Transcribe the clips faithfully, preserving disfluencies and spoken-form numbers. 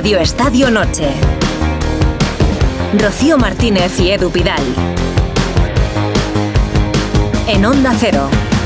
Radio Estadio Noche. Rocío Martínez y Edu Pidal. En Onda Cero.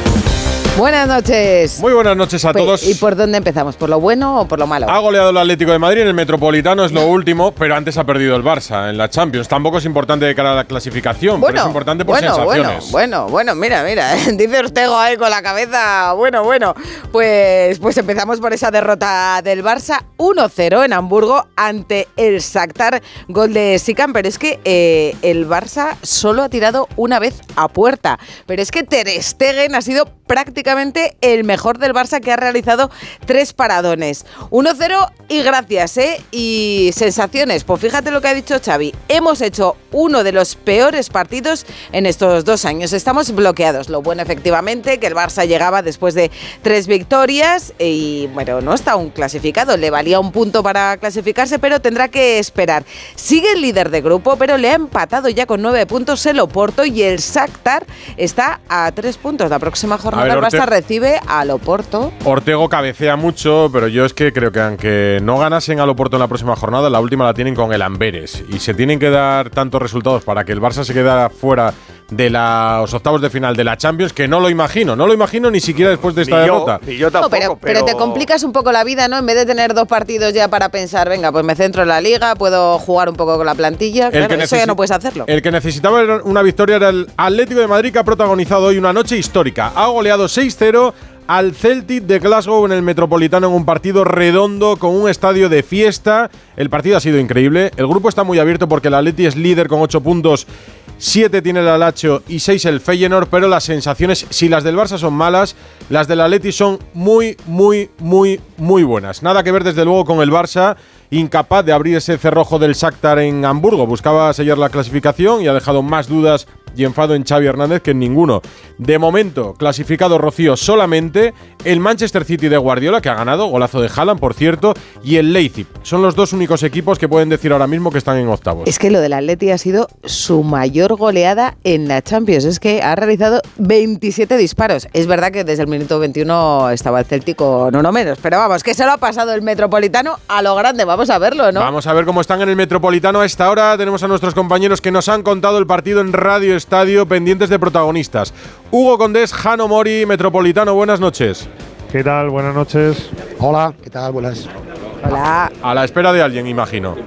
Buenas noches. Muy buenas noches a pues, todos. ¿Y por dónde empezamos? ¿Por lo bueno o por lo malo? Ha goleado el Atlético de Madrid en el Metropolitano, es lo último, pero antes ha perdido el Barça en la Champions. Tampoco es importante de cara a la clasificación, bueno, pero es importante por bueno, sensaciones. Bueno, bueno, bueno, mira, mira, dice Ortego ahí con la cabeza. Bueno, bueno, pues, pues empezamos por esa derrota del Barça uno cero en Hamburgo ante el Shakhtar, gol de Sikan, pero es que eh, el Barça solo ha tirado una vez a puerta, pero es que Ter Stegen ha sido prácticamente el mejor del Barça, que ha realizado tres paradones. uno cero y gracias, ¿eh? Y sensaciones, pues fíjate lo que ha dicho Xavi. Hemos hecho uno de los peores partidos en estos dos años. Estamos bloqueados. Lo bueno, efectivamente, que el Barça llegaba después de tres victorias y, bueno, no está aún clasificado. Le valía un punto para clasificarse, pero tendrá que esperar. Sigue el líder de grupo, pero le ha empatado ya con nueve puntos el Oporto y el Shakhtar está a tres puntos. La próxima jornada el Barça recibe al Oporto. Ortego cabecea mucho, pero yo es que creo que aunque no ganasen al Oporto en la próxima jornada, la última la tienen con el Amberes. Y se tienen que dar tantos resultados para que el Barça se quede fuera de los octavos de final de la Champions, que no lo imagino, no lo imagino ni siquiera después de esta ni derrota. Yo, ni yo tampoco, no, pero, pero... pero te complicas un poco la vida, ¿no? En vez de tener dos partidos ya para pensar, venga, pues me centro en la Liga, puedo jugar un poco con la plantilla, claro, que eso ya no puedes hacerlo. El que necesitaba una victoria era el Atlético de Madrid, que ha protagonizado hoy una noche histórica. Ha goleado seis cero al Celtic de Glasgow en el Metropolitano en un partido redondo con un estadio de fiesta. El partido ha sido increíble. El grupo está muy abierto porque el Atleti es líder con ocho puntos. siete tiene el Alacho y seis el Feyenoord, pero las sensaciones, si las del Barça son malas, las del Atleti son muy, muy, muy, muy buenas. Nada que ver desde luego con el Barça, incapaz de abrir ese cerrojo del Shakhtar en Hamburgo. Buscaba sellar la clasificación y ha dejado más dudas y enfado en Xavi Hernández que en ninguno. De momento, clasificado Rocío solamente el Manchester City de Guardiola, que ha ganado, golazo de Haaland, por cierto, y el Leipzig. Son los dos únicos equipos que pueden decir ahora mismo que están en octavos. Es que lo del Atleti ha sido su mayor goleada en la Champions. Es que ha realizado veintisiete disparos. Es verdad que desde el minuto veintiuno estaba el Celtic con uno menos, pero vamos, que se lo ha pasado el Metropolitano a lo grande. Vamos a verlo, ¿no? Vamos a ver cómo están en el Metropolitano. A esta hora tenemos a nuestros compañeros que nos han contado el partido en Radio Estadio, pendientes de protagonistas. Hugo Condés, Jano Mori, Metropolitano, buenas noches. ¿Qué tal? Buenas noches. Hola, ¿qué tal? Buenas. Hola. A la espera de alguien, imagino.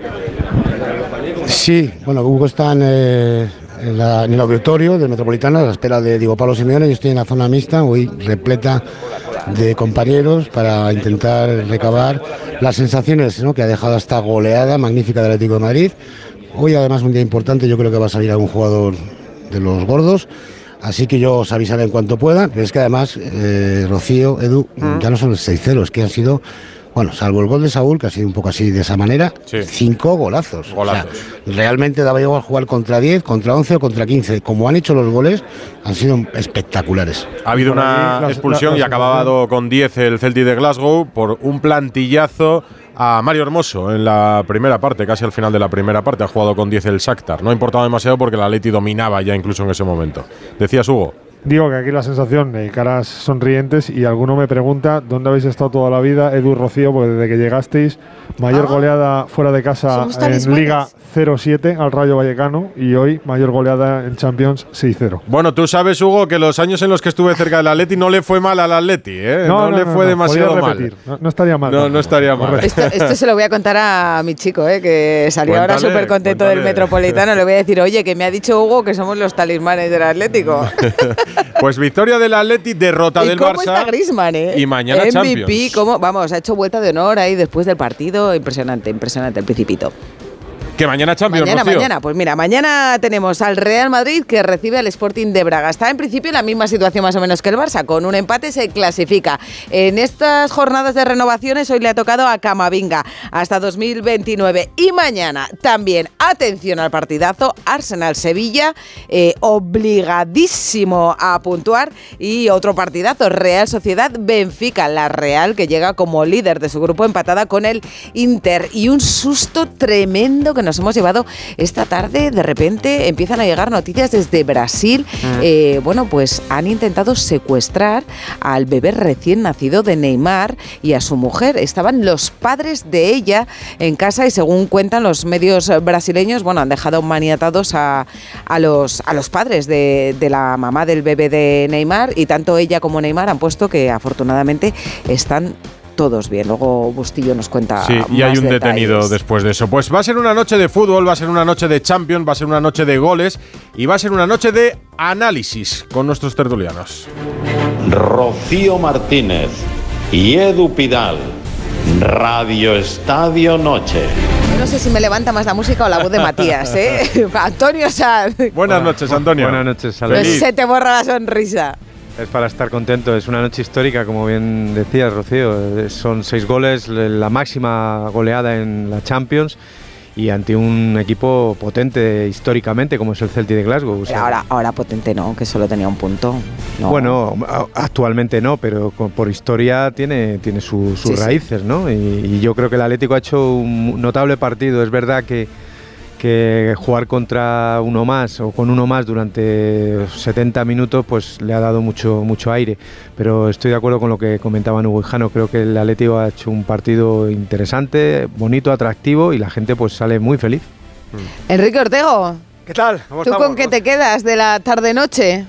Sí, bueno, Hugo está en, eh, en, la, en el auditorio del Metropolitano a la espera de Diego Pablo Simeone. Yo estoy en la zona mixta, hoy repleta de compañeros para intentar recabar las sensaciones, ¿no?, que ha dejado esta goleada magnífica del Atlético de Madrid. Hoy además un día importante, yo creo que va a salir algún jugador de los gordos, así que yo os avisaré en cuanto pueda. Pero es que además, eh, Rocío, Edu, mm. ya no son seis cero, es que han sido, bueno, salvo el gol de Saúl, que ha sido un poco así de esa manera, sí. cinco golazos. golazos. O sea, realmente daba igual jugar contra diez, contra once o contra quince. Como han hecho los goles, han sido espectaculares. Ha habido una la, expulsión la, la, y ha acabado con diez el Celtic de Glasgow por un plantillazo a Mario Hermoso en la primera parte, casi al final de la primera parte. Ha jugado con diez el Shakhtar. No ha importado demasiado porque el Atleti dominaba ya incluso en ese momento. ¿Decías, Hugo? Digo que aquí la sensación, eh, caras sonrientes, y alguno me pregunta dónde habéis estado toda la vida, Edu y Rocío, porque desde que llegasteis, mayor ah, goleada fuera de casa en Liga cero siete al Rayo Vallecano, y hoy mayor goleada en Champions seis cero. Bueno, tú sabes, Hugo, que los años en los que estuve cerca del Atleti no le fue mal al Atleti, ¿eh? No, no, no le no, fue no, demasiado mal. No, no estaría mal. No, no, no estaría mal. Esto, esto se lo voy a contar a mi chico, ¿eh? Que salió cuéntale, ahora súper contento cuéntale. del Metropolitano. Le voy a decir, oye, que me ha dicho Hugo que somos los talismanes del Atlético. Pues victoria del Atleti, derrota del Barça. ¿Cómo está Griezmann, eh? Y mañana M V P, Champions. ¿cómo? Vamos, ha hecho vuelta de honor ahí después del partido. Impresionante, impresionante el Principito. Que mañana Champions, Mañana, Rocío. mañana. Pues mira, mañana tenemos al Real Madrid que recibe al Sporting de Braga. Está en principio en la misma situación más o menos que el Barça. Con un empate se clasifica. En estas jornadas de renovaciones hoy le ha tocado a Camavinga hasta dos mil veintinueve. Y mañana también, atención al partidazo, Arsenal-Sevilla, eh, obligadísimo a puntuar. Y otro partidazo, Real Sociedad-Benfica. La Real, que llega como líder de su grupo, empatada con el Inter. Y un susto tremendo que nos hemos llevado esta tarde. De repente empiezan a llegar noticias desde Brasil. Mm. Eh, bueno, pues han intentado secuestrar al bebé recién nacido de Neymar y a su mujer. Estaban los padres de ella en casa y según cuentan los medios brasileños, bueno, han dejado maniatados a, a, los, a los padres de, de la mamá del bebé de Neymar, y tanto ella como Neymar han puesto que afortunadamente están todos bien. Luego Bustillo nos cuenta sí, más y hay un detalles. detenido después de eso. Pues va a ser una noche de fútbol, va a ser una noche de Champions, va a ser una noche de goles y va a ser una noche de análisis con nuestros tertulianos. Rocío Martínez y Edu Pidal, Radio Estadio Noche. No sé si me levanta más la música o la voz de Matías, ¿eh? Antonio Sanz. Buenas noches, Antonio. Buenas noches, Salud. Se te borra la sonrisa. Es para estar contento, es una noche histórica, como bien decías, Rocío. Son seis goles, la máxima goleada en la Champions y ante un equipo potente históricamente como es el Celtic de Glasgow. O sea, ahora, ahora potente no, que solo tenía un punto. No. Bueno, actualmente no, pero por historia tiene, tiene su, sus sí, raíces, sí. ¿no? Y, y yo creo que el Atlético ha hecho un notable partido. Es verdad que que jugar contra uno más o con uno más durante setenta minutos pues le ha dado mucho mucho aire, pero estoy de acuerdo con lo que comentaban Hugo y Jano. Creo que el Atlético ha hecho un partido interesante, bonito, atractivo y la gente pues sale muy feliz. Enrique Ortego, ¿qué tal? ¿Cómo ¿tú estamos? con qué te quedas de la tarde-noche?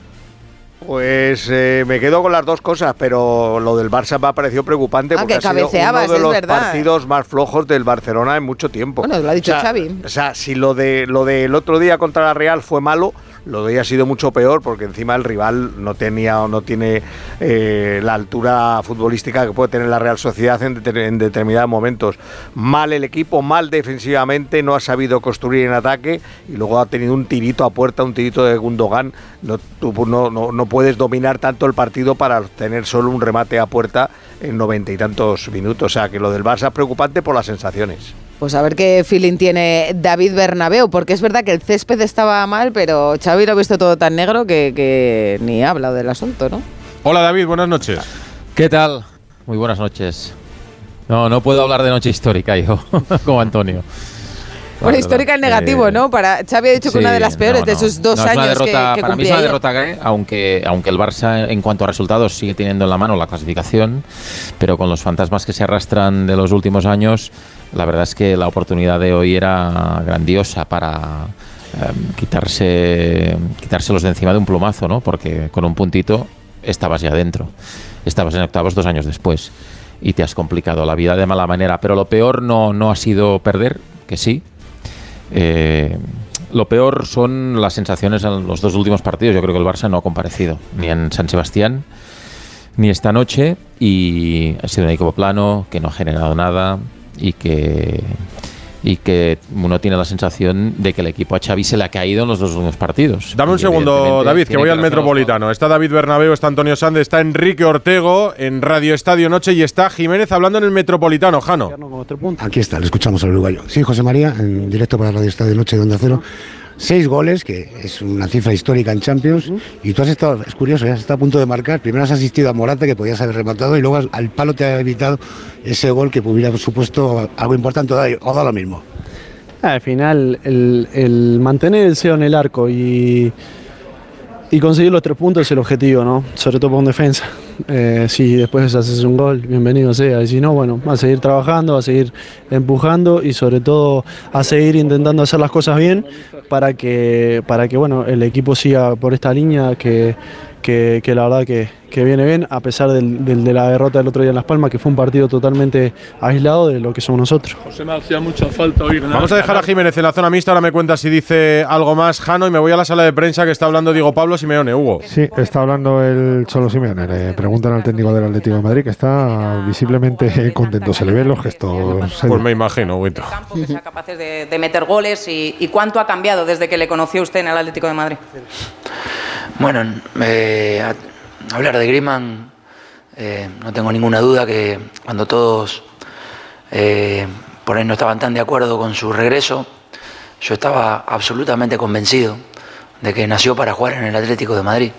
Pues eh, me quedo con las dos cosas, pero lo del Barça me ha parecido preocupante ah, porque que ha sido uno de es los verdad. partidos más flojos del Barcelona en mucho tiempo. Bueno, lo ha dicho o sea, Xavi. O sea, si lo de lo del otro día contra la Real fue malo, lo de hoy ha sido mucho peor porque encima el rival no tenía o no tiene eh, la altura futbolística que puede tener la Real Sociedad en, de, en determinados momentos. Mal el equipo, mal defensivamente, no ha sabido construir en ataque y luego ha tenido un tirito a puerta, un tirito de Gundogan. No, tú no, no, no puedes dominar tanto el partido para tener solo un remate a puerta en noventa y tantos minutos. O sea que lo del Barça es preocupante por las sensaciones. Pues a ver qué feeling tiene David Bernabéu, porque es verdad que el césped estaba mal, pero Xavi lo ha visto todo tan negro que, que ni ha hablado del asunto, ¿no? Hola David, buenas noches. ¿Qué tal? Muy buenas noches. No, no puedo hablar de noche histórica yo, como Antonio. Bueno, histórica en negativo, eh, ¿no? Para Xavi ha dicho que sí, una de las peores no, no, de sus dos no, años derrota, que, que para mí es una derrota grave, aunque, aunque el Barça en cuanto a resultados sigue teniendo en la mano la clasificación, pero con los fantasmas que se arrastran de los últimos años, la verdad es que la oportunidad de hoy era grandiosa para eh, quitarse quitárselos de encima de un plumazo, ¿no? Porque con un puntito estabas ya dentro, estabas en octavos dos años después y te has complicado la vida de mala manera, pero lo peor no, no ha sido perder, que sí. Eh, lo peor son las sensaciones en los dos últimos partidos. Yo creo que el Barça no ha comparecido ni en San Sebastián ni esta noche y ha sido un equipo plano que no ha generado nada y que y que uno tiene la sensación de que el equipo a Xavi se le ha caído en los dos últimos partidos. Dame un segundo, David, que voy al Metropolitano. Está David Bernabéu, está Antonio Sanz, está Enrique Ortego en Radio Estadio Noche y está Jiménez hablando en el Metropolitano. Jano. Aquí está, le escuchamos al uruguayo. Sí, José María, en directo para Radio Estadio Noche de Onda Cero. Seis goles, que es una cifra histórica en Champions, y tú has estado, es curioso, has estado a punto de marcar. Primero has asistido a Morata, que podías haber rematado, y luego al palo te ha evitado ese gol que hubiera supuesto algo importante, o da lo mismo. Al final, el, el mantener el cero en el arco y, y conseguir los tres puntos es el objetivo, ¿no? Sobre todo por un defensa. Eh, si después haces un gol, bienvenido sea. Y si no, bueno, a seguir trabajando, a seguir empujando y sobre todo a seguir intentando hacer las cosas bien para que, para que bueno, el equipo siga por esta línea que, que, que la verdad que, que viene bien, a pesar del, del, de la derrota del otro día en Las Palmas, que fue un partido totalmente aislado de lo que somos nosotros. José, me hacía mucha falta oír. Vamos a dejar a Jiménez en la zona mixta, ahora me cuenta si dice algo más Jano y me voy a la sala de prensa que está hablando Diego Pablo Simeone. Hugo. Sí, está hablando el Cholo Simeone. Le preguntan al técnico del Atlético de Madrid que está visiblemente contento, se le ven los gestos. Pues me imagino, Huito. Que sea capaces de, de meter goles y, y cuánto ha cambiado desde que le conoció usted en el Atlético de Madrid. Bueno, eh, a, hablar de Griezmann, eh, no tengo ninguna duda que cuando todos eh, por ahí no estaban tan de acuerdo con su regreso, yo estaba absolutamente convencido de que nació para jugar en el Atlético de Madrid.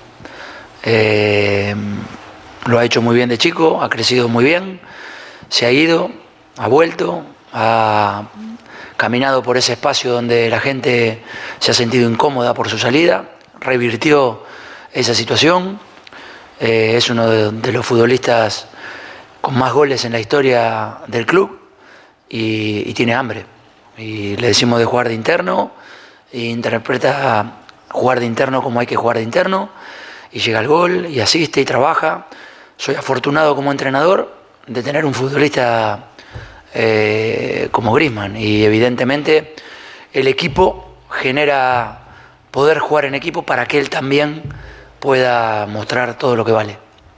Eh, lo ha hecho muy bien de chico, ha crecido muy bien, se ha ido, ha vuelto, ha caminado por ese espacio donde la gente se ha sentido incómoda por su salida, revirtió esa situación, eh, es uno de, de los futbolistas con más goles en la historia del club y, y tiene hambre. Y le decimos de jugar de interno, e interpreta jugar de interno como hay que jugar de interno, y llega al gol, y asiste y trabaja. Soy afortunado como entrenador de tener un futbolista eh, como Griezmann, y evidentemente el equipo genera poder jugar en equipo para que él también pueda mostrar todo lo que vale.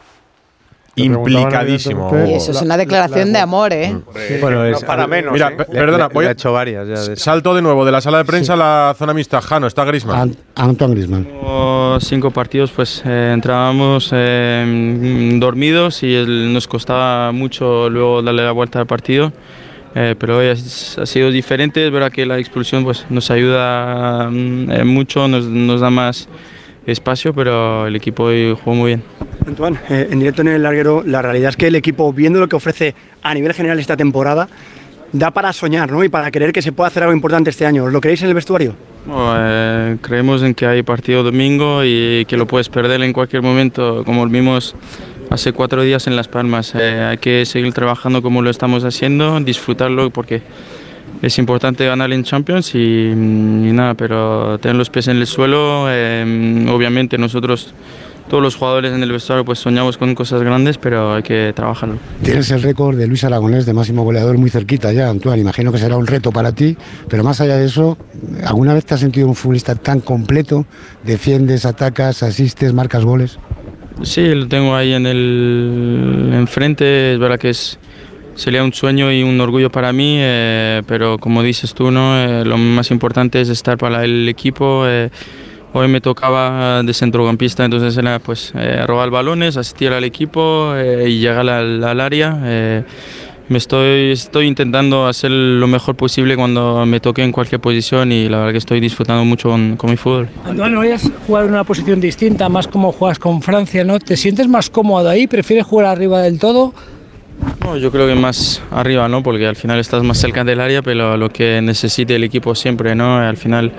Implicadísimo. Y eso es una declaración de amor, ¿eh? Sí, bueno, es, no para menos. Mira, ¿eh? pe- perdona, le, voy le a, ha hecho varias. Ya de salto de nuevo de la sala de prensa sí. a la zona mixta. Jano, está Griezmann. Ant- Antoine Griezmann. Cinco partidos, pues eh, entrábamos eh, dormidos y el, nos costaba mucho luego darle la vuelta al partido. Eh, pero hoy ha, ha sido diferente. Es verdad que la expulsión pues, nos ayuda eh, mucho, nos, nos da más espacio, pero el equipo hoy jugó muy bien. Antoine, eh, en directo en el larguero, la realidad es que el equipo, viendo lo que ofrece a nivel general esta temporada, da para soñar, ¿no? Y para creer que se puede hacer algo importante este año. ¿Lo creéis en el vestuario? Oh, eh, creemos en que hay partido domingo y que lo puedes perder en cualquier momento, como vimos hace cuatro días en Las Palmas. Eh, hay que seguir trabajando como lo estamos haciendo, disfrutarlo porque es importante ganar en Champions y, y nada, pero tener los pies en el suelo. Eh, obviamente nosotros, todos los jugadores en el vestuario, pues soñamos con cosas grandes, pero hay que trabajarlo. Tienes el récord de Luis Aragonés de máximo goleador muy cerquita ya, Antoine. Imagino que será un reto para ti, pero más allá de eso, ¿alguna vez te has sentido un futbolista tan completo? ¿Defiendes, atacas, asistes, marcas goles? Sí, lo tengo ahí en el enfrente. Es verdad que es sería un sueño y un orgullo para mí, eh, pero como dices tú, ¿no? Eh, lo más importante es estar para el equipo. Eh, hoy me tocaba de centrocampista, entonces era pues eh, robar balones, asistir al equipo eh, y llegar al, al área. Eh, me estoy, estoy intentando hacer lo mejor posible cuando me toque en cualquier posición y la verdad que estoy disfrutando mucho con, con mi fútbol. Antoine, hoy has jugado en una posición distinta, más como juegas con Francia, ¿no? ¿Te sientes más cómodo ahí? ¿Prefieres jugar arriba del todo? No, yo creo que más arriba, ¿no? Porque al final estás más cerca del área, pero lo que necesite el equipo siempre, ¿no? Al final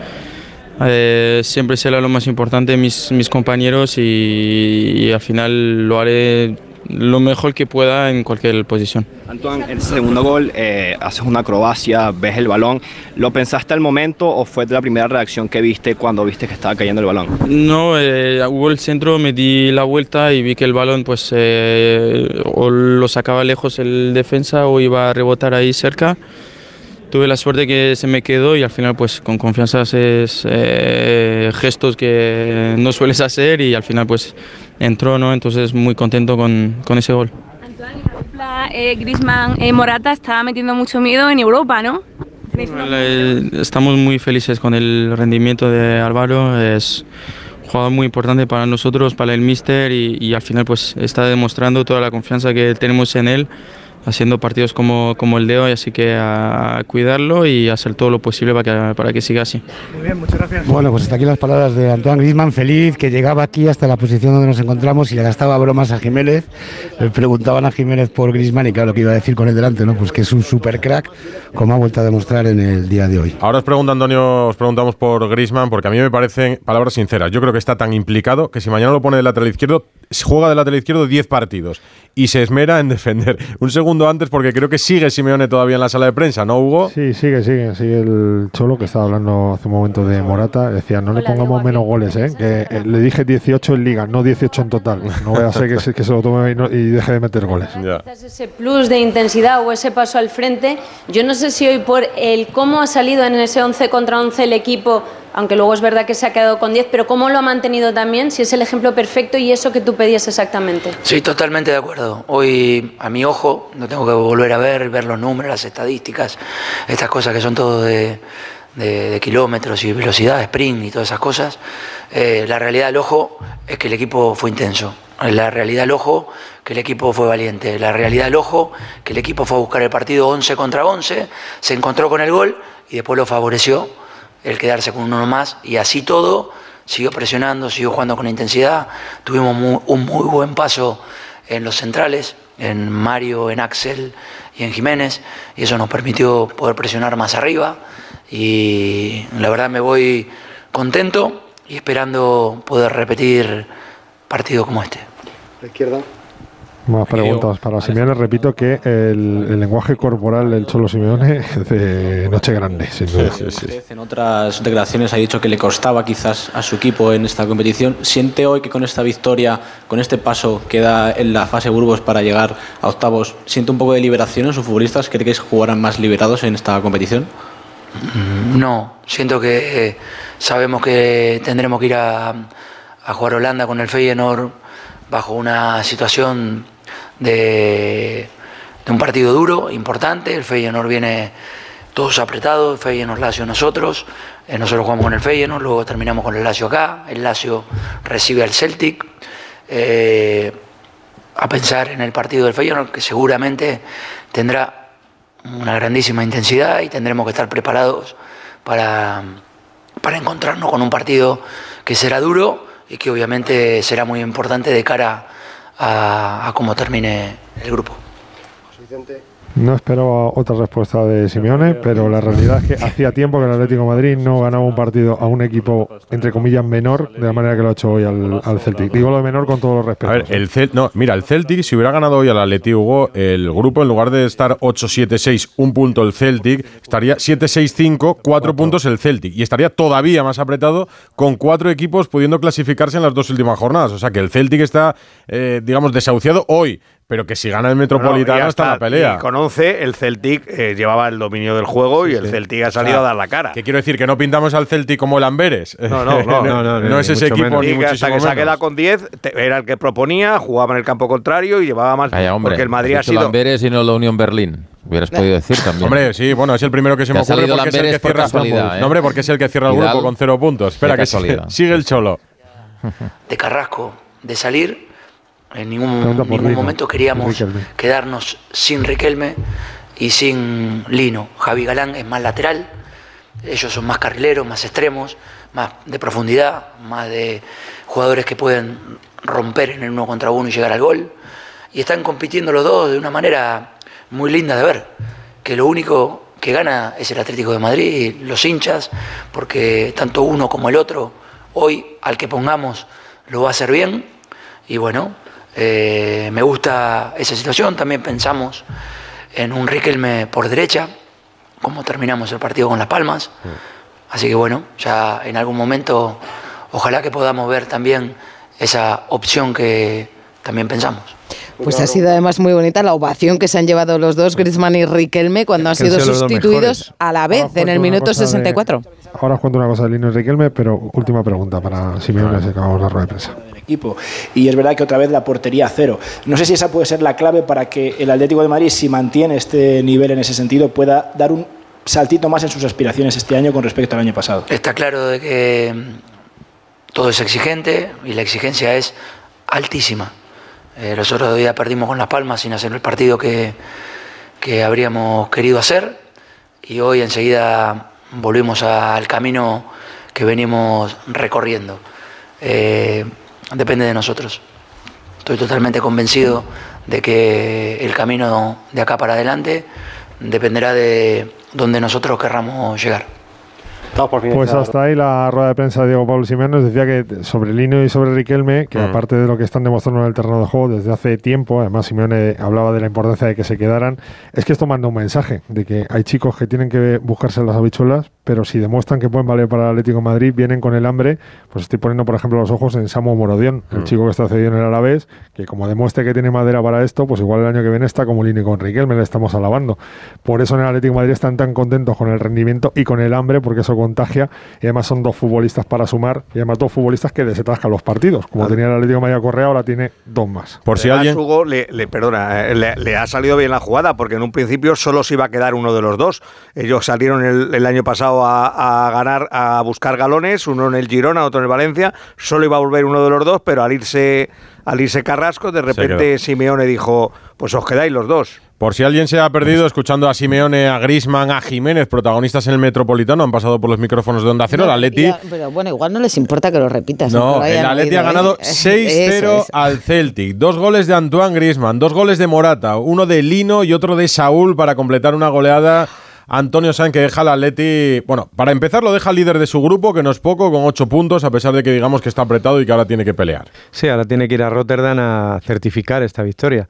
eh, siempre será lo más importante mis, mis compañeros y, y al final lo haré lo mejor que pueda en cualquier posición. Antoine, el segundo gol, eh, haces una acrobacia, ves el balón. ¿Lo pensaste al momento o fue la primera reacción que viste cuando viste que estaba cayendo el balón? No, eh, hubo el centro, me di la vuelta y vi que el balón pues eh, o lo sacaba lejos el defensa o iba a rebotar ahí cerca. Tuve la suerte que se me quedó y al final pues con confianza haces eh, gestos que no sueles hacer y al final pues entró, ¿no? Entonces muy contento con, con ese gol. Antoine, la dupla eh, Griezmann-Morata eh, está metiendo mucho miedo en Europa, ¿no? Eh, estamos muy felices con el rendimiento de Álvaro, es un jugador muy importante para nosotros, para el míster y, y al final pues está demostrando toda la confianza que tenemos en él, haciendo partidos como, como el de hoy, así que a, a cuidarlo y hacer todo lo posible para que, para que siga así. Muy bien, muchas gracias. Bueno, pues hasta aquí las palabras de Antoine Griezmann, feliz, que llegaba aquí hasta la posición donde nos encontramos y le gastaba bromas a Jiménez. Le preguntaban a Jiménez por Griezmann y claro, lo que iba a decir con él delante, ¿no? Pues que es un super crack, como ha vuelto a demostrar en el día de hoy. Ahora os pregunta Antonio, os preguntamos por Griezmann, porque a mí me parecen palabras sinceras. Yo creo que está tan implicado que si mañana lo pone de lateral izquierdo, juega de lateral izquierdo diez partidos y se esmera en defender. Un segundo antes, porque creo que sigue Simeone todavía en la sala de prensa, ¿no, Hugo? Sí, sigue, sigue, sigue el Cholo, que estaba hablando hace un momento de Morata. Decía, no le pongamos menos goles, ¿eh? Que eh, le dije dieciocho en Liga, no dieciocho en total. No voy a hacer que se, que se lo tome y, no, y deje de meter goles. Ya. Ese plus de intensidad o ese paso al frente, yo no sé si hoy por el cómo ha salido en ese once contra once el equipo, aunque luego es verdad que se ha quedado con diez, pero cómo lo ha mantenido también, si es el ejemplo perfecto y eso que tú pedías exactamente. Sí, totalmente de acuerdo. Hoy, a mi ojo, no tengo que volver a ver, ver los números, las estadísticas, estas cosas que son todo de, de, de kilómetros y velocidad, sprint y todas esas cosas. Eh, la realidad del ojo es que el equipo fue intenso. La realidad del ojo que el equipo fue valiente. La realidad del ojo que el equipo fue a buscar el partido once contra once, se encontró con el gol y después lo favoreció el quedarse con uno más y así todo, siguió presionando, siguió jugando con intensidad, tuvimos muy, un muy buen paso en los centrales, en Mario, en Axel y en Jiménez, y eso nos permitió poder presionar más arriba, y la verdad me voy contento y esperando poder repetir partidos como este. La izquierda. Más preguntas para Simeone. Repito que el, el lenguaje corporal del Cholo Simeone es de noche grande, sin duda. Sí, sí, sí. En otras declaraciones ha dicho que le costaba quizás a su equipo en esta competición. ¿Siente hoy que con esta victoria, con este paso que da en la fase Burgos para llegar a octavos, siente un poco de liberación en sus futbolistas? ¿Cree que jugarán más liberados en esta competición? No, siento que eh, sabemos que tendremos que ir a, a jugar a Holanda con el Feyenoord bajo una situación de, de un partido duro, importante. El Feyenoord viene todos apretados, el Feyenoord, Lazio, nosotros. Eh, nosotros jugamos con el Feyenoord, luego terminamos con el Lazio acá. El Lazio recibe al Celtic. Eh, a pensar en el partido del Feyenoord, que seguramente tendrá una grandísima intensidad y tendremos que estar preparados para, para encontrarnos con un partido que será duro y que obviamente será muy importante de cara a, a cómo termine el grupo. No esperaba otra respuesta de Simeone, pero la realidad es que hacía tiempo que el Atlético de Madrid no ganaba un partido a un equipo, entre comillas, menor, de la manera que lo ha hecho hoy al, al Celtic. Digo lo de menor con todos los respetos. A ver, el Cel no, mira, el Celtic, si hubiera ganado hoy al Atleti, Hugo, el grupo, en lugar de estar ocho siete seis, un punto el Celtic, estaría siete seis cinco, cuatro puntos el Celtic. Y estaría todavía más apretado con cuatro equipos pudiendo clasificarse en las dos últimas jornadas. O sea que el Celtic está, eh, digamos, desahuciado hoy. Pero que si gana el Metropolitano no, no, está en la pelea. Y con once, el Celtic eh, llevaba el dominio del juego, sí, y el sí. Celtic ha salido, o sea, a dar la cara. ¿Qué quiero decir? ¿Que no pintamos al Celtic como el Amberes? No, no, no. no, no, no, no es ese equipo menos. Ni muchísimo hasta que menos. se ha quedado con diez, era el que proponía, jugaba en el campo contrario y llevaba más. Vaya, hombre, porque el Madrid ha sido. el Amberes y no la Unión Berlín. Hubieras podido decir también. Hombre, sí, bueno, es el primero que se me ocurre porque es el que cierra. ¿eh? No, hombre, porque es el que cierra el grupo con cero puntos. Espera, que sigue el Cholo. De Carrasco, de salir. En ningún, ningún momento queríamos Riquelme. quedarnos sin Riquelme y sin Lino. Javi Galán es más lateral, ellos son más carrileros, más extremos, más de profundidad, más de jugadores que pueden romper en el uno contra uno y llegar al gol. Y están compitiendo los dos de una manera muy linda de ver, que lo único que gana es el Atlético de Madrid, los hinchas, porque tanto uno como el otro, hoy al que pongamos lo va a hacer bien. Y bueno, Eh, me gusta esa situación. También pensamos en un Riquelme por derecha, como terminamos el partido con Las Palmas. Así que bueno, ya en algún momento ojalá que podamos ver también esa opción que también pensamos. Pues ha sido además muy bonita la ovación que se han llevado los dos, Griezmann y Riquelme, cuando han sido sustituidos a la vez en el minuto sesenta y cuatro. De, ahora os cuento una cosa de Lino y Riquelme, pero última pregunta para Simeone, se acabamos la rueda de prensa. Equipo. Y es verdad que otra vez la portería a cero. No sé si esa puede ser la clave para que el Atlético de Madrid, si mantiene este nivel en ese sentido, pueda dar un saltito más en sus aspiraciones este año con respecto al año pasado. Está claro de que todo es exigente y la exigencia es altísima. Eh, los otros días perdimos con Las Palmas sin hacer el partido que, que habríamos querido hacer, y hoy enseguida volvimos al camino que venimos recorriendo. Eh, depende de nosotros. Estoy totalmente convencido de que el camino de acá para adelante dependerá de donde nosotros querramos llegar. Pues hasta ahí la rueda de prensa de Diego Pablo Simeone. Nos decía que sobre Lino y sobre Riquelme, que mm. aparte de lo que están demostrando en el terreno de juego desde hace tiempo, además Simeone hablaba de la importancia de que se quedaran, es que esto manda un mensaje de que hay chicos que tienen que buscarse las habichuelas, pero si demuestran que pueden valer para el Atlético de Madrid, vienen con el hambre. Pues estoy poniendo, por ejemplo, los ojos en Samu Morodión, el mm. chico que está cedido en el Alavés, que como demuestre que tiene madera para esto, pues igual el año que viene está como Lino y con Riquelme, le estamos alabando. Por eso en el Atlético de Madrid están tan contentos con el rendimiento y con el hambre, porque eso contagia, y además son dos futbolistas para sumar, y además dos futbolistas que desatascan los partidos, como tenía el Atlético de Madrid a Correa, ahora tiene dos más. Por si alguien Hugo le, le perdona, eh, le, le ha salido bien la jugada, porque en un principio solo se iba a quedar uno de los dos. Ellos salieron el, el año pasado a, a ganar, a buscar galones, uno en el Girona, otro en el Valencia, solo iba a volver uno de los dos, pero al irse al irse Carrasco, de repente Simeone dijo, pues os quedáis los dos. Por si alguien se ha perdido escuchando a Simeone, a Griezmann, a Jiménez, protagonistas en el Metropolitano, han pasado por los micrófonos de Onda Cero. No, el Atleti... ya, pero bueno, igual no les importa que lo repitas. No, el Atleti ha ganado ¿eh? seis cero al Celtic. Dos goles de Antoine Griezmann, dos goles de Morata, uno de Lino y otro de Saúl para completar una goleada. Antonio Sáenz, que deja al Atleti, bueno, para empezar lo deja líder de su grupo, que no es poco, con ocho puntos, a pesar de que digamos que está apretado y que ahora tiene que pelear. Sí, ahora tiene que ir a Rotterdam a certificar esta victoria.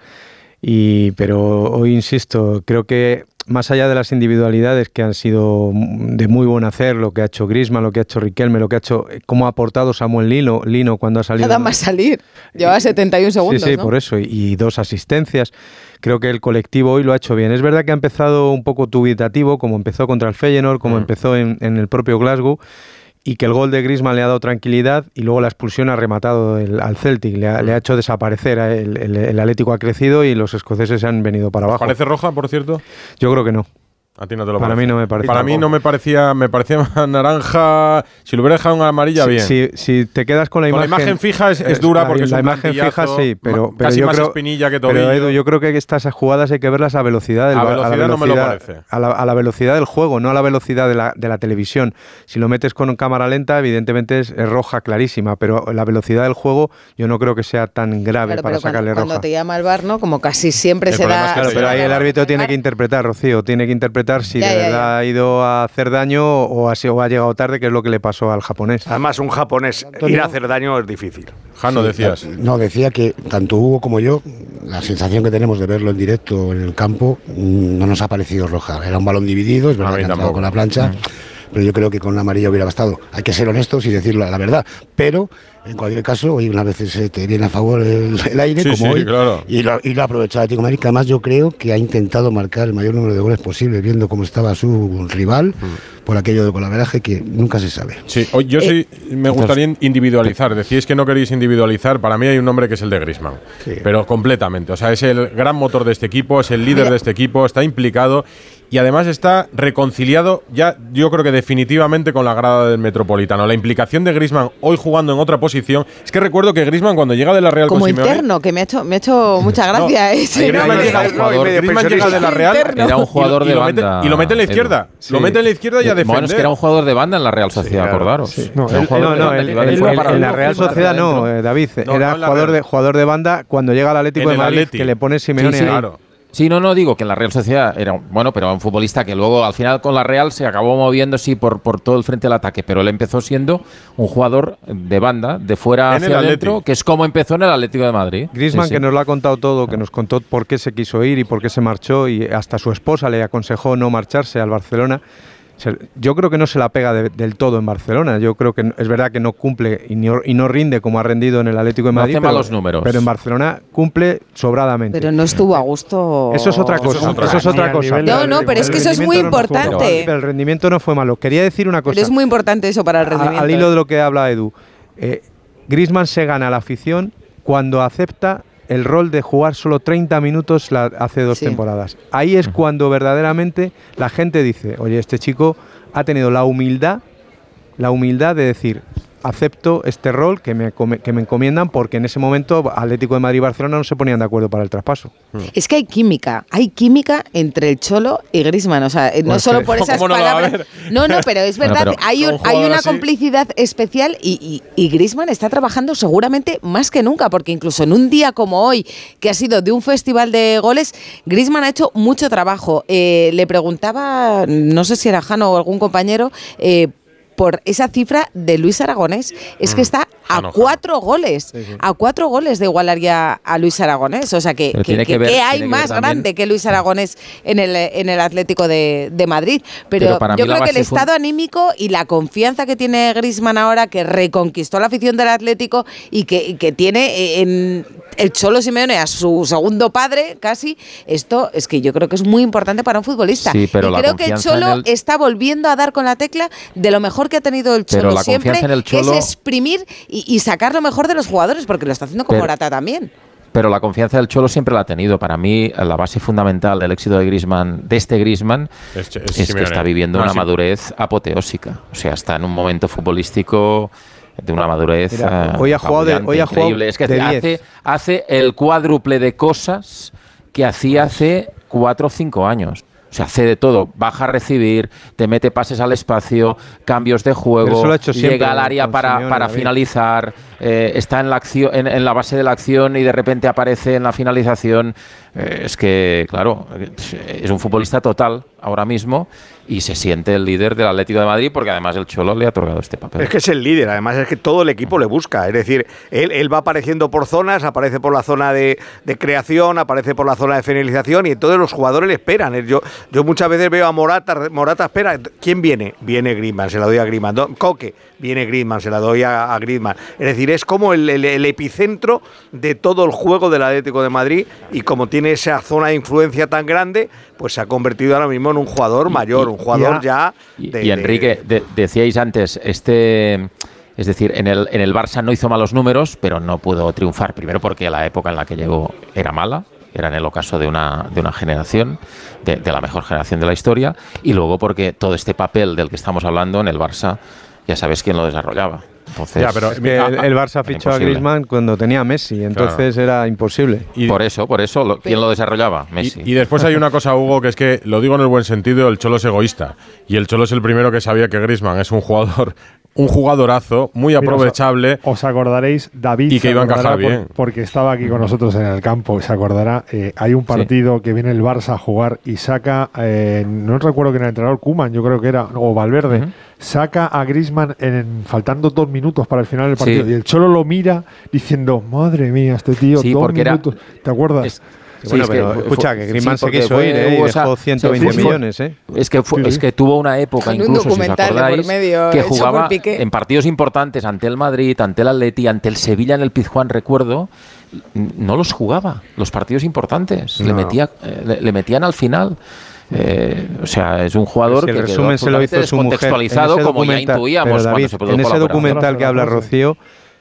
Y, pero hoy, insisto, creo que más allá de las individualidades que han sido de muy buen hacer, lo que ha hecho Griezmann, lo que ha hecho Riquelme, lo que ha hecho, cómo ha aportado Samuel Lino, Lino cuando ha salido... Nada más salir, lleva setenta y un segundos, Sí, sí, ¿no? por eso, y, y dos asistencias. Creo que el colectivo hoy lo ha hecho bien. Es verdad que ha empezado un poco dubitativo, como empezó contra el Feyenoord, como mm. empezó en, en el propio Glasgow, y que el gol de Griezmann le ha dado tranquilidad y luego la expulsión ha rematado el, al Celtic, le ha, le ha hecho desaparecer. El, el, el Atlético ha crecido y los escoceses se han venido para abajo. ¿Parece roja, por cierto? Yo creo que no. A ti no te lo Para parece. mí no me parece. Para mí no me parecía, me parecía naranja. Si lo hubiera dejado en amarilla, sí, bien. Si, si te quedas con la con imagen. La imagen fija es, es dura la, porque es la un imagen fija sí, pero, pero casi yo más creo, espinilla que tobillo. Pero Edu, yo creo que estas jugadas hay que verlas a velocidad del a velocidad, a la velocidad no me lo parece. A la, a la velocidad del juego, no a la velocidad de la, de la televisión. Si lo metes con cámara lenta, evidentemente es, es roja clarísima, pero la velocidad del juego yo no creo que sea tan grave claro, para pero sacarle cuando, roja. Cuando te llama el V A R, ¿no? Como casi siempre el se da. Es que claro, pero ahí el árbitro tiene que interpretar, Rocío, tiene que interpretar si ya, de ya, verdad ya. ha ido a hacer daño o ha, o ha llegado tarde, que es lo que le pasó al japonés. Además, un japonés ir a hacer daño es difícil. Jano, sí, decías. No, decía que tanto Hugo como yo, la sensación que tenemos de verlo en directo en el campo no nos ha parecido roja. Era un balón dividido, es verdad que ha entrado con la plancha, mm. pero yo creo que con una amarilla hubiera bastado. Hay que ser honestos y decir la, la verdad, pero en cualquier caso, hoy unas veces eh, te viene a favor el, el aire, sí, como sí, hoy, claro. y, lo, y lo ha aprovechado Atlético de Madrid, que además yo creo que ha intentado marcar el mayor número de goles posible, viendo cómo estaba su rival, mm. por aquello de colaveraje que nunca se sabe. Sí, hoy yo sí eh, me gustaría entonces, individualizar. Decís que no queréis individualizar. Para mí hay un nombre que es el de Griezmann, sí. pero completamente. O sea, es el gran motor de este equipo, es el líder Mira. de este equipo, está implicado y además está reconciliado ya, yo creo que definitivamente con la grada del Metropolitano. La implicación de Griezmann hoy jugando en otra posición. Es que recuerdo que Griezmann cuando llega de la Real como con Simeone, interno, que me ha hecho, me ha hecho mucha gracia. No, ese Griezmann llega, jugador, Griezmann llega de la Real era un jugador y, y de lo banda. Mete, y lo mete en la izquierda. Sí. Lo mete en la izquierda y a defender. Bueno, es que era un jugador de banda en la Real Sociedad, sí, claro. acordaros. Sí. No, él, no, no, él, él, él, en la Real Sociedad no, eh, David. No, era no jugador, de, jugador de banda cuando llega al Atlético de Madrid, Atleti. que le pone Simeone sí, sí, ahí. Claro. Sí, no, no, digo que en la Real Sociedad era, bueno, pero era un futbolista que luego al final con la Real se acabó moviendo sí por, por todo el frente del ataque, pero él empezó siendo un jugador de banda, de fuera hacia adentro, que es como empezó en el Atlético de Madrid. Griezmann, sí, sí. que nos lo ha contado todo, que nos contó por qué se quiso ir y por qué se marchó, y hasta su esposa le aconsejó no marcharse al Barcelona. Yo creo que no se la pega de, del todo en Barcelona. Yo creo que es verdad que no cumple y no, y no rinde como ha rendido en el Atlético de Madrid. No hace pero, malos números. Pero en Barcelona cumple sobradamente. Pero no estuvo a gusto. Eso es otra cosa. Eso es otra, eso es otra cosa. No, no, pero es que eso es muy importante. No fue, pero el rendimiento no fue malo. Quería decir una cosa. Pero es muy importante eso para el rendimiento. A, al hilo de lo que habla Edu, eh, Griezmann se gana la afición cuando acepta el rol de jugar solo treinta minutos la, hace dos sí. temporadas. Ahí es cuando verdaderamente la gente dice, oye, este chico ha tenido la humildad, la humildad de decir, acepto este rol que me, que me encomiendan, porque en ese momento Atlético de Madrid y Barcelona no se ponían de acuerdo para el traspaso. Es que hay química, hay química entre el Cholo y Griezmann, o sea, no pues solo que, por esas no palabras. No, no, pero es verdad, bueno, pero hay, un, hay una así. complicidad especial y, y, y Griezmann está trabajando seguramente más que nunca, porque incluso en un día como hoy, que ha sido de un festival de goles, Griezmann ha hecho mucho trabajo. Eh, le preguntaba, no sé si era Jano o algún compañero, eh, por esa cifra de Luis Aragonés. Es mm. que está a no, cuatro goles, sí, sí. a cuatro goles de igualar ya a Luis Aragonés. O sea, que, que, que, que, ver, que hay más que grande que Luis Aragonés en el, en el Atlético de, de Madrid. Pero, Pero yo creo que el estado fue... anímico y la confianza que tiene Griezmann ahora, que reconquistó la afición del Atlético y que, que tiene en el Cholo Simeone a su segundo padre, casi, esto es que yo creo que es muy importante para un futbolista. Sí, pero y la creo que el Cholo el... está volviendo a dar con la tecla de lo mejor que ha tenido el Cholo la siempre, en el Cholo... que es exprimir y, y sacar lo mejor de los jugadores, porque lo está haciendo con pero, Morata también. Pero la confianza del Cholo siempre la ha tenido. Para mí, la base fundamental del éxito de Griezmann, de este Griezmann, es, es, es que está viviendo no, una sí. madurez apoteósica. O sea, está en un momento futbolístico de una madurez Mira, hoy ha jugado de, hoy ha jugado increíble. Es que de hace, hace el cuádruple de cosas que hacía hace cuatro o cinco años. O sea, hace de todo, baja a recibir, te mete pases al espacio, cambios de juego, llega al área para, para finalizar, eh, está en la, acción, en, en la base de la acción y de repente aparece en la finalización. Eh, es que, claro, es un futbolista total ahora mismo y se siente el líder del Atlético de Madrid porque además el Cholo le ha otorgado este papel. Es que es el líder, además es que todo el equipo le busca, es decir, él, él va apareciendo por zonas, aparece por la zona de, de creación, aparece por la zona de finalización y entonces los jugadores le esperan. Yo, yo muchas veces veo a Morata, Morata espera, ¿quién viene? Viene Griezmann, se la doy a Griezmann. Coque, viene Griezmann, se la doy a, a Griezmann. Es decir, es como el, el, el epicentro de todo el juego del Atlético de Madrid y como tiene esa zona de influencia tan grande, pues se ha convertido ahora mismo en un jugador mayor, un jugador ya... De, y Enrique, de, decíais antes, este... Es decir, en el, en el Barça no hizo malos números, pero no pudo triunfar. Primero porque la época en la que llegó era mala, era en el ocaso de una, de una generación, de, de la mejor generación de la historia, y luego porque todo este papel del que estamos hablando en el Barça, ya sabes quién lo desarrollaba. Entonces, ya, pero es que el, el Barça fichó a Griezmann cuando tenía a Messi, entonces claro. Era imposible. Y por eso, por eso, lo, ¿quién lo desarrollaba? Messi. Y, y después hay una cosa, Hugo, que es que, lo digo en el buen sentido, el Cholo es egoísta. Y el Cholo es el primero que sabía que Griezmann es un jugador... un jugadorazo, muy aprovechable. Mira, os, os acordaréis, David, y que iba a encajar bien. Por, porque estaba aquí con nosotros en el campo, se acordará. Eh, hay un partido sí. que viene el Barça a jugar y saca, eh, no recuerdo quién era el entrenador, Koeman, yo creo que era, o Valverde, uh-huh. saca a Griezmann en, faltando dos minutos para el final del partido. Sí. Y el Cholo lo mira diciendo, madre mía, este tío, sí, dos minutos. Era, ¿te acuerdas? Es, Sí, bueno, pero fue, escucha, que Griezmann sí, se quiso ir, ¿eh? Y dejó ciento veinte millones, ¿eh? Es que, fue, es que tuvo una época, incluso, si os acordáis, medio, que jugaba en partidos importantes ante el Madrid, ante el Atleti, ante el Sevilla en el Pizjuán, recuerdo, no los jugaba, los partidos importantes, no. le, metía, eh, le, le metían al final. Eh, o sea, es un jugador pues que el resumen quedó se lo hizo su mujer. Como ya intuíamos. Pero David, se produjo en ese la documental que habla Rocío,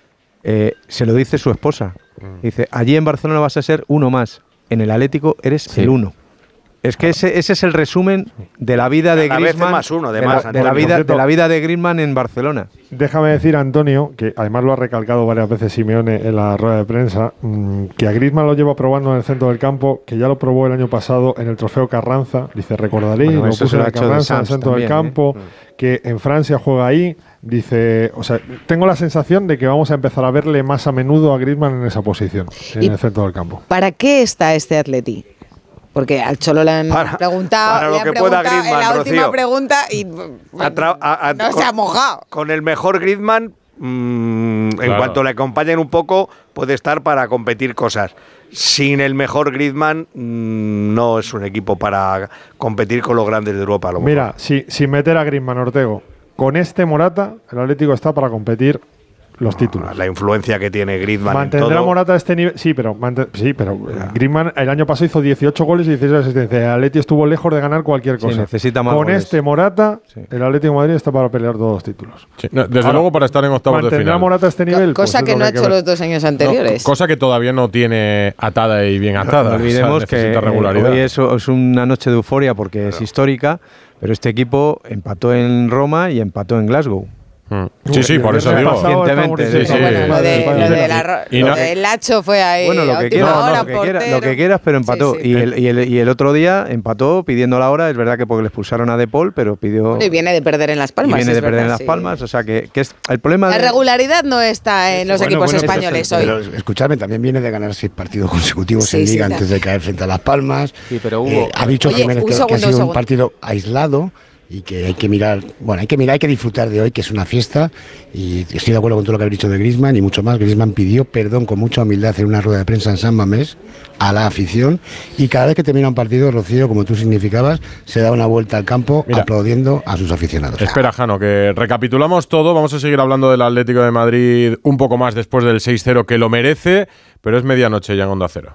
eh, se lo dice su esposa. Dice, allí en Barcelona vas a ser uno más. En el Atlético eres sí. el uno. Es que ese, ese es el resumen de la vida de Griezmann, más uno, de, de, más, la, de, la vida, de la vida de Griezmann en Barcelona. Déjame decir, Antonio, que además lo ha recalcado varias veces Simeone en la rueda de prensa, mmm, que a Griezmann lo lleva probando en el centro del campo, que ya lo probó el año pasado en el Trofeo Carranza. Dice, recordaréis, bueno, lo puse en el Carranza, en el centro también, del campo, ¿eh? Que en Francia juega ahí. Dice, o sea, tengo la sensación de que vamos a empezar a verle más a menudo a Griezmann en esa posición, en el centro del campo. ¿Para qué está este Atleti? Porque al Cholo le han para, preguntado, para lo le que han pueda Griezmann, en la Rocío. última pregunta y bueno, a, a, no con, se ha mojado. Con el mejor Griezmann, mmm, claro. en cuanto le acompañen un poco, puede estar para competir cosas. Sin el mejor Griezmann, mmm, no es un equipo para competir con los grandes de Europa. A lo Mira, mejor. Si, sin meter a Griezmann, Ortego, con este Morata, el Atlético está para competir los títulos. No, la influencia que tiene Griezmann ¿Mantendrá en todo? Morata este nivel? Sí, pero, sí, pero yeah. Griezmann el año pasado hizo dieciocho goles y dieciséis asistencias. El Atleti estuvo lejos de ganar cualquier cosa. Sí, necesita más Con goles. este Morata, sí. el Atlético de Madrid está para pelear todos los títulos. Sí, no, desde Ahora, luego para estar en octavos de final. ¿Mantendrá Morata este nivel? Cosa pues que no ha hecho los dos años anteriores. No, cosa que todavía no tiene atada y bien atada. No olvidemos o sea, que regularidad. hoy es, es una noche de euforia porque claro. es histórica, pero este equipo empató en Roma y empató en Glasgow. Mm. Sí, sí, por eso digo. Recientemente. Sí, sí. Bueno, lo de, lo de la, lo no, del Lacho fue ahí. Bueno, lo que, quieras, hora, no, lo, que quieras, lo que quieras, pero empató. Sí, sí. Y, el, y, el, y el otro día empató pidiendo la hora. Es verdad que porque le expulsaron a De Paul, pero pidió. Bueno, y viene de perder en Las Palmas. Y viene de perder verdad, en Las sí. Palmas. O sea, que, que es el problema. La de, regularidad no está en los bueno, equipos bueno, españoles pero, hoy. Pero escuchadme, también viene de ganar seis partidos consecutivos sí, en Liga sí, antes la... de caer frente a Las Palmas. Sí, pero hubo. Eh, ha dicho Oye, Jiménez que, segundo, que ha sido un segundo. partido aislado. Y que hay que mirar, bueno, hay que mirar, hay que disfrutar de hoy, que es una fiesta, y estoy de acuerdo con todo lo que habéis dicho de Griezmann y mucho más. Griezmann pidió perdón con mucha humildad en una rueda de prensa en San Mamés a la afición, y cada vez que termina un partido, Rocío, como tú significabas, se da una vuelta al campo Mira, aplaudiendo a sus aficionados. Espera, Jano, que recapitulamos todo, vamos a seguir hablando del Atlético de Madrid un poco más después del seis cero, que lo merece, pero es medianoche ya en Onda Cero.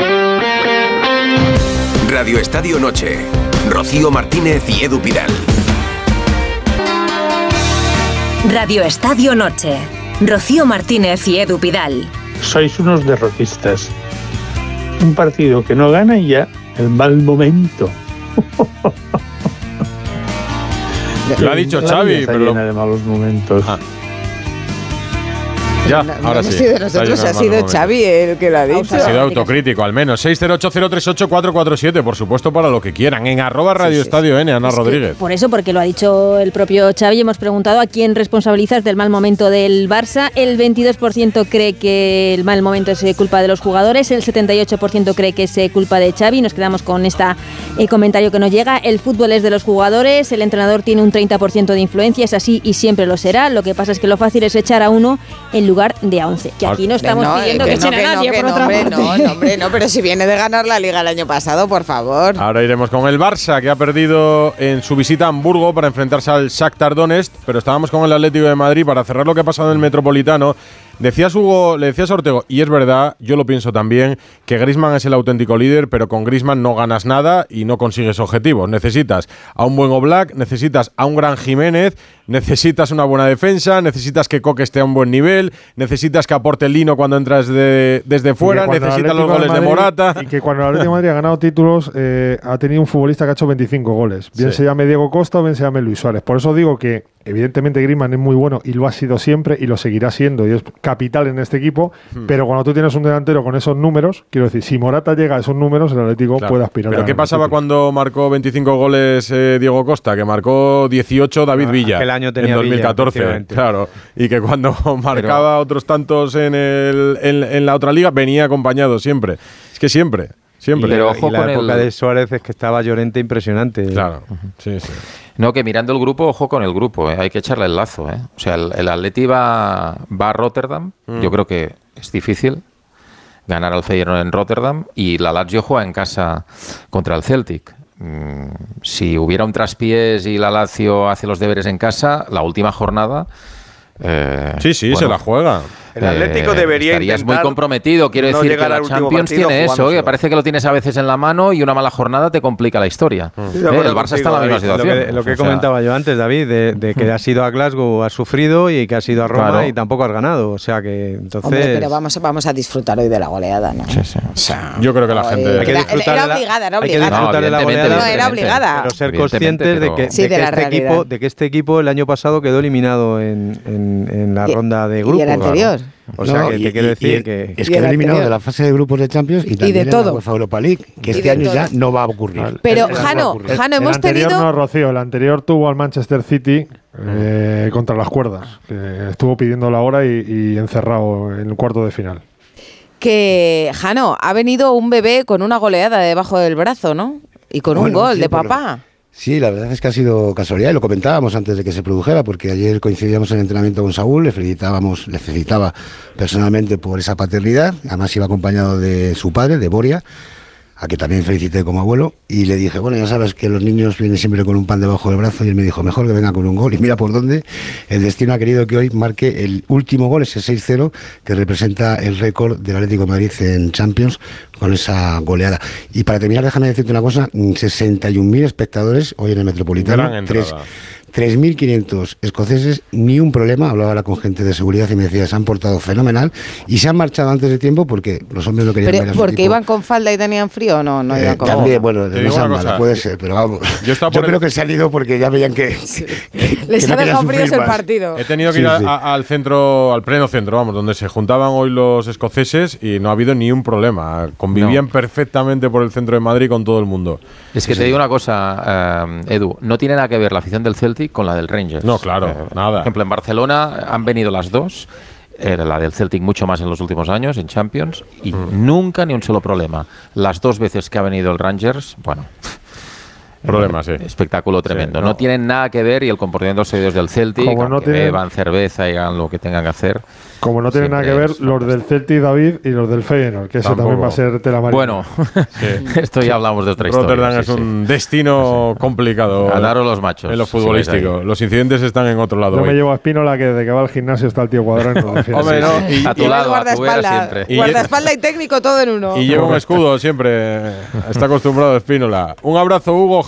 Radio Estadio Noche. Rocío Martínez y Edu Pidal. Radio Estadio Noche. Rocío Martínez y Edu Pidal. Sois unos derrotistas. Un partido que no gana y ya el mal momento. Lo ha dicho la Xavi, está pero llena de malos momentos. Ah. Ya, no, ahora no sí. ha sido de nosotros, ha sido Xavi el que lo ha dicho. Ha sido autocrítico, al menos. seis cero ocho cero tres ocho cuatro cuatro siete, por supuesto, para lo que quieran. En arroba Radio sí, Estadio sí. N, Ana es Rodríguez. Por eso, porque lo ha dicho el propio Xavi, hemos preguntado a quién responsabilizas del mal momento del Barça. El veintidós por ciento cree que el mal momento es culpa de los jugadores, el setenta y ocho por ciento cree que es culpa de Xavi. Nos quedamos con este eh, comentario que nos llega. El fútbol es de los jugadores, el entrenador tiene un treinta por ciento de influencia, es así y siempre lo será. Lo que pasa es que lo fácil es echar a uno en lugar de a once. Que aquí no estamos no, pidiendo que, que echen no, a nadie, no, por no, otra hombre, parte. No, no, hombre, no, pero si viene de ganar la Liga el año pasado, por favor. Ahora iremos con el Barça, que ha perdido en su visita a Hamburgo para enfrentarse al Shakhtar Donetsk, pero estábamos con el Atlético de Madrid para cerrar lo que ha pasado en el Metropolitano. Decías, Hugo, le decías a Ortego, y es verdad, yo lo pienso también, que Griezmann es el auténtico líder, pero con Griezmann no ganas nada y no consigues objetivos. Necesitas a un buen Oblak, necesitas a un gran Jiménez, necesitas una buena defensa, necesitas que Coque esté a un buen nivel, necesitas que aporte Lino cuando entras de, desde fuera, necesitas los goles de, Madrid, de Morata. Y que cuando el Atlético de Madrid ha ganado títulos, eh, ha tenido un futbolista que ha hecho veinticinco goles. Bien sí. se llame Diego Costa o bien se llame Luis Suárez. Por eso digo que evidentemente Griezmann es muy bueno y lo ha sido siempre y lo seguirá siendo y es capital en este equipo, hmm. pero cuando tú tienes un delantero con esos números, quiero decir, si Morata llega a esos números, el Atlético claro. puede aspirar. ¿Pero a qué pasaba cuando marcó veinticinco goles eh, Diego Costa? Que marcó dieciocho David ah, Villa aquel año tenía en dos mil catorce, Villa, claro, y que cuando marcaba pero, otros tantos en, el, en, en la otra liga venía acompañado siempre. Es que siempre. Siempre. Y, pero ojo y la con época el... de Suárez es que estaba Llorente impresionante. Claro, uh-huh. sí, sí. No, que mirando el grupo, ojo con el grupo, ¿eh? Hay que echarle el lazo. ¿eh? O sea, el, el Atleti va, va a Rotterdam, mm. yo creo que es difícil ganar al Feyenoord en Rotterdam, y la Lazio juega en casa contra el Celtic. Mm, si hubiera un traspiés y la Lazio hace los deberes en casa, la última jornada... Eh, sí, sí, bueno, se la juega. El Atlético eh, debería estarías muy comprometido, quiero no decir que la Champions tiene eso, que parece que lo tienes a veces en la mano y una mala jornada te complica la historia. Sí, eh, el Barça está en la misma situación. Lo que, lo que o sea, comentaba yo antes, David, de, de que has ido a Glasgow, has sufrido, y que has ido a Roma claro. y tampoco has ganado. O sea que entonces. Hombre, pero vamos, vamos a disfrutar hoy de la goleada, ¿no? Sí, sí. O sea, yo creo que la gente. Era, hay que disfrutar era, era obligada, era obligada. Hay que disfrutar no, de la goleada. No, era obligada. Pero ser conscientes de que, sí, de, de, que la este equipo, de que este equipo el año pasado quedó eliminado en, en, en la y, ronda de grupos. Y el anterior. Claro. O sea, no, que te quiero decir y, que... Es que ha eliminado de la fase de grupos de Champions y también y de todo. En la UEFA Europa League, que este año todo. ya no va a ocurrir. Pero, Jano, Jano, hemos el anterior tenido... no, Rocío, el anterior tuvo al Manchester City eh, contra las cuerdas, que estuvo pidiendo la hora y, y encerrado en el cuarto de final. Que, Jano, ha venido un bebé con una goleada debajo del brazo, ¿no? Y con bueno, un gol sí, de papá. Sí, la verdad es que ha sido casualidad y lo comentábamos antes de que se produjera, porque ayer coincidíamos en el entrenamiento con Saúl, le felicitábamos, le felicitaba personalmente por esa paternidad, además iba acompañado de su padre, de Boria, a que también felicité como abuelo, y le dije, bueno, ya sabes que los niños vienen siempre con un pan debajo del brazo, y él me dijo, mejor que venga con un gol, y mira por dónde el destino ha querido que hoy marque el último gol, ese seis cero, que representa el récord del Atlético de Madrid en Champions, con esa goleada. Y para terminar, déjame decirte una cosa, sesenta y un mil espectadores hoy en el Metropolitano, tres mil quinientos escoceses, ni un problema. Hablaba ahora con gente de seguridad y me decía, se han portado fenomenal y se han marchado antes de tiempo porque los hombres no querían pero ver a su ¿porque equipo. iban con falda y tenían frío o no? no eh, iban con también, bueno, no es mala, puede ser, pero vamos. Yo, yo creo el... que se han ido porque ya veían que... Sí. que Les que ha no dejado fríos el partido. He tenido que sí, ir a, sí. a, al centro, al pleno centro, vamos, donde se juntaban hoy los escoceses y no ha habido ni un problema. Convivían no. perfectamente por el centro de Madrid con todo el mundo. Es que sí. te digo una cosa, uh, Edu, no tiene nada que ver la afición del Celtic con la del Rangers. No, claro, eh, nada. Por ejemplo, en Barcelona han venido las dos, eh, la del Celtic mucho más en los últimos años, en Champions, y mm. nunca ni un solo problema. Las dos veces que ha venido el Rangers, bueno... Problema, sí. Espectáculo tremendo. Sí, no. no tienen nada que ver y el comportamiento de los seguidores del Celtic, como no que tienen, beban cerveza y hagan lo que tengan que hacer. Como no tienen nada que ver los del Celtic, David, y los del Feyenoord, que ese también va a ser tela marina. Bueno, sí. esto ya hablamos de otra historia. Rotterdam sí, es sí. un destino sí. complicado. Ganaron los machos. En lo futbolístico. Sí, los incidentes están en otro lado. Yo hoy. me llevo a Espínola, que desde que va al gimnasio está el tío Cuadrado. Hombre, no. Y, a tu lado, a tu vera siempre. Y guardaespaldas y técnico todo en uno. Y lleva un escudo siempre. Está acostumbrado a Espínola. Un abrazo, Hugo.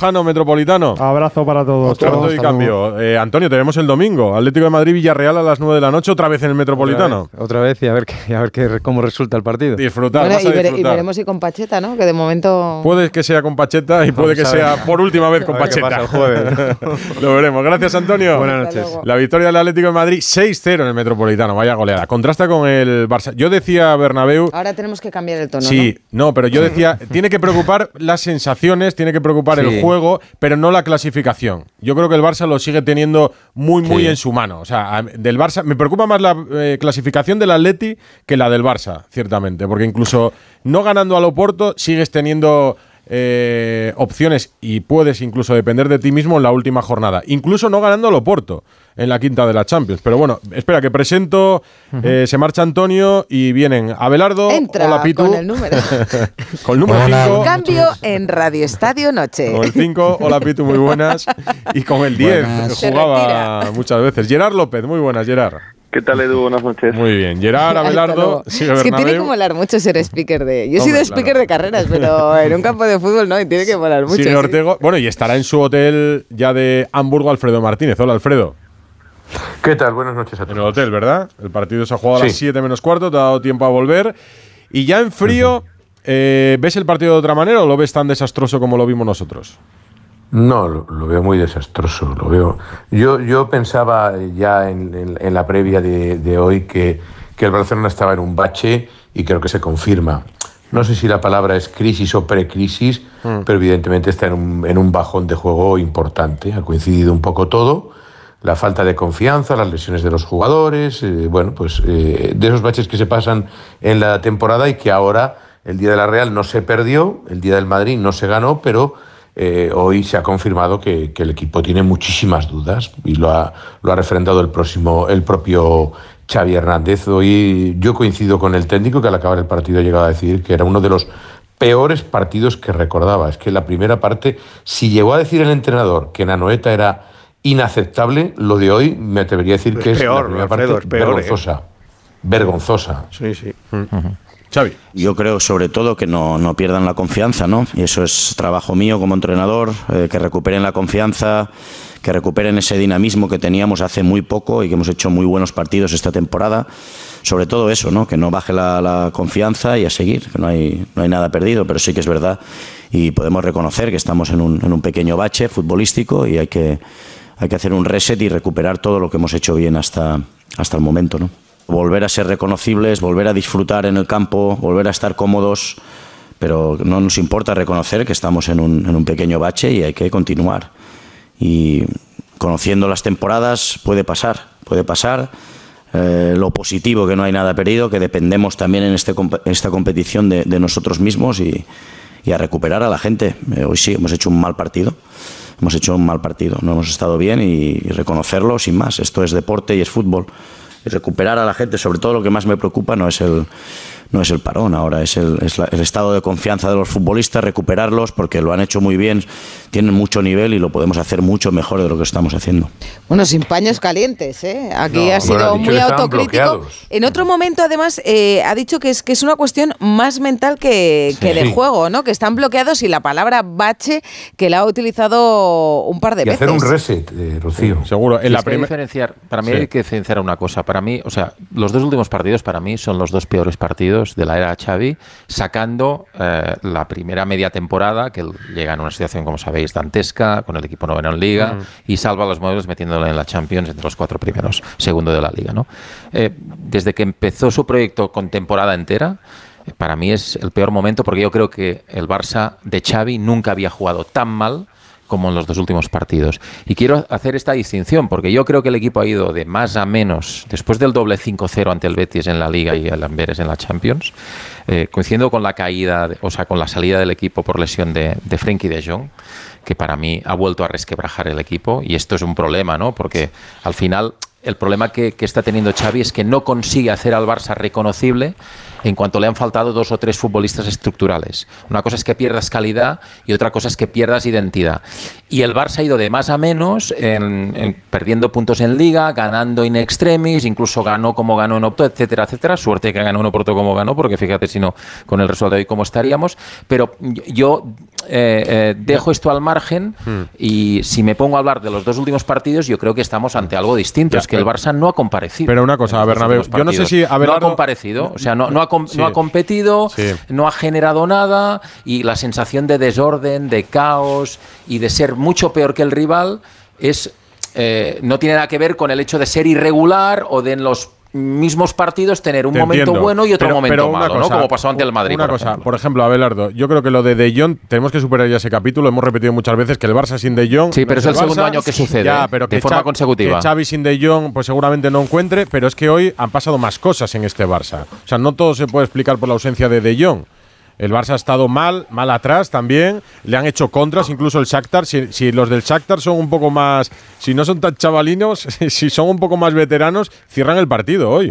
Lozano, Metropolitano. Abrazo para todos. Cuarto y cambio. Eh, Antonio, te vemos el domingo. Atlético de Madrid, Villarreal a las nueve de la noche, otra vez en el Metropolitano. Otra vez, otra vez y a ver, qué, a ver qué, cómo resulta el partido. Disfrutar, Bueno, vas y, a vere- y disfrutar. veremos si con Pacheta, ¿no? Que de momento... Puede que sea con Pacheta y puede que Vamos a ver. sea por última vez con A ver qué Pacheta. pasa el jueves. Lo veremos. Gracias, Antonio. Buenas noches. La victoria del Atlético de Madrid seis cero en el Metropolitano. Vaya goleada. Contrasta con el Barça. Yo decía, Bernabéu... Ahora tenemos que cambiar el tono, Sí, ¿no? no, pero yo decía, tiene que preocupar las sensaciones, tiene que preocupar Sí. el juego, pero no la clasificación. Yo creo que el Barça lo sigue teniendo muy, muy Sí. en su mano. O sea, a- del Barça, me preocupa más la eh, clasificación del Atleti que la del Barça, ciertamente, porque incluso no ganando al Oporto sigues teniendo eh, opciones y puedes incluso depender de ti mismo en la última jornada. Incluso no ganando al Oporto en la quinta de la Champions. Pero bueno, espera, que presento, eh, se marcha Antonio y vienen Abelardo, Entra hola Pitu. con el número. Con el número cinco. Cambio en Radio Estadio Noche. Con el cinco, hola Pitu, muy buenas. Y con el diez, Buenas. que jugaba muchas veces. Gerard López, muy buenas, Gerard. ¿Qué tal, Edu? Buenas noches. Muy bien. Gerard, Hasta Abelardo, luego. sigue Es que tiene que Bernabéu. molar mucho ser speaker de... Yo he Hombre, sido speaker claro. de carreras, pero en un campo de fútbol no, y tiene que molar mucho. Sigue sí. Ortego. Bueno, y estará en su hotel ya de Hamburgo Alfredo Martínez. Hola, Alfredo. ¿Qué tal? Buenas noches a todos. En el hotel, ¿verdad? El partido se ha jugado a las Sí. siete menos cuarto, te ha dado tiempo a volver. Y ya en frío, eh, ¿ves el partido de otra manera o lo ves tan desastroso como lo vimos nosotros? No, lo, lo veo muy desastroso. Lo veo. Yo, yo pensaba ya en, en- en la previa de, de hoy que, que el Barcelona estaba en un bache y creo que se confirma. No sé si la palabra es crisis o precrisis, Mm. pero evidentemente está en un, en un bajón de juego importante. Ha coincidido un poco todo. La falta de confianza, las lesiones de los jugadores, eh, bueno, pues eh, de esos baches que se pasan en la temporada y que ahora el día de la Real no se perdió, el día del Madrid no se ganó, pero eh, hoy se ha confirmado que, que el equipo tiene muchísimas dudas y lo ha, lo ha refrendado el, próximo, el propio Xavi Hernández. Hoy yo coincido con el técnico que al acabar el partido ha llegado a decir que era uno de los peores partidos que recordaba. Es que la primera parte, si llegó a decir el entrenador que en Anoeta era inaceptable, lo de hoy me atrevería a decir Es que es peor, la primera Alfredo, parte es peor, vergonzosa. Vergonzosa. Sí, sí. Xavi. Yo creo sobre todo que no, no pierdan la confianza, ¿no? Y eso es trabajo mío como entrenador, eh, que recuperen la confianza, que recuperen ese dinamismo que teníamos hace muy poco y que hemos hecho muy buenos partidos esta temporada. Sobre todo eso, ¿no? Que no baje la, la confianza y a seguir, que no hay, no hay nada perdido, pero sí que es verdad y podemos reconocer que estamos en un, en un pequeño bache futbolístico y hay que, hay que hacer un reset y recuperar todo lo que hemos hecho bien hasta, hasta el momento, ¿no? Volver a ser reconocibles, volver a disfrutar en el campo, volver a estar cómodos, pero no nos importa reconocer que estamos en un, en un pequeño bache y hay que continuar. Y conociendo las temporadas puede pasar, puede pasar. Eh, lo positivo, que no hay nada perdido, que dependemos también en este, comp- esta competición de, de nosotros mismos y, y a recuperar a la gente. Eh, hoy sí, hemos hecho un mal partido. Hemos hecho un mal partido, no hemos estado bien y, y reconocerlo sin más. Esto es deporte y es fútbol. Y recuperar a la gente, sobre todo lo que más me preocupa no es el, no es el parón ahora, es, el, es la- el estado de confianza de los futbolistas, recuperarlos porque lo han hecho muy bien, tienen mucho nivel y lo podemos hacer mucho mejor de lo que estamos haciendo. Bueno, sin paños calientes, ¿eh? Aquí No, ha sido bueno, ha dicho muy que estaban autocrítico. bloqueados. En otro momento, además, eh, ha dicho que es, que es una cuestión más mental que, que de Sí. juego, ¿no? Que están bloqueados y la palabra bache que la ha utilizado un par de Y veces. hacer un reset, eh, Rocío. Seguro. Sí, es que hay que diferenciar, para mí Sí. hay que diferenciar una cosa. Para mí, o sea, los dos últimos partidos para mí son los dos peores partidos de la era Xavi, sacando eh, la primera media temporada, que él llega en una situación, como sabéis, dantesca, con el equipo noveno en Liga, Mm. y salva los muebles metiéndole en la Champions entre los cuatro primeros, segundo de la Liga, ¿no? Eh, desde que empezó su proyecto con temporada entera, eh, para mí es el peor momento, porque yo creo que el Barça de Xavi nunca había jugado tan mal como en los dos últimos partidos. Y quiero hacer esta distinción, porque yo creo que el equipo ha ido de más a menos, después del doble cinco cero ante el Betis en la Liga y el Amberes en la Champions, eh, coincidiendo con la caída, de- o sea, con la salida del equipo por lesión de, de Frenkie de Jong, que para mí ha vuelto a resquebrajar el equipo, y esto es un problema, ¿no? Porque al final el problema que, que está teniendo Xavi es que no consigue hacer al Barça reconocible en cuanto le han faltado dos o tres futbolistas estructurales. Una cosa es que pierdas calidad y otra cosa es que pierdas identidad. Y el Barça ha ido de más a menos, en, en, perdiendo puntos en Liga, ganando in extremis, incluso ganó como ganó en Opto, etcétera, etcétera. Suerte que ganó en Oporto como ganó, porque fíjate si no, con el resultado de hoy cómo estaríamos. Pero yo eh, eh, dejo esto al margen y si me pongo a hablar de los dos últimos partidos, yo creo que estamos ante algo distinto. Ya, es que el Barça no ha comparecido. Pero una cosa, Bernabéu, yo no sé si Abelardo... No ha comparecido, o sea, no, no, ha, com sí. no ha competido, sí. no ha generado nada y la sensación de desorden, de caos y de ser mucho peor que el rival es eh, no tiene nada que ver con el hecho de ser irregular o de en los mismos partidos tener un Te momento entiendo. bueno y otro pero, momento pero malo, cosa, ¿no? Como pasó ante el Madrid. Una por cosa, ejemplo. por ejemplo, Abelardo, yo creo que lo de De Jong tenemos que superar ya ese capítulo. Hemos repetido muchas veces que el Barça sin De Jong. Sí, pero no es el, el segundo año que sucede, ya, pero de que forma Cha consecutiva. Que Xavi sin De Jong, pues seguramente no encuentre, pero es que hoy han pasado más cosas en este Barça. O sea, no todo se puede explicar por la ausencia de De Jong. El Barça ha estado mal, mal atrás también. Le han hecho contras, incluso el Shakhtar. Si, si los del Shakhtar son un poco más, si no son tan chavalinos, si son un poco más veteranos, cierran el partido hoy.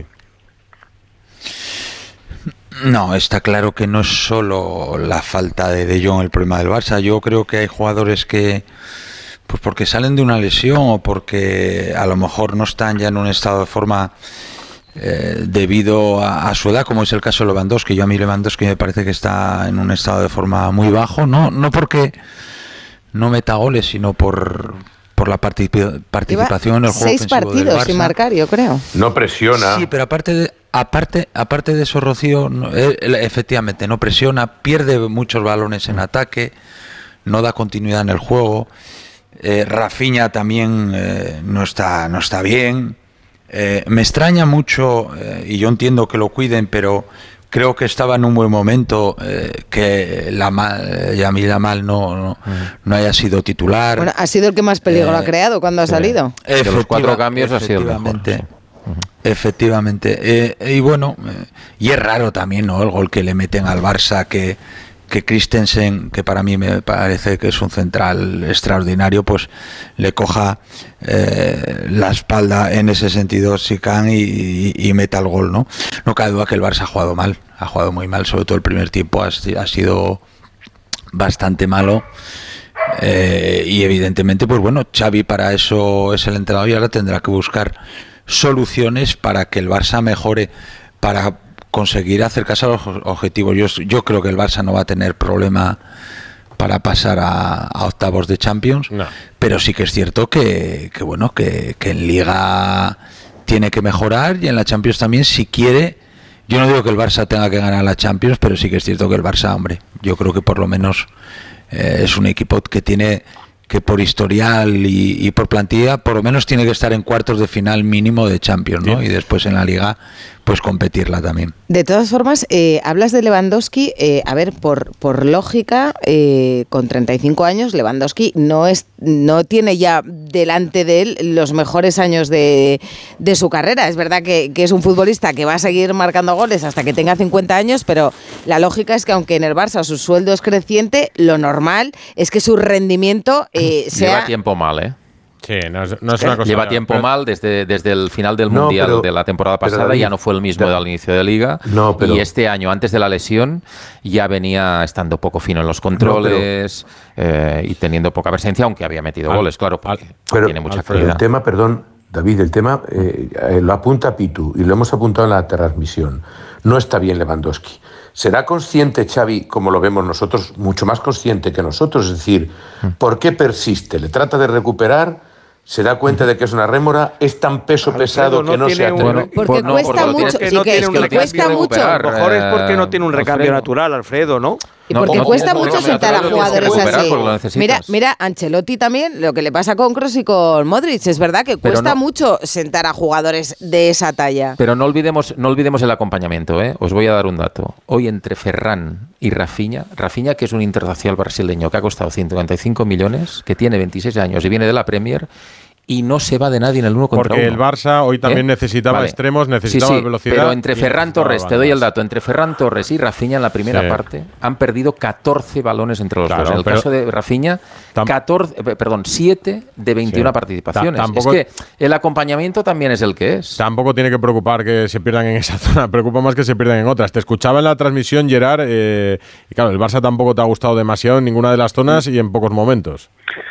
No, está claro que no es solo la falta de De Jong el problema del Barça. Yo creo que hay jugadores que, pues porque salen de una lesión o porque a lo mejor no están ya en un estado de forma eh, debido a, a su edad, como es el caso de Lewandowski. Yo a mí Lewandowski me parece que está en un estado de forma muy bajo, no, no porque no meta goles, sino por... por la participa participación en el juego seis ofensivo partidos del Barça. sin marcar, yo creo. No presiona. Sí, pero aparte de, aparte, aparte de eso, Rocío, no, eh, efectivamente no presiona, pierde muchos balones en ataque, no da continuidad en el juego. Eh, Rafinha también eh, no está, no está bien. Eh, me extraña mucho, eh, y yo entiendo que lo cuiden, pero creo que estaba en un buen momento, eh, que la Yamil Lamal no, no, no haya sido titular. Bueno, ha sido el que más peligro eh, ha creado cuando ha salido. De los cuatro cambios ha sido el mejor. Sí. Efectivamente. Eh, y bueno, eh, y es raro también, ¿no? El gol que le meten al Barça, que, que Christensen, que para mí me parece que es un central extraordinario, pues le coja eh, la espalda en ese sentido Sican y, y, y meta el gol, ¿no? No cabe duda que el Barça ha jugado mal, ha jugado muy mal, sobre todo el primer tiempo ha, ha sido bastante malo. Eh, y evidentemente, pues bueno, Xavi para eso es el entrenador y ahora tendrá que buscar soluciones para que el Barça mejore, para conseguir acercarse a los objetivos. Yo, yo creo que el Barça no va a tener problema para pasar a, a octavos de Champions, no. Pero sí que es cierto que, que bueno, que, que en Liga tiene que mejorar y en la Champions también, si quiere. Yo no digo que el Barça tenga que ganar la Champions, pero sí que es cierto que el Barça, hombre, yo creo que por lo menos eh, es un equipo que tiene que por historial y, y por plantilla, por lo menos tiene que estar en cuartos de final mínimo de Champions, ¿no? Sí. Y después en la Liga, pues competirla también. De todas formas, eh, hablas de Lewandowski, eh, a ver, por, por lógica, eh, con treinta y cinco años, Lewandowski no es no tiene ya delante de él los mejores años de, de su carrera. Es verdad que, que es un futbolista que va a seguir marcando goles hasta que tenga cincuenta años, pero la lógica es que aunque en el Barça su sueldo es creciente, lo normal es que su rendimiento eh, sea... Lleva tiempo mal, ¿eh? Sí, no es, no es una cosa. Lleva tiempo pero, mal desde, desde el final del no, Mundial pero, de la temporada pasada, David, ya no fue el mismo da, al inicio de Liga. No, pero, y este año, antes de la lesión, ya venía estando poco fino en los controles no, pero, eh, y teniendo poca presencia, aunque había metido al, goles, claro, porque pero, tiene mucha Alfredo, calidad. El tema, perdón, David, el tema eh, eh, lo apunta Pitu y lo hemos apuntado en la transmisión. No está bien Lewandowski. ¿Será consciente Xavi, como lo vemos nosotros, mucho más consciente que nosotros? Es decir, ¿por qué persiste? ¿Le trata de recuperar? ¿Se da cuenta de que es una rémora? ¿Es tan peso Alfredo, pesado no que no se atreve? Un... Porque no, cuesta porque mucho. Que no sí, tiene que, un que cuesta mucho. A lo mejor es porque no tiene un recambio Alfredo. natural, Alfredo, ¿no? Y porque no, cuesta no, mucho no, sentar a jugadores así. Mira, mira, Ancelotti también, lo que le pasa con Kroos y con Modric, es verdad que cuesta no, mucho sentar a jugadores de esa talla. Pero no olvidemos, no olvidemos el acompañamiento, ¿eh? Os voy a dar un dato. Hoy entre Ferran y Rafinha, Rafinha que es un internacional brasileño que ha costado ciento cincuenta y cinco millones, que tiene veintiséis años y viene de la Premier, y no se va de nadie en el uno contra Porque uno. el Barça hoy también ¿Eh? necesitaba Vale. extremos, necesitaba sí, sí, velocidad. Pero entre Ferran Torres, te doy el dato, entre Ferran Torres y Rafinha en la primera Sí. parte han perdido catorce balones entre los Claro, dos. En el pero caso de Rafinha, catorce, eh, perdón, siete de veintiuna Sí. participaciones. Ta- tampoco- es que el acompañamiento también es el que es. Tampoco tiene que preocupar que se pierdan en esa zona, preocupa más que se pierdan en otras. Te escuchaba en la transmisión, Gerard, eh, y claro, el Barça tampoco te ha gustado demasiado en ninguna de las zonas y en pocos momentos.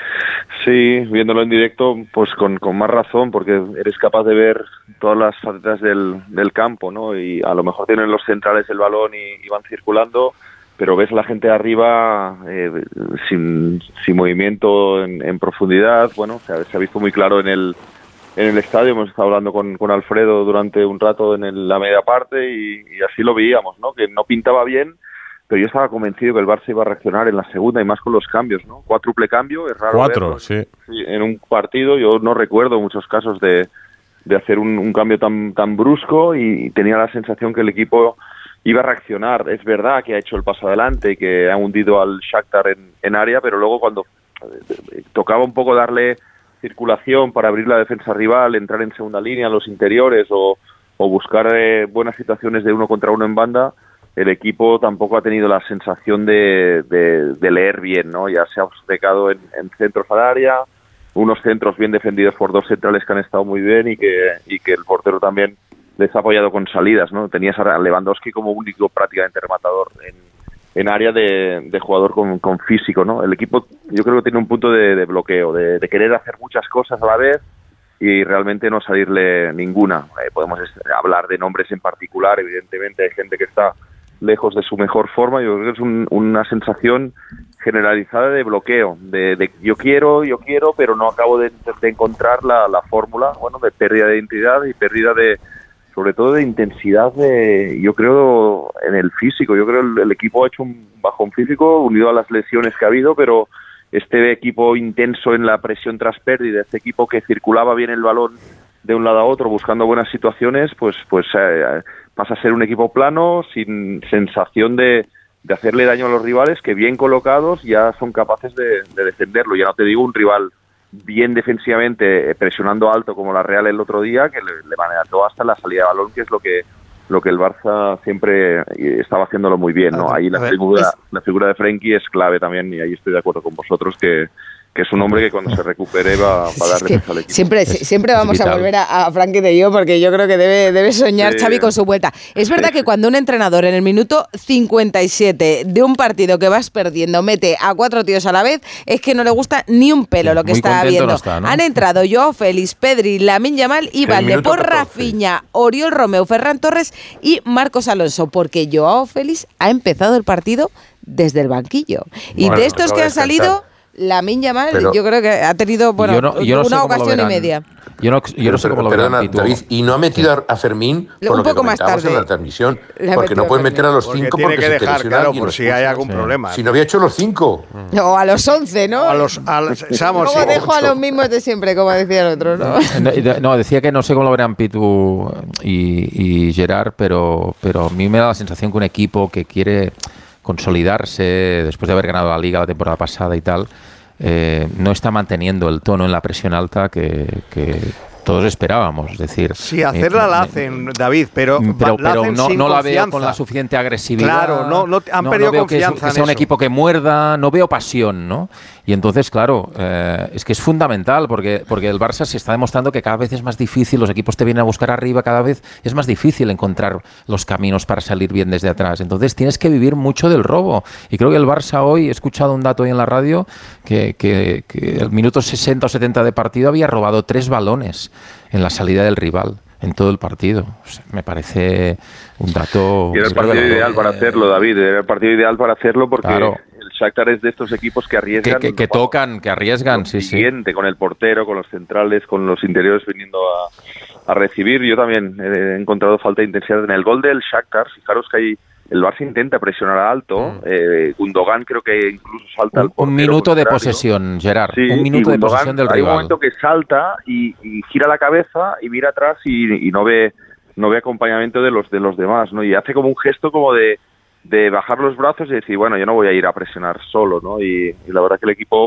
Sí, viéndolo en directo, pues con, con más razón, porque eres capaz de ver todas las facetas del, del campo, ¿no? Y a lo mejor tienen los centrales el balón y, y van circulando, pero ves a la gente de arriba eh, sin, sin movimiento en, en profundidad. Bueno, se ha, se ha visto muy claro en el en el estadio. Hemos estado hablando con, con Alfredo durante un rato en el- la media parte y, y así lo veíamos, ¿no? Que no pintaba bien, pero yo estaba convencido que el Barça iba a reaccionar en la segunda y más con los cambios, ¿no? Cuádruple cambio, es raro Cuatro, verlo. sí. Sí, en un partido. Yo no recuerdo muchos casos de, de hacer un, un cambio tan tan brusco y tenía la sensación que el equipo iba a reaccionar. Es verdad que ha hecho el paso adelante y que ha hundido al Shakhtar en, en área, pero luego cuando eh, tocaba un poco darle circulación para abrir la defensa rival, entrar en segunda línea, los interiores o, o buscar eh, buenas situaciones de uno contra uno en banda, el equipo tampoco ha tenido la sensación de, de, de leer bien, ¿no? Ya se ha obcecado en, en centros al área, unos centros bien defendidos por dos centrales que han estado muy bien y que, y que el portero también les ha apoyado con salidas, ¿no? Tenías a Lewandowski como único prácticamente rematador en, en área de, de jugador con, con físico, ¿no? El equipo yo creo que tiene un punto de, de bloqueo, de, de querer hacer muchas cosas a la vez y realmente no salirle ninguna. Eh, podemos hablar de nombres en particular, evidentemente hay gente que está lejos de su mejor forma. Yo creo que es un, una sensación generalizada de bloqueo, de, de yo quiero, yo quiero, pero no acabo de, de encontrar la, la fórmula, bueno, de pérdida de identidad y pérdida de, sobre todo de intensidad, de, yo creo, en el físico. Yo creo que el, el equipo ha hecho un bajón físico unido a las lesiones que ha habido, pero este equipo intenso en la presión tras pérdida, este equipo que circulaba bien el balón de un lado a otro buscando buenas situaciones, pues pues eh, pasa a ser un equipo plano, sin sensación de, de hacerle daño a los rivales, que bien colocados ya son capaces de, de defenderlo. Ya no te digo un rival bien defensivamente, eh, presionando alto como la Real el otro día, que le, le manejó hasta la salida de balón, que es lo que lo que el Barça siempre eh, estaba haciéndolo muy bien, ¿no? Ahí la figura, la figura de Frenkie es clave también, y ahí estoy de acuerdo con vosotros que que es un hombre que cuando se recupere va, va a dar defensa al equipo. Siempre, Es- siempre es vamos a vital. volver a, a Frankie de yo, porque yo creo que debe, debe soñar Sí. Xavi con su vuelta. Es verdad que cuando un entrenador en el minuto cincuenta y siete de un partido que vas perdiendo mete a cuatro tíos a la vez, es que no le gusta ni un pelo lo que muy está contento viendo. no está, ¿no? Han entrado Joao Félix, Pedri, Lamine Yamal y El Valde minuto por catorce. Rafinha, Oriol Romeu, Ferran Torres y Marcos Alonso, porque Joao Félix ha empezado el partido desde el banquillo. Y Bueno, de estos acaba que de han salido, descansar. Lamine Yamal, Pero- yo creo que ha tenido bueno, Yo no- yo no sé una cómo lo ocasión y verán. media. Yo no, yo no sé Pero- cómo lo perdona, verán, Pitu. David, y no ha metido a- a Fermín Un por lo que poco más comentábamos en tarde. la transmisión, Le ha porque metido no puede Fermín. meter a los Porque cinco tiene porque que se dejar, lesiona claro, alguien, por lo si hay expulsa. algún problema. Si no había hecho los cinco. O a los once, ¿no? A los, a, seamos, Luego sí. dejo a los mismos de siempre, como decía el otro, ¿no? No, de- no, decía que no sé cómo lo verán Pitu y, y Gerard, pero, pero a mí me da la sensación que un equipo que quiere consolidarse después de haber ganado la Liga la temporada pasada y tal, eh, no está manteniendo el tono en la presión alta que, que todos esperábamos. Es decir, Sí, hacerla eh, la me- hacen, David, pero, pero, la pero hacen no, sin no la veo con confianza. la suficiente agresividad. Claro, no- no- han perdido veo que es- confianza que en sea un eso. equipo que muerda, no veo pasión, ¿no? Y entonces, claro, eh, es que es fundamental porque, porque el Barça se está demostrando que cada vez es más difícil, los equipos te vienen a buscar arriba, cada vez es más difícil encontrar los caminos para salir bien desde atrás. Entonces tienes que vivir mucho del robo. Y creo que el Barça hoy, he escuchado un dato hoy en la radio, que, que, que el minuto sesenta o setenta de partido había robado tres balones en la salida del rival en todo el partido. O sea, me parece un dato... Y era el partido revelador. ideal para hacerlo, David. Era el partido ideal para hacerlo porque Claro. el Shakhtar es de estos equipos que Que, arriesgan. que- que tocan, que arriesgan, sí, sí. siguiente, con el portero, con los centrales, con los interiores viniendo a, a recibir. Yo también he encontrado falta de intensidad en el gol del Shakhtar. Fijaros que ahí el Barça intenta presionar alto. Eh, Gundogan creo que incluso salta al Un, portero un minuto de contrario. posesión, Gerard. Sí, un y minuto de Gundogan, posesión del hay un rival. momento que salta y, y gira la cabeza y mira atrás y, y no ve no ve acompañamiento de los de los demás, ¿no? Y hace como un gesto como de, de bajar los brazos y decir, bueno, yo no voy a ir a presionar solo, ¿no? Y, y la verdad que el equipo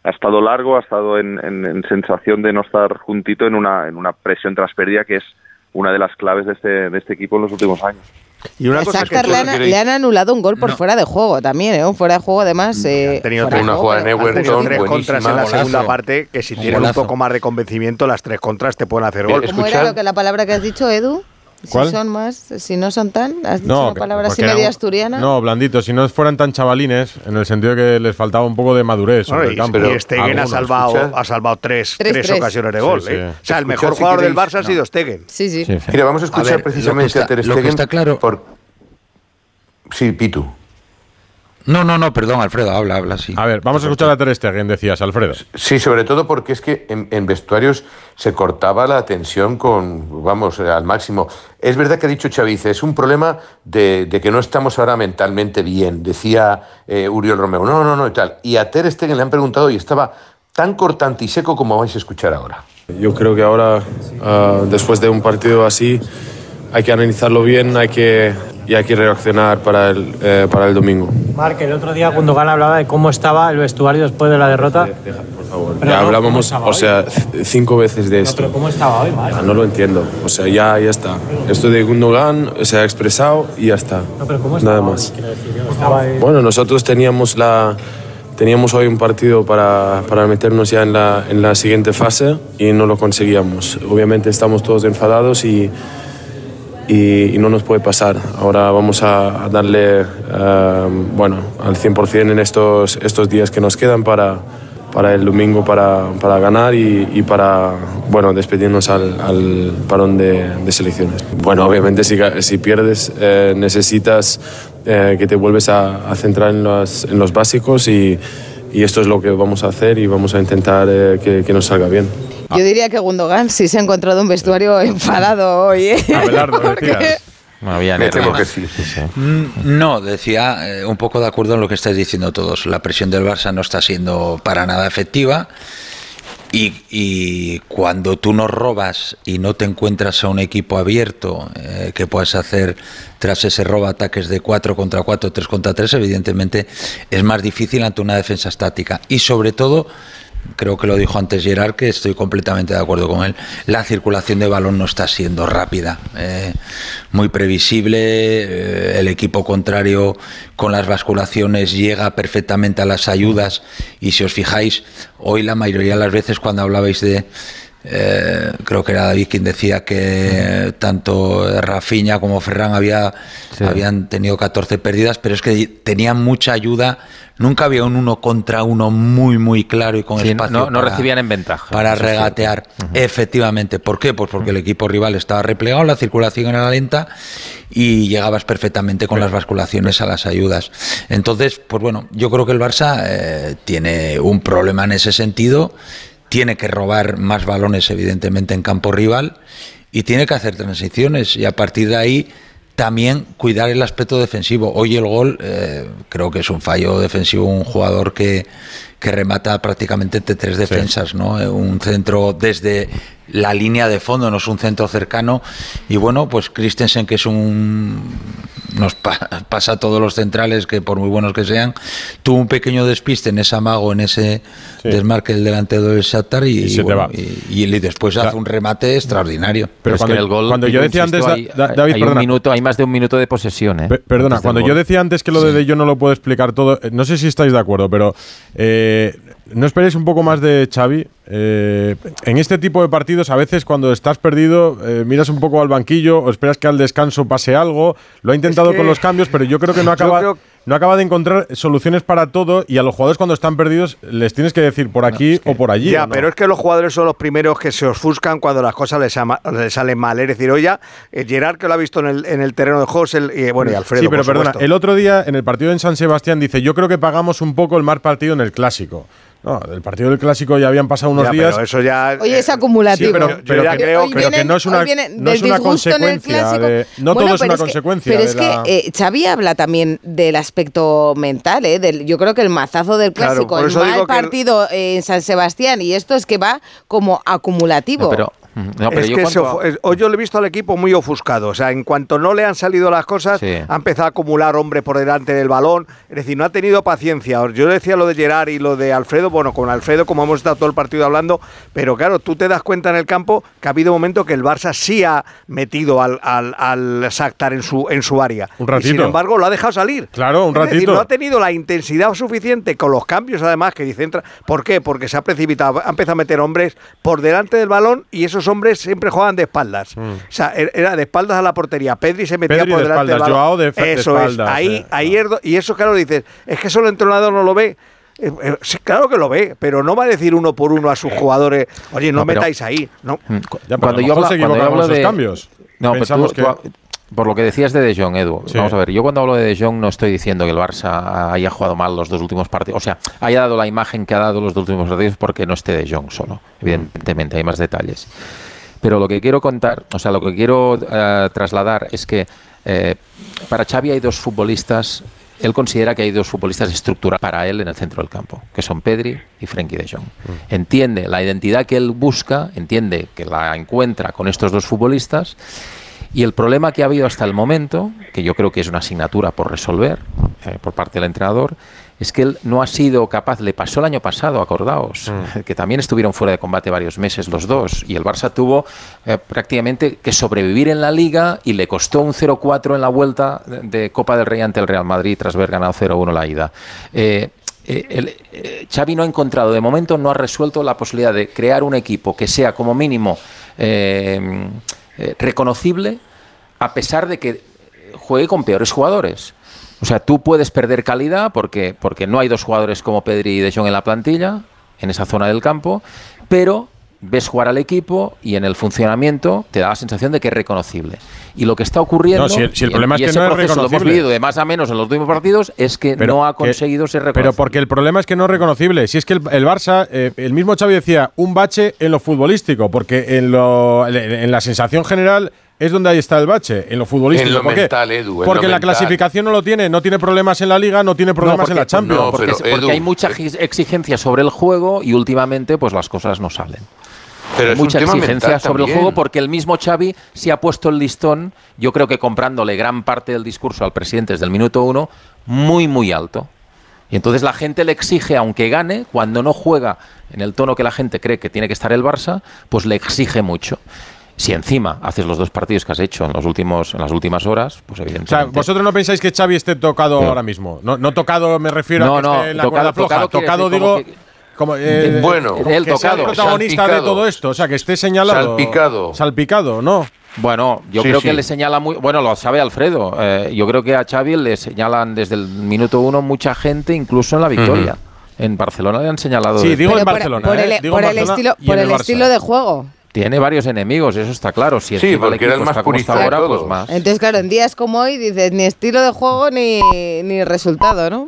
ha estado largo, ha estado en, en, en sensación de no estar juntito en una, en una presión tras pérdida que es una de las claves de este, de este equipo en los últimos años. Y una cosa que le, han, le han anulado un gol por no. fuera de juego también, ¿eh? Un fuera de juego además. Eh, han tenido tres, una jugada en Everton, tres contras en la segunda parte que si tienen un poco más de convencimiento las tres contras te pueden hacer gol. ¿Cómo era lo que la palabra que has dicho, Edu? ¿Cuál? Si son más, si no son tan, has dicho no, una palabra así media asturiana. No, blandito, si no fueran tan chavalines, en el sentido de que les faltaba un poco de madurez sobre no, el campo. Y Stegen ha salvado, ha salvado tres, tres, tres, tres ocasiones de gol. Sí, sí. ¿eh? O sea, el mejor jugador del Barça no. ha sido Stegen. Sí, sí. sí, sí. Mira, vamos a escuchar a ver, precisamente está, a Ter Stegen. Lo que está claro. Por... Sí, Pitu. No, no, no, perdón, Alfredo, habla, habla, sí. A ver, vamos a escuchar a Ter Stegen, decías, Alfredo. Sí, sobre todo porque es que en, en vestuarios se cortaba la tensión con, vamos, al máximo. Es verdad que ha dicho Chaviz, es un problema de, de que no estamos ahora mentalmente bien, decía eh, Uriol Romeu, no, no, no, y tal. Y a Ter Stegen le han preguntado y estaba tan cortante y seco como vais a escuchar ahora. Yo creo que ahora, uh, después de un partido así, hay que analizarlo bien, hay que... y hay que reaccionar para el, eh, para el domingo. Marc, el otro día Gundogan hablaba de cómo estaba el vestuario después de la derrota. Deja, por favor. Pero ya no, hablábamos, o sea, cinco veces de esto. No, pero ¿cómo estaba hoy, Marc? Ya, no lo entiendo, o sea, ya, ya está. Esto de Gundogan se ha expresado y ya está. No, pero ¿cómo estaba? Nada más. Quiero decir, estaba ahí... Bueno, nosotros teníamos la... Teníamos hoy un partido para, para meternos ya en la, en la siguiente fase y no lo conseguíamos. Obviamente estamos todos enfadados y... Y, y no nos puede pasar. Ahora vamos a, a darle uh, bueno, al cien por cien en estos, estos días que nos quedan para, para el domingo para, para ganar y, y para bueno, despedirnos al, al parón de, de selecciones. Bueno, obviamente si, si pierdes eh, necesitas eh, que te vuelves a, a centrar en los, en los básicos y, y esto es lo que vamos a hacer y vamos a intentar eh, que, que nos salga bien. Yo diría que Gundogan sí se ha encontrado un vestuario enfadado hoy, ¿eh? Abelardo, decías. No, había Me temo que sí, sí, sí. No, decía, eh, un poco de acuerdo en lo que estáis diciendo todos. La presión del Barça no está siendo para nada efectiva. Y, y cuando tú nos robas y no te encuentras a un equipo abierto eh, que puedas hacer tras ese robo ataques de cuatro contra cuatro, tres contra tres, evidentemente es más difícil ante una defensa estática. Y sobre todo, creo que lo dijo antes Gerard, que estoy completamente de acuerdo con él, la circulación de balón no está siendo rápida, eh, muy previsible, eh, el equipo contrario con las basculaciones llega perfectamente a las ayudas y si os fijáis, hoy la mayoría de las veces cuando hablabais de Eh, creo que era David quien decía que tanto Rafinha como Ferran había, sí. habían tenido catorce pérdidas, pero es que tenían mucha ayuda, nunca había un uno contra uno muy muy claro y con sí, espacio no, no para, recibían en ventaja para regatear. Uh-huh. Efectivamente, ¿por qué? Pues porque uh-huh. el equipo rival estaba replegado, la circulación era lenta y llegabas perfectamente con sí. las basculaciones a las ayudas. Entonces, pues bueno, yo creo que el Barça eh, tiene un problema en ese sentido. Tiene que robar más balones, evidentemente, en campo rival y tiene que hacer transiciones y a partir de ahí también cuidar el aspecto defensivo. Hoy el gol eh, creo que es un fallo defensivo, un jugador que, que remata prácticamente entre tres defensas, sí. ¿no? Un centro desde la línea de fondo, no es un centro cercano y bueno, pues Christensen, que es un... nos pa- pasa a todos los centrales que por muy buenos que sean, tuvo un pequeño despiste en ese amago, en ese sí. desmarque del delantero del Shakhtar y, y, bueno, y, y después o sea, hace un remate extraordinario. Pero, pero cuando, es que en el gol, cuando yo decía antes, hay, da, David, hay, un minuto, hay más de un minuto de posesión. ¿eh? Pe- perdona, cuando yo decía antes que lo de, sí. de yo no lo puedo explicar todo, no sé si estáis de acuerdo, pero eh, no esperéis un poco más de Xavi. Eh, en este tipo de partidos a veces cuando estás perdido eh, miras un poco al banquillo o esperas que al descanso pase algo. Lo ha intentado es que con los cambios, pero yo creo que no acaba, creo... no acaba de encontrar soluciones para todo y a los jugadores cuando están perdidos les tienes que decir por aquí no, es que, o por allí. Ya, ¿no? Pero es que los jugadores son los primeros que se ofuscan cuando las cosas les, ama, les salen mal. Es decir, oye, eh, Gerard, que lo ha visto en el, en el terreno de juego, el, y, bueno, y Alfredo. Sí, pero por perdona, supuesto. El otro día en el partido en San Sebastián dice, yo creo que pagamos un poco el mal partido en el Clásico. No, del partido del Clásico ya habían pasado unos ya, días. Pero eso ya. Oye, es acumulativo. Sí, pero, pero, pero, que, creo, pero que no es una, no es una consecuencia. De, no bueno, todo es una es consecuencia. Que, pero de es la... que eh, Xavi habla también del aspecto mental. ¿eh? Del, yo creo que el mazazo del Clásico, claro, el mal partido el... en San Sebastián y esto es que va como acumulativo. No, pero No, pero es yo que eso, a... hoy yo le he visto al equipo muy ofuscado. O sea, en cuanto no le han salido las cosas, sí. ha empezado a acumular hombre por delante del balón. Es decir, no ha tenido paciencia. Yo decía lo de Gerard y lo de Alfredo. Bueno, con Alfredo, como hemos estado todo el partido hablando, pero claro, tú te das cuenta en el campo que ha habido momentos que el Barça sí ha metido al, al, al Shakhtar en su, en su área. Un ratito. Y sin embargo, lo ha dejado salir. Claro, un ratito. Es decir, no ha tenido la intensidad suficiente con los cambios, además, que dice entra. ¿Por qué? Porque se ha precipitado, ha empezado a meter hombres por delante del balón y esos hombres siempre juegan de espaldas. Mm. O sea, era de espaldas a la portería. Pedri se metía Pedri por de delante espaldas, del balón. Joao de, de eso espaldas. Es, ahí, Eh, ahí no. Y eso, claro, dices, es que solo el entrenador no lo ve. Eh, eh, sí, claro que lo ve, pero no va a decir uno por uno a sus jugadores, oye, no, no pero, metáis ahí. No. Ya, cuando, yo habla, cuando yo hablo de cambios, no, pero tú, que... tú, por lo que decías de De Jong, Edu, sí. vamos a ver, yo cuando hablo de De Jong no estoy diciendo que el Barça haya jugado mal los dos últimos partidos, o sea, haya dado la imagen que ha dado los dos últimos partidos porque no esté De Jong solo, evidentemente, hay más detalles. Pero lo que quiero contar, o sea, lo que quiero uh, trasladar es que eh, para Xavi hay dos futbolistas, él considera que hay dos futbolistas estructurales para él en el centro del campo, que son Pedri y Frenkie de Jong. Mm. Entiende la identidad que él busca, entiende que la encuentra con estos dos futbolistas. Y el problema que ha habido hasta el momento, que yo creo que es una asignatura por resolver eh, por parte del entrenador, es que él no ha sido capaz, le pasó el año pasado, acordaos, mm. que también estuvieron fuera de combate varios meses los dos, y el Barça tuvo eh, prácticamente que sobrevivir en la Liga y le costó un cero cuatro en la vuelta de, de Copa del Rey ante el Real Madrid tras haber ganado cero uno la ida. Eh, Eh, el, eh, Xavi no ha encontrado, de momento no ha resuelto la posibilidad de crear un equipo que sea como mínimo eh, eh, reconocible, a pesar de que juegue con peores jugadores. O sea, tú puedes perder calidad porque, porque no hay dos jugadores como Pedri y De Jong en la plantilla, en esa zona del campo, pero ves jugar al equipo y en el funcionamiento te da la sensación de que es reconocible. Y lo que está ocurriendo, no, si el, si el problema y es que no es reconocible, lo hemos vivido de más a menos en los últimos partidos, es que pero no ha conseguido que, ser reconocible. Pero porque el problema es que no es reconocible. Si es que el, el Barça, eh, el mismo Xavi decía, un bache en lo futbolístico, porque en, lo, en, en la sensación general es donde ahí está el bache, en lo futbolístico. En lo ¿Por mental, qué? Edu. En porque lo la mental. clasificación no lo tiene, no tiene problemas en la Liga, no tiene problemas no, porque, en la Champions. No, porque, pero, porque Edu, hay mucha exigencia sobre el juego y últimamente pues las cosas no salen. Pero es mucha exigencia sobre también. el juego porque el mismo Xavi se ha puesto el listón, yo creo que comprándole gran parte del discurso al presidente desde el minuto uno, muy muy alto. Y entonces la gente le exige, aunque gane, cuando no juega en el tono que la gente cree que tiene que estar el Barça, pues le exige mucho. Si encima haces los dos partidos que has hecho en los últimos en las últimas horas, pues evidentemente. O sea, vosotros no pensáis que Xavi esté tocado sí. ahora mismo. No, no tocado me refiero no, a que no, esté en la tocado, cuerda floja. Tocado, tocado digo. Que, Como, eh, bueno, como el que tocado, sea el protagonista salpicado, de todo esto, o sea, que esté señalado. Salpicado. Salpicado, ¿no? Bueno, yo sí, creo sí. que le señala muy. Bueno, lo sabe Alfredo. Eh, yo creo que a Xavi le señalan desde el minuto uno mucha gente, incluso en la victoria. Uh-huh. En Barcelona le han señalado. Sí, digo Pero en por, Barcelona. Por el, eh, digo por en el Barcelona estilo, por el, el estilo de juego. Tiene varios enemigos, eso está claro. Si sí, porque era el más purista ahora, de todos. Pues más. Entonces, claro, en días como hoy dices ni estilo de juego ni, ni resultado, ¿no?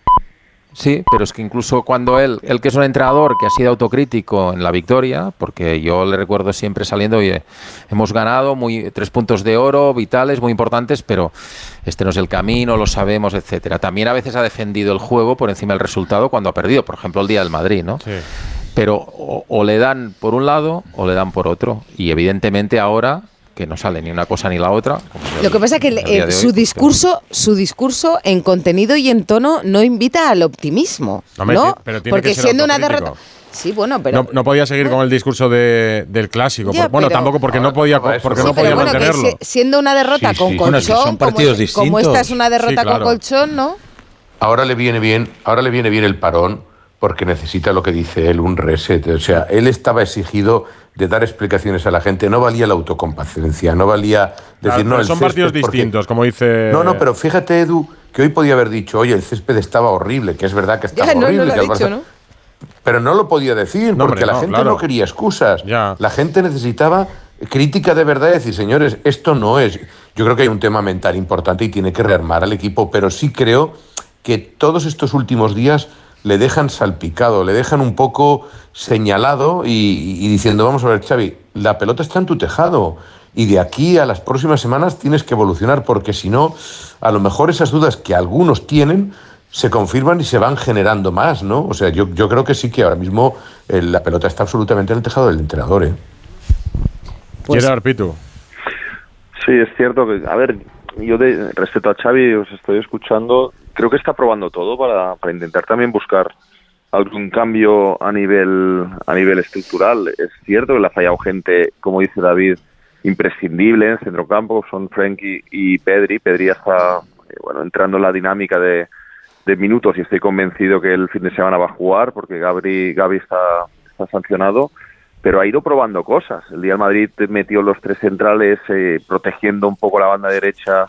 Sí, pero es que incluso cuando él, él que es un entrenador que ha sido autocrítico en la victoria, porque yo le recuerdo siempre saliendo, oye, hemos ganado muy tres puntos de oro, vitales, muy importantes, pero este no es el camino, lo sabemos, etcétera. También a veces ha defendido el juego por encima del resultado cuando ha perdido, por ejemplo, el día del Madrid, ¿no? Sí. Pero o, o le dan por un lado o le dan por otro. Y evidentemente ahora que no sale ni una cosa ni la otra. Lo que pasa es que eh, hoy, su discurso, pero... su discurso en contenido y en tono no invita al optimismo, no, ¿no? Pero tiene porque que ser siendo una autocrítico. derrota. Sí, bueno, pero no, no podía seguir con el discurso de, del clásico. Ya, por, bueno, pero, tampoco porque no podía, porque sí, no podía bueno, mantenerlo. Que siendo una derrota sí, con sí. colchón, Bueno, es que son partidos como, distintos. Como esta es una derrota sí, claro. con colchón, ¿no? Ahora le viene bien, ahora le viene bien el parón porque necesita lo que dice él, un reset. O sea, él estaba exigido de dar explicaciones a la gente. No valía la autocomplacencia, no valía decir, claro, no, el son césped partidos porque... distintos, como dice... No, no, pero fíjate, Edu, que hoy podía haber dicho, oye, el césped estaba horrible, que es verdad que estaba ya, no, horrible. No lo que ha dicho, Barça... ¿no? Pero no lo podía decir, no, porque hombre, la no, gente claro. no quería excusas. Ya. La gente necesitaba crítica de verdad y decir, señores, esto no es... Yo creo que hay un tema mental importante y tiene que rearmar al equipo, pero sí creo que todos estos últimos días le dejan salpicado, le dejan un poco señalado y, y diciendo, vamos a ver, Xavi, la pelota está en tu tejado y de aquí a las próximas semanas tienes que evolucionar, porque si no, a lo mejor esas dudas que algunos tienen se confirman y se van generando más, ¿no? O sea, yo, yo creo que sí que ahora mismo eh, la pelota está absolutamente en el tejado del entrenador, ¿eh? Pues, Gerard, Pitu. Sí, es cierto que, a ver, yo de, respecto a Xavi os estoy escuchando, creo que está probando todo para, para intentar también buscar algún cambio a nivel a nivel estructural. Es cierto que le ha fallado gente, como dice David, imprescindible en centrocampo, son Frenkie y Pedri. Pedri ya está eh, bueno, entrando en la dinámica de, de minutos y estoy convencido que el fin de semana va a jugar porque Gabri, Gavi está, está sancionado, pero ha ido probando cosas. El día del Madrid metió los tres centrales eh, protegiendo un poco la banda derecha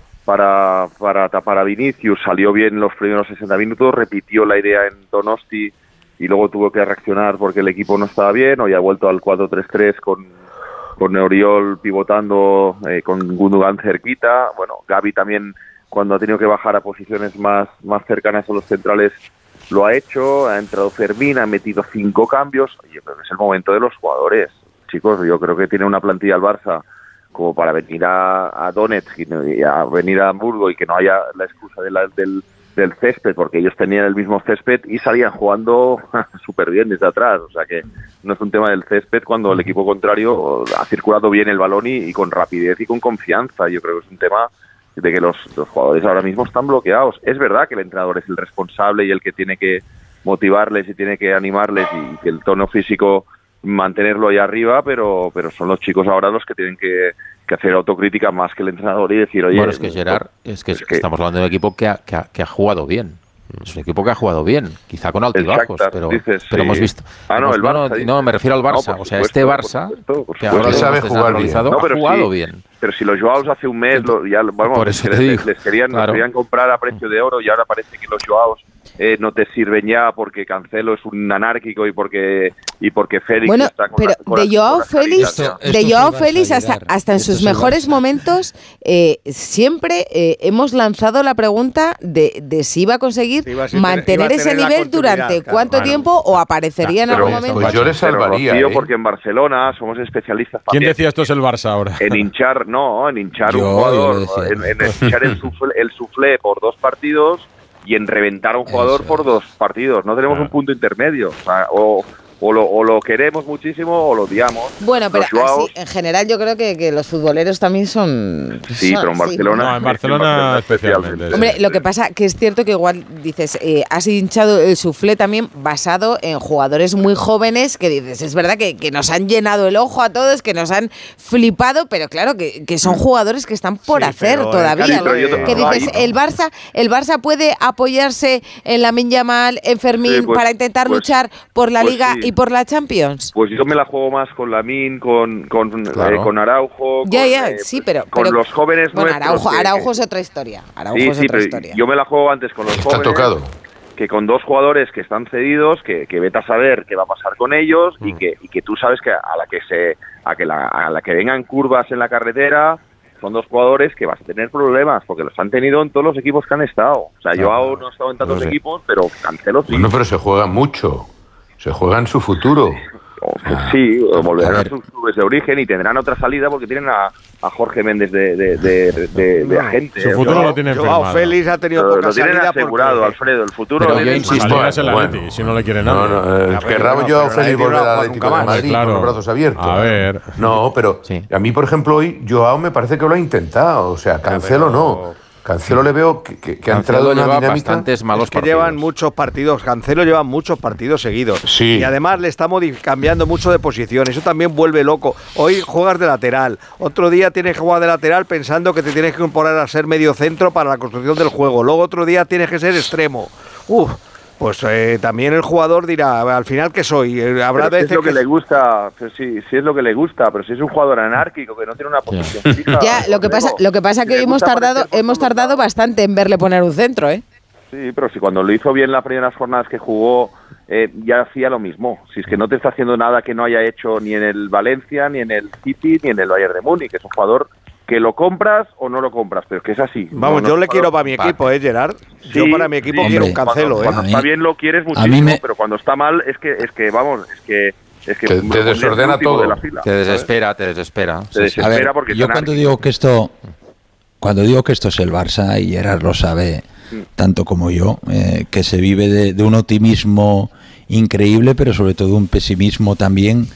para, para tapar a Vinicius, salió bien los primeros sesenta minutos, repitió la idea en Donosti y luego tuvo que reaccionar porque el equipo no estaba bien. Hoy ha vuelto al cuatro tres tres con, con Oriol pivotando, eh, con Gundogan cerquita. Bueno, Gavi también, cuando ha tenido que bajar a posiciones más, más cercanas a los centrales, lo ha hecho. Ha entrado Fermín, ha metido cinco cambios. Yo creo que es el momento de los jugadores. Chicos, yo creo que tiene una plantilla al Barça como para venir a, a Donetsk y a venir a Hamburgo y que no haya la excusa de la, del, del césped, porque ellos tenían el mismo césped y salían jugando súper bien desde atrás. O sea que no es un tema del césped cuando el equipo contrario ha circulado bien el balón y, y con rapidez y con confianza. Yo creo que es un tema de que los, los jugadores ahora mismo están bloqueados. Es verdad que el entrenador es el responsable y el que tiene que motivarles y tiene que animarles y que el tono físico mantenerlo ahí arriba, pero pero son los chicos ahora los que tienen que, que hacer autocrítica más que el entrenador y decir, oye... Bueno, es que Gerard, es que, es que estamos hablando de un equipo que ha, que ha, que ha jugado bien. Es un equipo que ha jugado bien, quizá con altibajos, pero, dices, pero sí. hemos visto... Ah, no, hemos, el Barça, no, no, me refiero al Barça. No, o sea, supuesto, este Barça, por supuesto, por que supuesto. ahora sabe jugar bien. No, ha jugado sí, bien. Pero si los Joaos hace un mes lo, ya, vamos, por eso les, te digo, les, querían, claro. les querían comprar a precio de oro y ahora parece que los Joaos eh, no te sirven ya porque Cancelo es un anárquico y porque y porque Félix bueno, está con pero la, con de la, Joao con Félix, esto, de esto Joao Félix hasta, hasta en Esto sus es el mejores Barça. momentos eh, siempre eh, hemos lanzado la pregunta de, de si iba a conseguir Iba a ser- mantener iba a tener ese la nivel continuidad, durante claro, cuánto claro. tiempo o aparecería en Pero- algún momento. pues yo les pero, salvaría, Rocío, ¿eh? porque en Barcelona somos especialistas ¿Quién también decía esto es el Barça ahora? en hinchar, no, en hinchar Yo, un yo jugador, lo decía. en, en hinchar el suflé, el suflé por dos partidos y en reventar a un jugador Eso por dos partidos. No tenemos Claro. un punto intermedio. O, sea, o, o, lo, o lo queremos muchísimo o lo odiamos. Bueno, pero Los Joaos- así, en general yo creo que, que los futboleros también son... Sí, son pero en así, Barcelona... No, en Barcelona especialmente. sí. Hombre, lo que pasa que es cierto que igual dices, eh, has hinchado el suflé también basado en jugadores muy jóvenes que dices, es verdad que, que nos han llenado el ojo a todos, que nos han flipado, pero claro, que, que son jugadores que están por Sí, hacer pero, eh, todavía. casi, ¿no? pero yo te- Que dices, Ay, el Barça, el Barça puede apoyarse en Lamine Yamal, en Fermín, Sí, pues- para intentar pues- luchar por la pues Liga sí. y por la Champions. Pues yo me la juego más con Lamine, con, con, Claro. eh, con Araujo, Ya, con, ya, eh, sí, pero... con pero- los jóvenes Bueno, nuestros Araujo, que- Araujo es otra historia. Araujo Sí, es sí, otra pero historia. yo me la juego antes con los Está jóvenes. tocado. Que con dos jugadores que están cedidos, que, que vete a saber qué va a pasar con ellos y que y que tú sabes que a la que se a que la, a la que vengan curvas en la carretera son dos jugadores que vas a tener problemas porque los han tenido en todos los equipos que han estado. O sea, Joao no ha estado en tantos no sé. equipos, pero Cancelo sí. Bueno, pero se juega mucho. Se juega en su futuro. O- pues sí, o volverán a, sus clubes de origen y tendrán otra salida porque tienen a, a Jorge Méndez de, de, de, de, de agente. Su futuro Joao- lo tienen Joao firmado. Félix ha tenido lo, poca lo tienen salida asegurado, porque- Alfredo. El futuro Pero de- yo insisto, Salida es el bueno. Atleti, si no le quieren No, nada. no, eh, Ya, querrá bueno, yo pero Félix nadie volver va a al jugar Atlético nunca de más. Madrid Claro. con los brazos abiertos. A ver. No, pero Sí. a mí, por ejemplo, hoy Joao me parece que lo ha intentado. O sea, Cancelo no. Cancelo le veo que, que- que ha entrado en una lleva dinámica. bastantes malos Es que partidos. llevan muchos partidos, Cancelo lleva muchos partidos seguidos. Sí. Y además le está modifi- cambiando mucho de posición. Eso también vuelve loco. Hoy juegas de lateral. Otro día tienes que jugar de lateral pensando que te tienes que poner a ser medio centro para la construcción del juego. Luego otro día tienes que ser extremo. Uf, pues eh, también el jugador dirá, al final, ¿qué soy? Eh, Habrá Pero si es veces lo que, que... le gusta, pues sí, sí es lo que le gusta, pero si es un jugador anárquico que no tiene una posición fija. Ya, lo que pues, pasa, luego, lo que pasa si que le hemos gusta tardado, aparecer por hemos todos tardado lados. bastante en verle poner un centro, ¿eh? Sí, pero si cuando lo hizo bien las primeras jornadas que jugó, eh, ya hacía lo mismo. Si es que no te está haciendo nada que no haya hecho ni en el Valencia, ni en el City, ni en el Bayern de Múnich. Es un jugador que lo compras o no lo compras, pero es que es así. Vamos, No, yo no le es un quiero jugador- para mi equipo, ¿eh, Gerard? Yo Sí, para mi equipo sí, quiero un hombre. Cancelo, ¿eh? Cuando A está mí- bien lo quieres a mí muchísimo, me- pero cuando está mal es que, es que vamos, es que... Es que Te- te me pone desordena el último todo. de la fila, Te ¿sabes? desespera, te desespera. Te Sí, sí. desespera. A ver, porque es yo cuando anárquico. digo que esto, cuando digo que esto es el Barça, y Gerard lo sabe tanto como yo, eh, que se vive de, de un optimismo increíble, pero sobre todo un pesimismo también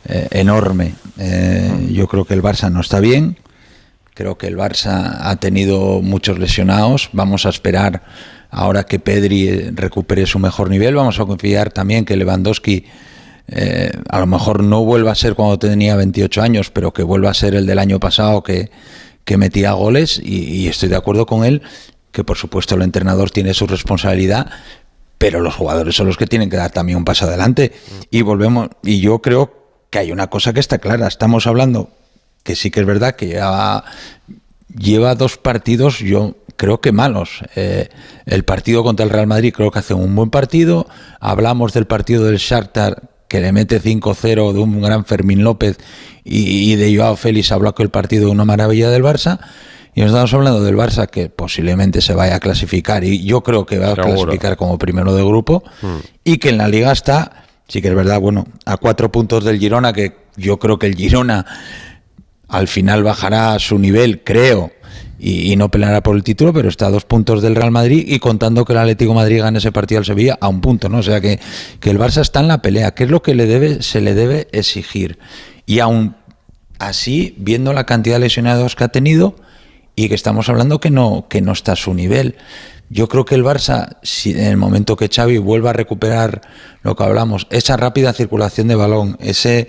eh, enorme. Eh, yo creo que el Barça no está bien. Creo que el Barça ha tenido muchos lesionados. Vamos a esperar ahora que Pedri recupere su mejor nivel. Vamos a confiar también que Lewandowski eh, a lo mejor no vuelva a ser cuando tenía veintiocho años, pero que vuelva a ser el del año pasado que, que metía goles. Y, y estoy de acuerdo con él, que por supuesto el entrenador tiene su responsabilidad, pero los jugadores son los que tienen que dar también un paso adelante. Y volvemos, y yo creo que hay una cosa que está clara. Estamos hablando que sí que es verdad que lleva, lleva dos partidos, yo creo que malos. Eh, el partido contra el Real Madrid creo que hace un buen partido. Hablamos del partido del Shakhtar, que le mete cinco cero, de un gran Fermín López, y, y de Joao Félix habló que el partido es una maravilla del Barça. Y nos estamos hablando del Barça, que posiblemente se vaya a clasificar, y yo creo que va a Seguro. clasificar como primero de grupo, mm. y que en la Liga está, sí que es verdad, bueno, a cuatro puntos del Girona, que yo creo que el Girona al final bajará su nivel, creo, y, y no peleará por el título, pero está a dos puntos del Real Madrid, y contando que el Atlético de Madrid gane ese partido al Sevilla, a un punto, ¿no? O sea que, que el Barça está en la pelea, que es lo que le debe, se le debe exigir. Y aún así, viendo la cantidad de lesionados que ha tenido, y que estamos hablando que no, que no está a su nivel. Yo creo que el Barça, si en el momento que Xavi vuelva a recuperar lo que hablamos, esa rápida circulación de balón, ese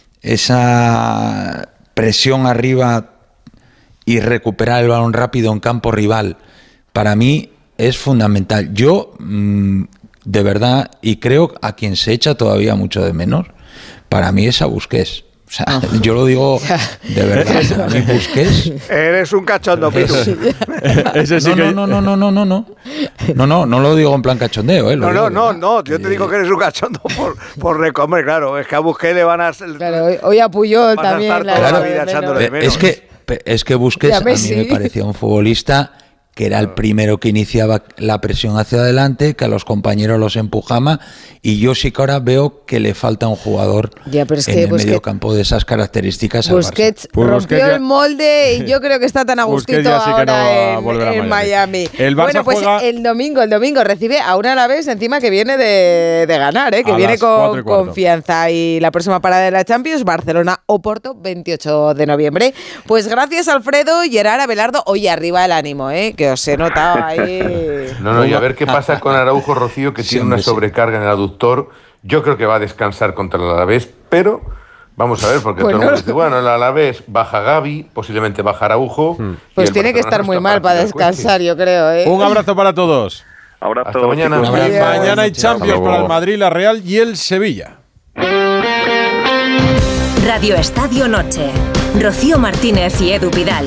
esa presión arriba y recuperar el balón rápido en campo rival, para mí es fundamental. Yo, mmm, de verdad, y creo a quien se echa todavía mucho de menos, para mí es a Busquets. O sea, oh. yo lo digo de verdad. A mí Busquets. Eres un cachondo, Pitu. Ese sí que... No, no, no, no, no, no. No, no, no lo digo en plan cachondeo, ¿eh? Lo no, no, no, de... no. Yo te digo que eres un cachondo por, por recomer, claro. Es que a Busquets le van a... Claro, hoy, hoy a Puyol van también. A estar la toda claro, la vida echándole de menos. Es que, es que Busquets a mí me parecía un futbolista que era el primero que iniciaba la presión hacia adelante, que a los compañeros los empujaba, y yo sí que ahora veo que le falta un jugador ya, pero es en que el Busquets, medio campo de esas características. Busquets pues rompió Busquets ya, el molde y yo creo que está tan a gustito ya sí ahora no en, en Miami. Miami. El Barça bueno, pues juega... el domingo, el domingo recibe a un Alavés encima que viene de, de ganar, ¿eh? que a viene con confianza. Y la próxima parada de la Champions, Barcelona Oporto, veintiocho de noviembre. Pues gracias, Alfredo, Gerard, Abelardo. Oye, arriba el ánimo, ¿eh? que os he notado ahí. No, no, y a ver qué pasa con Araujo, Rocío, que sí, tiene una sobrecarga en el aductor. Yo creo que va a descansar contra el Alavés, pero vamos a ver, porque pues todo no. el mundo dice, bueno, el Alavés baja Gavi, posiblemente baja Araujo. Hmm. Pues tiene Barcelona que estar muy mal para descansar, yo creo. ¿eh? Un abrazo para todos. Abrazo. Hasta mañana. Mañana, mañana hay Champions para el Madrid, la Real y el Sevilla. Radio Estadio Noche. Rocío Martínez y Edu Pidal.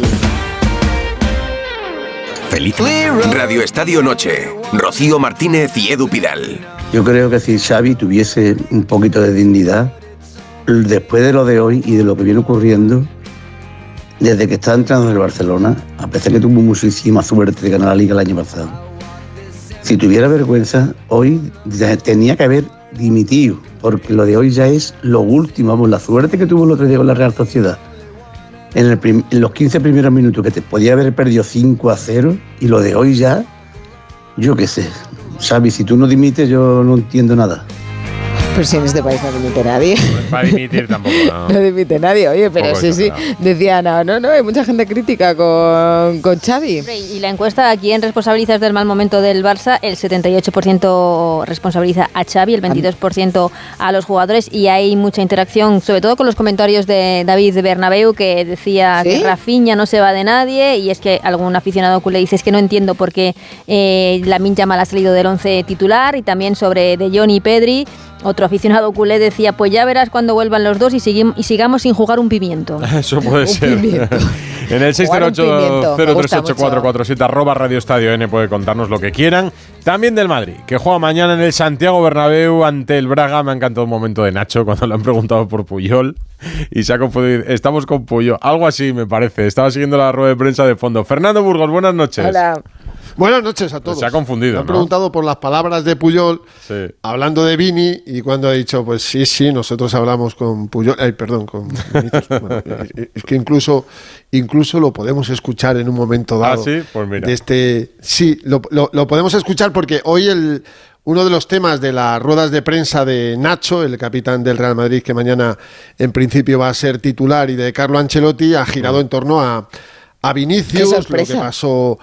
Feliz Radio Estadio Noche. Rocío Martínez y Edu Pidal. Yo creo que si Xavi tuviese un poquito de dignidad, después de lo de hoy y de lo que viene ocurriendo, desde que está entrando en el Barcelona, a pesar que tuvo muchísima suerte de ganar la Liga el año pasado, si tuviera vergüenza, hoy tenía que haber dimitido, porque lo de hoy ya es lo último. Vamos, la suerte que tuvo el otro día con la Real Sociedad. En, el prim- en los quince primeros minutos que te podía haber perdido cinco a cero, y lo de hoy ya, yo qué sé. Xavi, si tú no dimites, yo no entiendo nada. Pero si en este país no dimite nadie. Pues para dimitir tampoco, no. No dimite nadie, oye, pero Poco sí, sí. Decía, no, no, no, hay mucha gente crítica con, con Xavi. Y la encuesta, ¿a quién responsabilizas del mal momento del Barça? El setenta y ocho por ciento responsabiliza a Xavi, el veintidós por ciento a los jugadores, y hay mucha interacción, sobre todo con los comentarios de David Bernabéu, que decía ¿Sí? que Rafinha no se va de nadie, y es que algún aficionado culé dice, es que no entiendo por qué eh, Lamine Yamal ha salido del once titular, y también sobre De Jong y Pedri. Otro aficionado culé decía, pues ya verás cuando vuelvan los dos y, sigui- y sigamos sin jugar un pimiento. Eso puede un ser. Pimiento. En el seis cero ocho cero tres ocho cuatro cuatro siete arroba Radio Estadio N puede contarnos lo que quieran. También del Madrid, que juega mañana en el Santiago Bernabéu ante el Braga. Me ha encantado un momento de Nacho cuando le han preguntado por Puyol y se ha confundido. Estamos con Puyol, algo así me parece. Estaba siguiendo la rueda de prensa de fondo. Fernando Burgos, buenas noches. Hola. Buenas noches a todos. Se ha confundido, Me han ¿no? preguntado por las palabras de Puyol, sí. hablando de Vini, y cuando ha dicho, pues sí, sí, nosotros hablamos con Puyol, ay, perdón, con Vinicius. Bueno, es que incluso, incluso lo podemos escuchar en un momento dado. Ah, sí, pues mira. De este, sí, lo, lo, lo podemos escuchar porque hoy el uno de los temas de las ruedas de prensa de Nacho, el capitán del Real Madrid, que mañana en principio va a ser titular, y de Carlo Ancelotti, ha girado en torno a, a Vinicius, lo que pasó.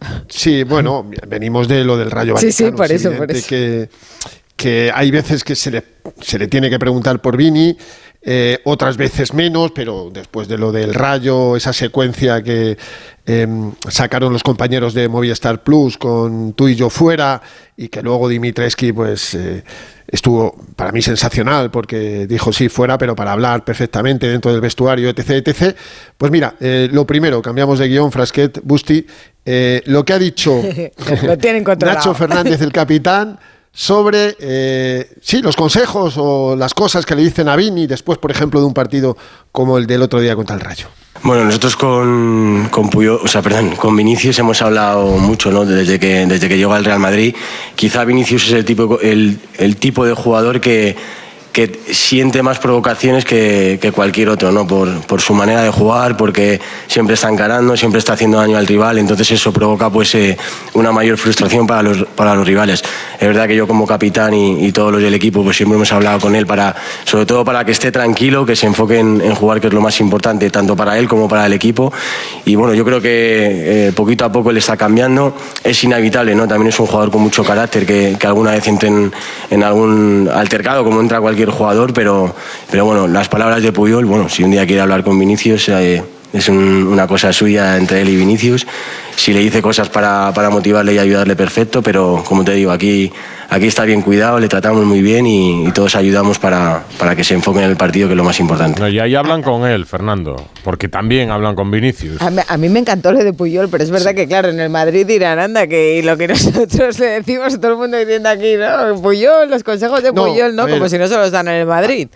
Sí, bueno, venimos de lo del Rayo Vallecano. Sí, sí, por eso, por eso. Que, que hay veces que se le, se le tiene que preguntar por Vini. Eh, otras veces menos, pero después de lo del Rayo, esa secuencia que eh, sacaron los compañeros de Movistar Plus con Tú y yo fuera, y que luego Dimitrescu pues eh, estuvo para mí sensacional, porque dijo sí fuera, pero para hablar perfectamente dentro del vestuario, etc, etcétera. Pues mira, eh, lo primero, cambiamos de guión, Frasquet, Busti, eh, lo que ha dicho lo tienen controlado. Nacho Fernández, el capitán, sobre, eh, sí, los consejos o las cosas que le dicen a Vini después, por ejemplo, de un partido como el del otro día contra el Rayo. Bueno, nosotros con, con Puyol, o sea, perdón, con Vinicius hemos hablado mucho, ¿no? Desde que, desde que llegó al Real Madrid. Quizá Vinicius es el tipo, el, el tipo de jugador que, que siente más provocaciones que, que cualquier otro, ¿no? Por, por su manera de jugar, porque siempre está encarando, siempre está haciendo daño al rival, entonces eso provoca pues eh, una mayor frustración para los, para los rivales. Es verdad que yo como capitán y, y todos los del equipo pues siempre hemos hablado con él, para, sobre todo para que esté tranquilo, que se enfoque en, en jugar, que es lo más importante, tanto para él como para el equipo. Y bueno, yo creo que eh, poquito a poco él está cambiando, es inevitable, ¿no? También es un jugador con mucho carácter, que, que alguna vez entre en, en algún altercado, como entra cualquier jugador, pero, pero bueno, las palabras de Puyol, bueno, si un día quiere hablar con Vinicius, eh, es un, una cosa suya entre él y Vinicius. Si le dice cosas para, para motivarle y ayudarle, perfecto, pero como te digo, aquí, aquí está bien cuidado, le tratamos muy bien y, y todos ayudamos para, para que se enfoque en el partido, que es lo más importante. No, y ahí hablan con él, Fernando, porque también hablan con Vinicius. A mí, a mí me encantó lo de Puyol, pero es verdad que, claro, en el Madrid dirán, anda, que lo que nosotros le decimos a todo el mundo diciendo aquí, ¿no? Puyol, los consejos de Puyol, ¿no? Como si no se los dan en el Madrid.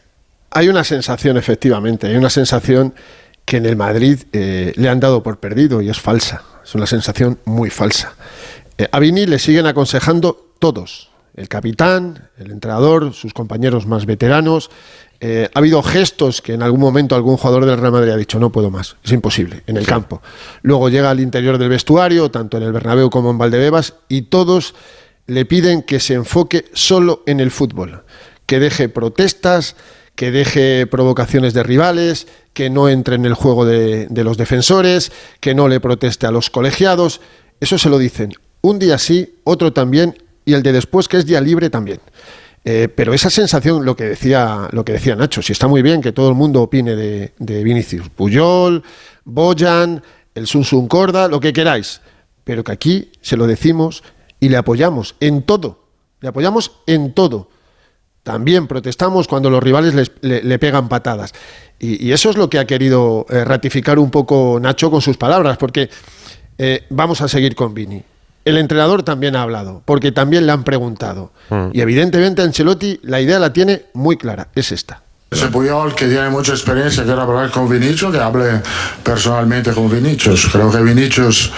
Hay una sensación, efectivamente, hay una sensación que en el Madrid eh, le han dado por perdido, y es falsa, es una sensación muy falsa. Eh, a Vini le siguen aconsejando todos, el capitán, el entrenador, sus compañeros más veteranos. Eh, ha habido gestos que en algún momento algún jugador del Real Madrid ha dicho no puedo más, es imposible, en el sí. campo. Luego llega al interior del vestuario, tanto en el Bernabéu como en Valdebebas, y todos le piden que se enfoque solo en el fútbol, que deje protestas, que deje provocaciones de rivales, que no entre en el juego de, de los defensores, que no le proteste a los colegiados. Eso se lo dicen un día sí, otro también, y el de después, que es día libre, también. Eh, pero esa sensación, lo que decía, lo que decía Nacho, si está muy bien que todo el mundo opine de, de Vinicius, Puyol, Bojan, el Sunsun Corda, lo que queráis, pero que aquí se lo decimos y le apoyamos en todo, le apoyamos en todo. También protestamos cuando los rivales les, le, le pegan patadas. Y, y eso es lo que ha querido eh, ratificar un poco Nacho con sus palabras, porque eh, vamos a seguir con Vini. El entrenador también ha hablado, porque también le han preguntado. Mm. Y evidentemente Ancelotti la idea la tiene muy clara, es esta. Ese Puyol, que tiene mucha experiencia, quiere hablar con Vinicius, que hable personalmente con Vinicius. Creo que Vinicius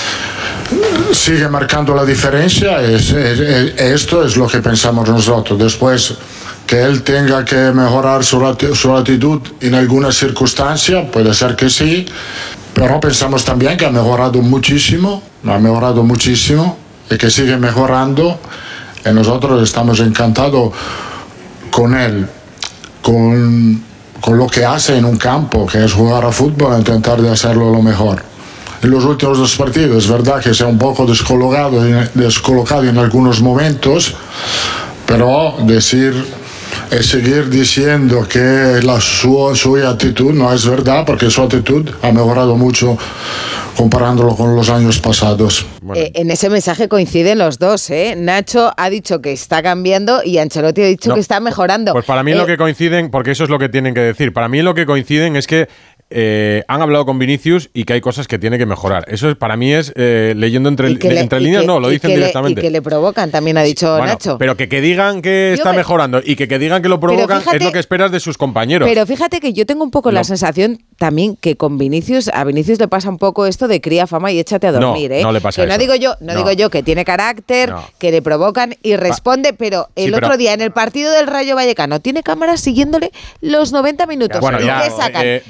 sigue marcando la diferencia, es, es, es, esto es lo que pensamos nosotros. Después, que él tenga que mejorar su, su actitud en alguna circunstancia, puede ser que sí, pero pensamos también que ha mejorado muchísimo, ha mejorado muchísimo y que sigue mejorando, y nosotros estamos encantados con él, con, con lo que hace en un campo, que es jugar a fútbol e intentar de hacerlo lo mejor. En los últimos dos partidos, es verdad que se ha un poco descolocado, descolocado en algunos momentos, pero decir, es seguir diciendo que la su, su actitud no es verdad, porque su actitud ha mejorado mucho comparándolo con los años pasados. Bueno. Eh, en ese mensaje coinciden los dos, ¿eh? Nacho ha dicho que está cambiando y Ancelotti ha dicho no, que está mejorando. Pues para mí eh, lo que coinciden, porque eso es lo que tienen que decir, para mí lo que coinciden es que Eh, han hablado con Vinicius y que hay cosas que tiene que mejorar. Eso es, para mí es eh, leyendo entre, le, entre líneas, que, no, lo dicen directamente. Le, y que le provocan, también ha dicho bueno, Nacho. Pero que, que digan que yo está me... mejorando y que, que digan que lo provocan fíjate, es lo que esperas de sus compañeros. Pero fíjate que yo tengo un poco no. la sensación también que con Vinicius, a Vinicius le pasa un poco esto de cría fama y échate a dormir. No, ¿eh? no le pasa que eso. No digo yo, no, no digo yo que tiene carácter, no. que le provocan y responde, pero el sí, otro pero... día en el partido del Rayo Vallecano tiene cámaras siguiéndole los noventa minutos. Bueno, ¿Y ya, qué sacan? Eh, Rocío, no, no,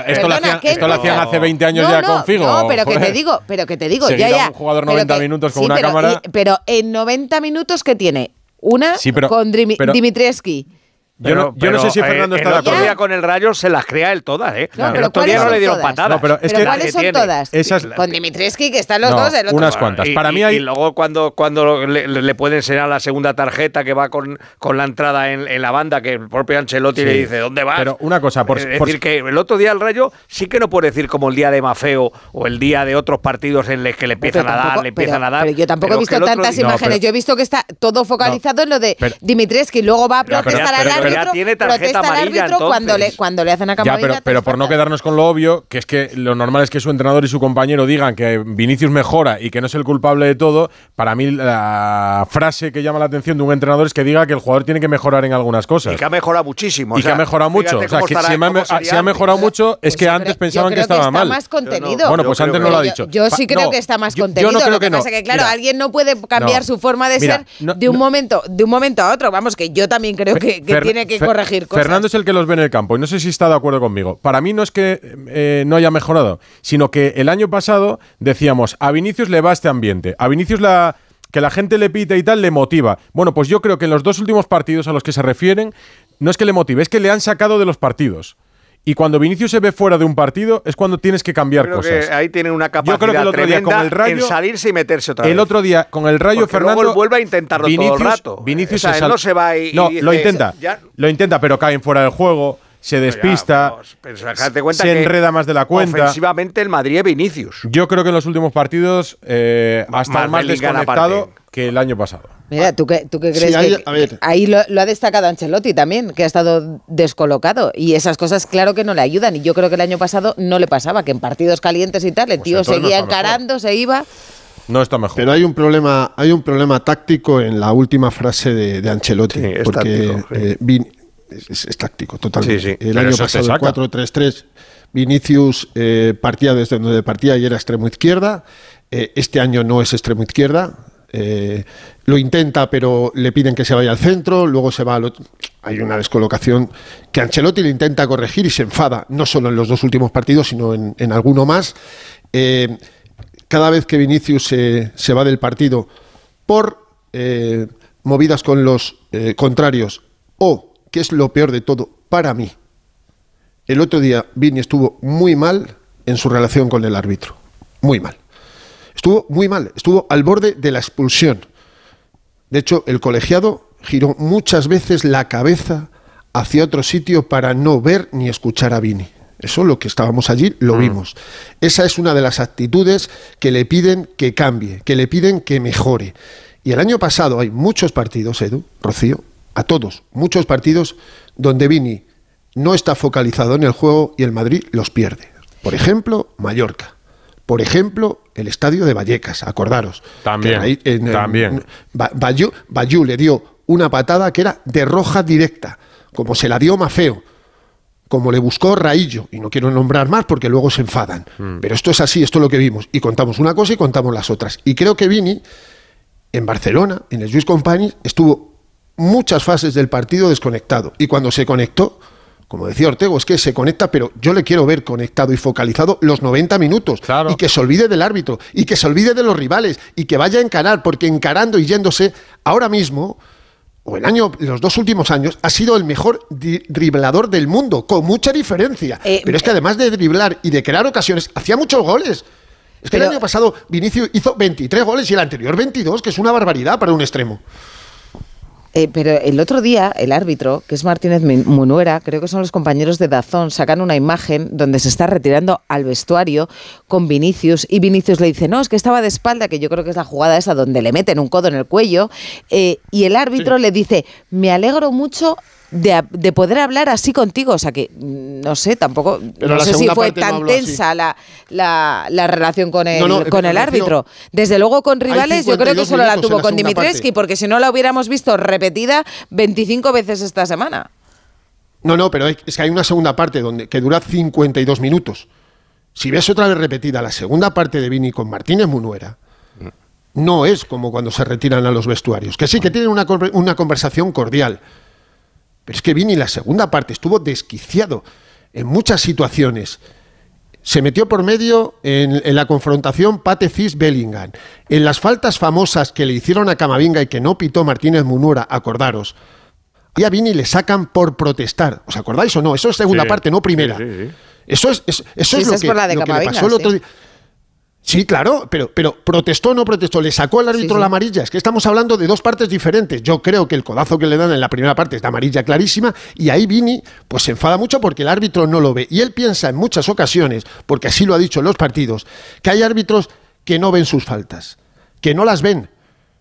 esto, lo hacían, esto lo hacían hace veinte años no, ya no, con Figo. No, pero que te digo, pero que te digo, ya, ya. un jugador noventa que, minutos con sí, una pero, cámara. Y, pero en noventa minutos que tiene una sí, pero, con Dimi, pero, Dimitrievski. Yo no, yo no sé si Fernando eh, está de acuerdo. El otro día con el Rayo se las crea él todas, ¿eh? No, el otro día no le dieron todas? patadas. No, pero es ¿Pero que ¿cuáles son tiene? todas? Esas, con Dimitrievski, que están los no, dos. El otro unas cuantas. Y, Para mí hay... y luego cuando, cuando le, le puede enseñar la segunda tarjeta que va con, con la entrada en, en la banda, que el propio Ancelotti sí. le dice, ¿dónde vas? Pero una cosa, por, es por, decir, que el otro día el Rayo sí que no puede decir como el día de Mafeo o el día de otros partidos en los que le empiezan tampoco, a dar, le empiezan pero, a dar. Pero yo tampoco pero he visto tantas día, imágenes. No, pero, yo he visto que está todo focalizado no, en lo de pero, Dimitrievski. Luego va a protestar pero, pero, al pero, árbitro. tiene tarjeta amarilla, entonces. Cuando le, cuando le hacen a ya, pero, pero por no quedarnos con lo obvio, que es que lo normal es que su entrenador y su compañero digan que Vinicius mejora y que no es el culpable de todo. Para mí la frase que llama la atención de un entrenador es que diga que el jugador tiene que mejorar en algunas cosas. Y que ha mejorado muchísimo. Y o sea, que ha mejorado mucho. O sea, que si, me, si ha mejorado mucho es que antes pensaban que estaba mal. Más contenido. Bueno, pues antes no lo ha dicho. Yo, yo sí creo no, que está más contenido. Yo no creo lo que, que no. pasa que, claro, Mira, alguien no puede cambiar no. su forma de Mira, ser no, de un no. momento de un momento a otro. Vamos, que yo también creo que, que Fer, tiene que Fer, corregir cosas. Fernando es el que los ve en el campo y no sé si está de acuerdo conmigo. Para mí no es que eh, no haya mejorado, sino que el año pasado decíamos, a Vinicius le va este ambiente, a Vinicius la... que la gente le pita y tal, le motiva. Bueno, pues yo creo que en los dos últimos partidos a los que se refieren, no es que le motive, es que le han sacado de los partidos. Y cuando Vinicius se ve fuera de un partido, es cuando tienes que cambiar creo cosas. Que ahí tiene una capacidad yo creo que el otro día con el Rayo, en salirse y meterse otra vez. El otro día con el Rayo, Porque Fernando... luego vuelve a intentarlo Vinicius, todo el rato. Vinicius o sea, se él sal... no se va y, No, y dice, lo intenta, ya... lo intenta, pero caen fuera del juego, se despista, ya, vamos, pero date cuenta se que enreda más de la cuenta. Ofensivamente el Madrid es Vinicius. Yo creo que en los últimos partidos eh, ha estado más desconectado que el año pasado. Mira, ¿tú qué, tú qué crees? Sí, ahí, que, a ver. que ahí lo, lo ha destacado Ancelotti también, que ha estado descolocado. Y esas cosas, claro que no le ayudan. Y yo creo que el año pasado no le pasaba, que en partidos calientes y tal, el Pues tío seguía no encarando, se iba. No está mejor. Pero hay un problema, hay un problema táctico en la última frase de, de Ancelotti. Sí, es porque táctico, sí. eh, Vin, es, es táctico, totalmente. Sí, sí. El Pero año eso pasado, se el saca. cuatro tres tres, Vinicius eh, partía desde donde partía y era extremo izquierda. Eh, este año no es extremo izquierda. Eh, lo intenta, pero le piden que se vaya al centro, luego se va al otro. Hay una descolocación que Ancelotti le intenta corregir y se enfada, no solo en los dos últimos partidos, sino en, en alguno más. Eh, cada vez que Vinicius se, se va del partido por eh, movidas con los eh, contrarios o, que es lo peor de todo, para mí, el otro día Vini estuvo muy mal en su relación con el árbitro, muy mal. Estuvo muy mal, estuvo al borde de la expulsión. De hecho, el colegiado giró muchas veces la cabeza hacia otro sitio para no ver ni escuchar a Vini. Eso, lo que estábamos allí, lo mm. vimos. Esa es una de las actitudes que le piden que cambie, que le piden que mejore. Y el año pasado hay muchos partidos, Edu, Rocío, a todos, muchos partidos donde Vini no está focalizado en el juego y el Madrid los pierde. Por ejemplo, Mallorca. Por ejemplo, el estadio de Vallecas, acordaros. También, ahí, en, también. En, Bayú, Bayú le dio una patada que era de roja directa, como se la dio Mafeo, como le buscó Raillo, y no quiero nombrar más porque luego se enfadan. Mm. Pero esto es así, esto es lo que vimos. Y contamos una cosa y contamos las otras. Y creo que Vini, en Barcelona, en el Lluís Companys, estuvo muchas fases del partido desconectado. Y cuando se conectó, como decía Ortego, es que se conecta, pero yo le quiero ver conectado y focalizado los noventa minutos. Claro. Y que se olvide del árbitro, y que se olvide de los rivales, y que vaya a encarar, porque encarando y yéndose, ahora mismo, o el año, los dos últimos años, ha sido el mejor di- driblador del mundo, con mucha diferencia. Eh, pero es que además de driblar y de crear ocasiones, hacía muchos goles. Es que pero, el año pasado Vinicius hizo veintitrés goles y el anterior veintidós, que es una barbaridad para un extremo. Eh, pero el otro día, el árbitro, que es Martínez Munuera, creo que son los compañeros de Dazón, sacan una imagen donde se está retirando al vestuario con Vinicius, y Vinicius le dice, no, es que estaba de espalda, que yo creo que es la jugada esa donde le meten un codo en el cuello, eh, y el árbitro sí. le dice, me alegro mucho de, de poder hablar así contigo. O sea que, no sé, tampoco, pero no sé si fue tan no tensa la, la, la relación con el, no, no, con el árbitro. Desde luego con rivales yo creo que solo la tuvo con Dimitrievski, porque si no la hubiéramos visto repetida veinticinco veces esta semana. No, no, pero es que hay una segunda parte donde, que dura cincuenta y dos minutos. Si ves otra vez repetida la segunda parte de Vini con Martínez Munuera, no es como cuando se retiran a los vestuarios. Que sí, que tienen una, una conversación cordial. Pero es que Vini la segunda parte estuvo desquiciado. en muchas situaciones. Se metió por medio en, en la confrontación Pate Cis-Bellingham, en las faltas famosas que le hicieron a Camavinga y que no pitó Martínez Munura, acordaros. Y a Vini le sacan por protestar. ¿Os acordáis o no? Eso es segunda sí, parte, no primera. Sí, sí, sí. Eso es, es, eso sí, es lo, que, es lo que le pasó el otro sí. día. Sí, claro, pero, pero protestó o no protestó, le sacó al árbitro sí, sí. la amarilla. Es que estamos hablando de dos partes diferentes. Yo creo que el codazo que le dan en la primera parte es de amarilla clarísima y ahí Vini pues se enfada mucho porque el árbitro no lo ve. Y él piensa en muchas ocasiones, porque así lo ha dicho en los partidos, que hay árbitros que no ven sus faltas, que no las ven.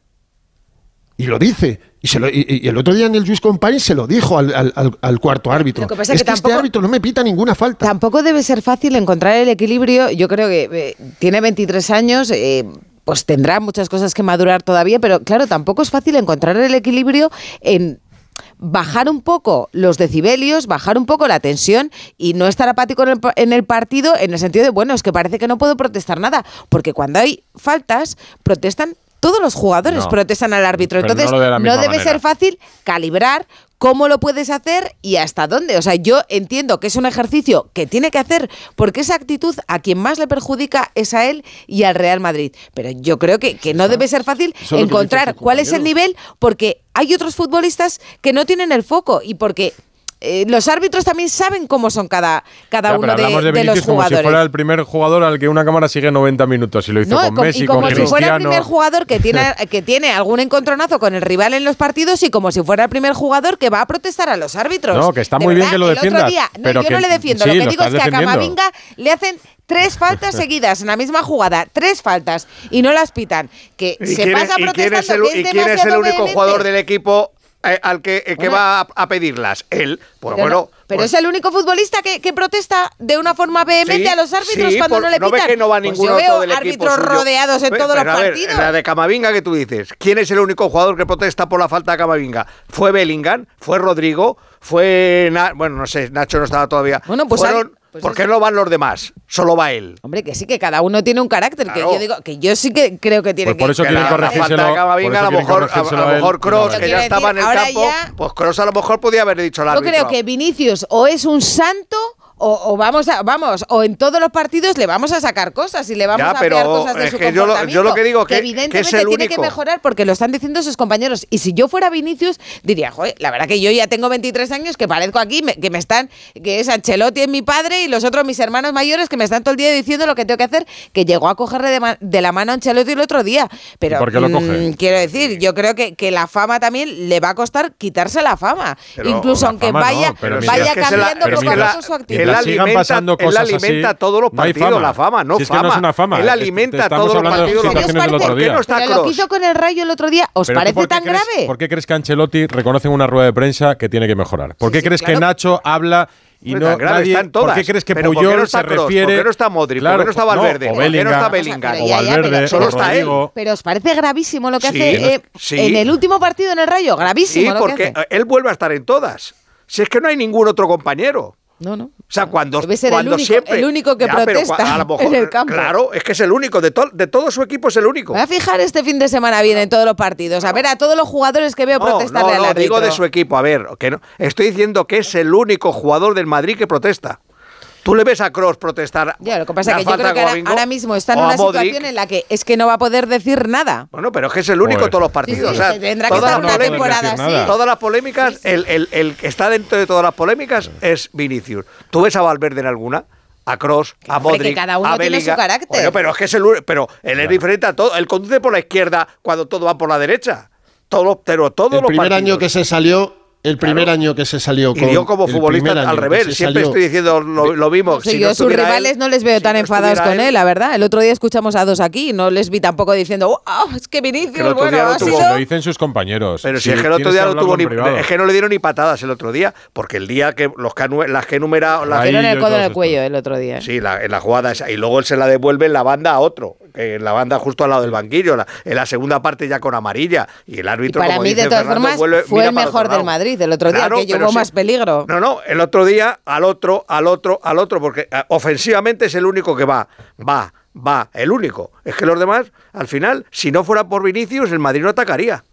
Y lo dice. Y, se lo, y, y el otro día en el Lluís Companys se lo dijo al, al, al cuarto árbitro. Lo que pasa es que, que tampoco, este árbitro no me pita ninguna falta. Tampoco debe ser fácil encontrar el equilibrio. Yo creo que eh, tiene veintitrés años, eh, pues tendrá muchas cosas que madurar todavía, pero claro, tampoco es fácil encontrar el equilibrio en bajar un poco los decibelios, bajar un poco la tensión y no estar apático en el, en el partido en el sentido de, bueno, es que parece que no puedo protestar nada, porque cuando hay faltas, protestan todos los jugadores, no, protestan al árbitro. Entonces, no, de no debe manera. ser fácil calibrar cómo lo puedes hacer y hasta dónde. O sea, yo entiendo que es un ejercicio que tiene que hacer, porque esa actitud a quien más le perjudica es a él y al Real Madrid. Pero yo creo que, que no debe ser fácil Eso encontrar cuál es el nivel, porque hay otros futbolistas que no tienen el foco y porque... Eh, los árbitros también saben cómo son cada, cada ya, uno de, de, de los jugadores. Como si fuera el primer jugador al que una cámara sigue noventa minutos y lo hizo no, con, con Messi, y como con si Cristiano. fuera el primer jugador que tiene, que tiene algún encontronazo con el rival en los partidos y como si fuera el primer jugador que va a protestar a los árbitros. No, que está de muy verdad, bien que lo defiendas. Día, no, pero yo que, no le defiendo, sí, lo que lo digo es que defendiendo. a Camavinga le hacen tres faltas seguidas en la misma jugada, tres faltas y no las pitan. Que se pasa protestando. ¿Y quién es el, ¿y quién es el único vehemente? jugador del equipo Eh, al que, eh, que bueno, va a, a pedirlas? Él. Pues, pero bueno, no, pero pues, es el único futbolista que, que protesta de una forma vehemente sí, a los árbitros sí, cuando por, no le pitan. ¿No ves que no va ningún pues otro del equipo árbitros suyo? rodeados en pero, todos pero, los a ver, partidos. La de Camavinga que tú dices, ¿quién es el único jugador que protesta por la falta de Camavinga? ¿Fue Bellingham? ¿Fue Rodrigo? ¿Fue... Na- bueno, no sé, Nacho no estaba todavía. Bueno, pues Fueron... Pues ¿Por qué no van los demás? Solo va él. Hombre, que sí, que cada uno tiene un carácter. Claro. Que yo digo que yo sí que creo que tiene pues por que... eso que quieren la, corregírselo. La falta de Camavinga, a lo mejor, a, a lo mejor Kroos, que ya estaba en el campo, ya, pues Kroos a lo mejor podía haber dicho al yo árbitro. Yo creo que Vinicius o es un santo o, o vamos a vamos o en todos los partidos le vamos a sacar cosas y le vamos ya, a pero fiar cosas de su que yo comportamiento. Lo, yo lo que digo que, que, evidentemente que es el tiene único. que mejorar porque lo están diciendo sus compañeros. Y si yo fuera Vinicius diría, joder, la verdad que yo ya tengo veintitrés años, que parezco aquí, me, que me están, que es Ancelotti es mi padre y los otros mis hermanos mayores que me están todo el día diciendo lo que tengo que hacer, que llegó a cogerle de, ma- de la mano a Ancelotti el otro día. Pero ¿por qué lo coge? mmm, quiero decir, yo creo que, que la fama también le va a costar quitarse la fama. Pero incluso aunque fama vaya, no, pero vaya es que cambiando la, poco a la, poco su actitud. Él alimenta, él alimenta todos los partidos, no la fama, no si es fama. Que no es una fama. Él alimenta Estamos todos los partidos. De situaciones del otro día. No está pero lo que hizo con el Rayo el otro día, ¿os pero parece tan crees, grave? ¿Por qué crees que Ancelotti reconoce en una rueda de prensa que tiene que mejorar? ¿Por qué sí, crees sí, claro. que Nacho habla y no nadie, ¿por qué crees que pero Puyol ¿por qué no está se Kroos? refiere? ¿Por qué no está Modric? Claro, ¿Por qué no está Valverde? No, o ¿Por qué no está Bellingham, Bellingham? o Valverde, solo o está él. Pero os parece gravísimo lo que sí, hace eh, sí. en el último partido en el Rayo, gravísimo sí, lo porque que hace. él vuelve a estar en todas. Si es que no hay ningún otro compañero. No, no. O sea, cuando, Debe ser cuando el único, siempre... el único que ya, protesta pero a lo mejor, en el campo. Claro, es que es el único. De, to, de todo su equipo es el único. Me voy a fijar este fin de semana bien en todos los partidos. A ver a todos los jugadores que veo no, protestarle no, al no, árbitro. digo de su equipo. A ver, que no, estoy diciendo que es el único jugador del Madrid que protesta. Tú le ves a Kroos protestar. Ya, lo que pasa es que yo creo que ahora, ahora mismo está en una situación en la que es que no va a poder decir nada. Bueno, pero es que es el único en todos los partidos. Sí, sí, o sea, tendrá que estar una temporada así. Todas las polémicas, sí, sí. El, el, el que está dentro de todas las polémicas es Vinicius. ¿Tú ves a Valverde en alguna? A Kroos, a Modric, que cada uno a tiene Bellingham. su carácter. Bueno, pero es que es el pero él es diferente a todo. Él conduce por la izquierda cuando todo va por la derecha. Todo, pero todos el los primer partidos. año que se salió. El primer claro. año que se salió con y yo como futbolista al revés, siempre salió. Estoy diciendo lo, lo mismo. No sé, si yo no sus rivales él, no les veo si tan no enfadados con él, él, la verdad. El otro día escuchamos a dos aquí y no les vi tampoco diciendo, oh, es que Vinicius, que bueno, ha sido... Se lo dicen sus compañeros. Pero si sí, es que el otro día no tuvo ni, es que no le dieron ni patadas el otro día, porque el día que los que las que enumera las dieron el codo en el cuello el otro día. Sí, la, en la jugada esa, y luego él se la devuelve en la banda a otro, que en la banda justo al lado del banquillo, la, en la segunda parte ya con amarilla y el árbitro. Y para como mí dice de todas Fernando, formas vuelve, fue el mejor del Madrid el otro día, claro, que llevó sí, más peligro. No, no, el otro día al otro, al otro, al otro, porque uh, ofensivamente es el único que va, va, va, el único. Es que los demás, al final, si no fuera por Vinicius, el Madrid no atacaría.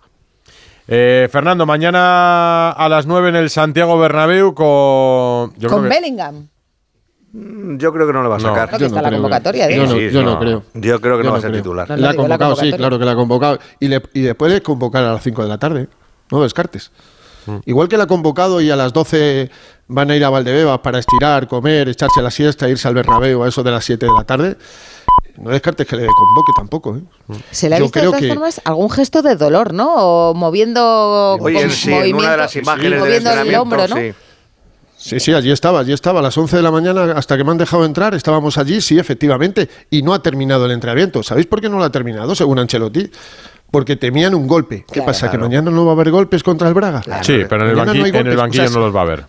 Eh, Fernando, mañana a las nueve en el Santiago Bernabéu con... Yo con creo que, Bellingham. Yo creo que no lo va a sacar. No, yo no está la convocatoria, ¿eh? Yo no, Sí, yo no. no creo. Yo creo que Yo no va no a ser creo. titular. No, La ha digo, la convocado, sí, convocatoria. claro que la ha convocado. Y, le, y después de convocar a las cinco de la tarde. No descartes. Mm. Igual que la ha convocado y a las doce van a ir a Valdebebas para estirar, comer, echarse la siesta, irse al Bernabéu a eso de las siete de la tarde. No descartes que le convoque tampoco, ¿eh? Se le ha Yo visto de creo todas que- formas algún gesto de dolor, ¿no? O moviendo Oye, con sí, en movimiento, una de las imágenes del moviendo el entrenamiento, hombro, ¿no? sí. Sí, sí, allí estaba, allí estaba. A las once de la mañana, hasta que me han dejado entrar, estábamos allí, sí, efectivamente. Y no ha terminado el entrenamiento. ¿Sabéis por qué no lo ha terminado, según Ancelotti? Porque temían un golpe. ¿Qué Claro, pasa? ¿Que claro. mañana no va a haber golpes contra el Braga? Sí, pero en el, Mañana banqui- no hay en el golpes. banquillo O sea, no los va a ver.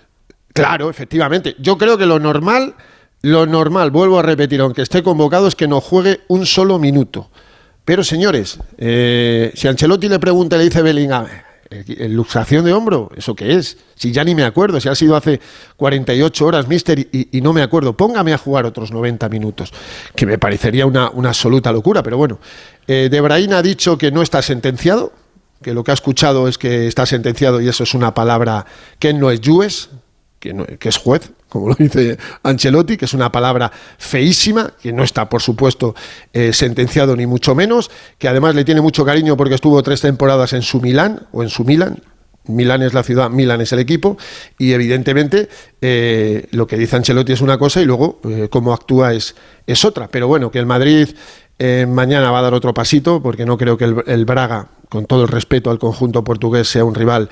Claro, efectivamente. Yo creo que lo normal, lo normal, vuelvo a repetir, aunque esté convocado, es que no juegue un solo minuto. Pero, señores, eh, si Ancelotti le pregunta y le dice Bellingham, eh, luxación de hombro, ¿eso qué es? Si ya ni me acuerdo, si ha sido hace cuarenta y ocho horas, mister, y, y no me acuerdo. Póngame a jugar otros noventa minutos, que me parecería una, una absoluta locura, pero bueno. Eh, De Bruyne ha dicho que no está sentenciado, que lo que ha escuchado es que está sentenciado y eso es una palabra que no es juez, que, no- que es juez, como lo dice Ancelotti, que es una palabra feísima, que no está, por supuesto, eh, sentenciado ni mucho menos, que además le tiene mucho cariño porque estuvo tres temporadas en su Milán, o en su Milán. Milán es la ciudad, Milán es el equipo, y evidentemente eh, lo que dice Ancelotti es una cosa y luego eh, cómo actúa es, es otra. Pero bueno, que el Madrid eh, mañana va a dar otro pasito, porque no creo que el, el Braga, con todo el respeto al conjunto portugués, sea un rival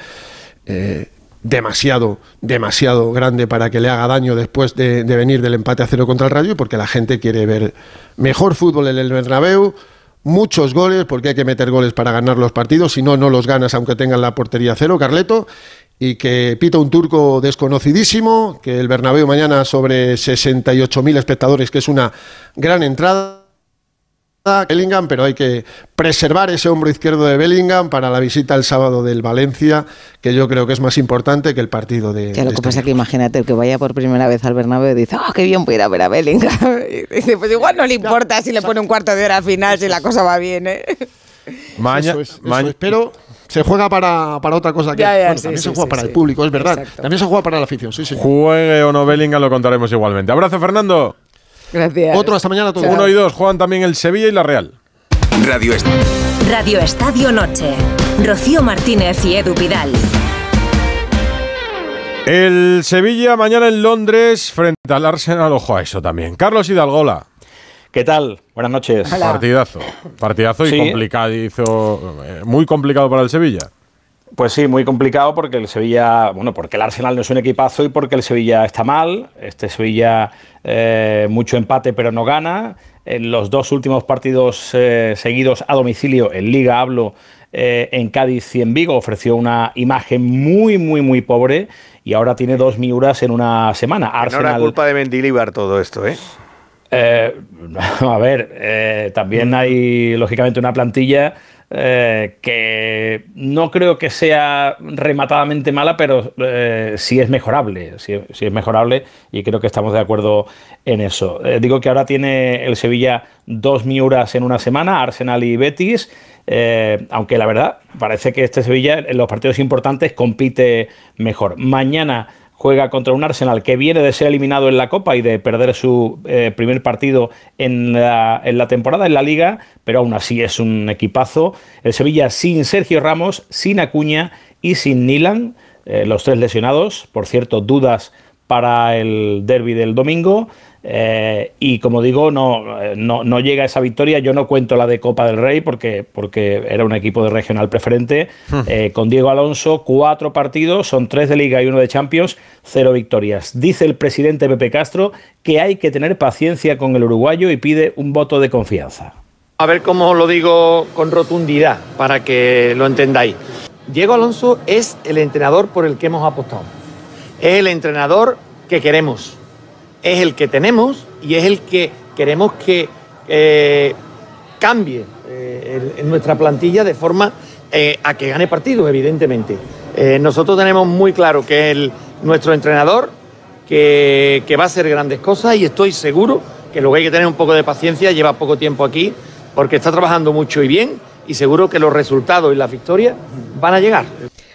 eh, demasiado, demasiado grande para que le haga daño después de, de venir del empate a cero contra el Rayo, y porque la gente quiere ver mejor fútbol en el Bernabéu, muchos goles, porque hay que meter goles para ganar los partidos, si no, no los ganas aunque tengan la portería cero, Carleto, y que pita un turco desconocidísimo, que el Bernabéu mañana sobre sesenta y ocho mil espectadores, que es una gran entrada, Bellingham, pero hay que preservar ese hombro izquierdo de Bellingham para la visita el sábado del Valencia, que yo creo que es más importante que el partido de... Ya, lo de que este pasa es que imagínate, el que vaya por primera vez al Bernabéu y dice, ¡oh, qué bien voy a ir a ver a Bellingham! Y dice, pues igual no le importa si le pone un cuarto de hora al final, si la cosa va bien, ¿eh? Maña- Eso es, eso maña- es, pero se juega para, para otra cosa que Ya, ya, bueno, sí, también sí, se juega sí, para sí. el público, es verdad. Exacto. También se juega para la afición, sí, sí. Juegue o no Bellingham, lo contaremos igualmente. Abrazo, Fernando. Gracias. Otro hasta mañana a todos. Uno y dos juegan también el Sevilla y la Real. Radio Est- Radio Estadio Noche. Rocío Martínez y Edu Pidal. El Sevilla mañana en Londres frente al Arsenal. Ojo a eso también. Carlos Hidalgola. ¿Qué tal? Buenas noches. Partidazo. Partidazo y Sí. complicado. Muy complicado para el Sevilla. Pues sí, muy complicado porque el Sevilla, bueno, porque el Arsenal no es un equipazo y porque el Sevilla está mal. Este Sevilla, eh, mucho empate pero no gana. En los dos últimos partidos eh, seguidos a domicilio, en Liga hablo, eh, en Cádiz y en Vigo, ofreció una imagen muy, muy, muy pobre y ahora tiene dos Miuras en una semana. Que no era Arsenal, culpa de Mendilibar todo esto, ¿eh? Eh, a ver, eh, también hay lógicamente una plantilla eh, que no creo que sea rematadamente mala, pero eh, sí es mejorable, sí, sí es mejorable y creo que estamos de acuerdo en eso. Eh, digo que ahora tiene el Sevilla dos Miuras en una semana, Arsenal y Betis, eh, aunque la verdad parece que este Sevilla en los partidos importantes compite mejor. Mañana juega contra un Arsenal que viene de ser eliminado en la Copa y de perder su eh, primer partido en la, en la temporada, en la Liga, pero aún así es un equipazo. El Sevilla sin Sergio Ramos, sin Acuña y sin Nilan, eh, los tres lesionados. Por cierto, dudas para el derbi del domingo. Eh, y como digo, no, no, no llega esa victoria. Yo no cuento la de Copa del Rey porque, porque era un equipo de regional preferente. Eh, con Diego Alonso, cuatro partidos, son tres de Liga y uno de Champions, cero victorias. Dice el presidente Pepe Castro que hay que tener paciencia con el uruguayo y pide un voto de confianza. A ver cómo lo digo con rotundidad para que lo entendáis. Diego Alonso es el entrenador por el que hemos apostado. Es el entrenador que queremos. Es el que tenemos y es el que queremos que eh, cambie eh, en nuestra plantilla de forma eh, a que gane partidos, evidentemente. Eh, nosotros tenemos muy claro que es el, nuestro entrenador, que, que va a hacer grandes cosas y estoy seguro que luego hay que tener un poco de paciencia, lleva poco tiempo aquí, porque está trabajando mucho y bien y seguro que los resultados y las victorias van a llegar.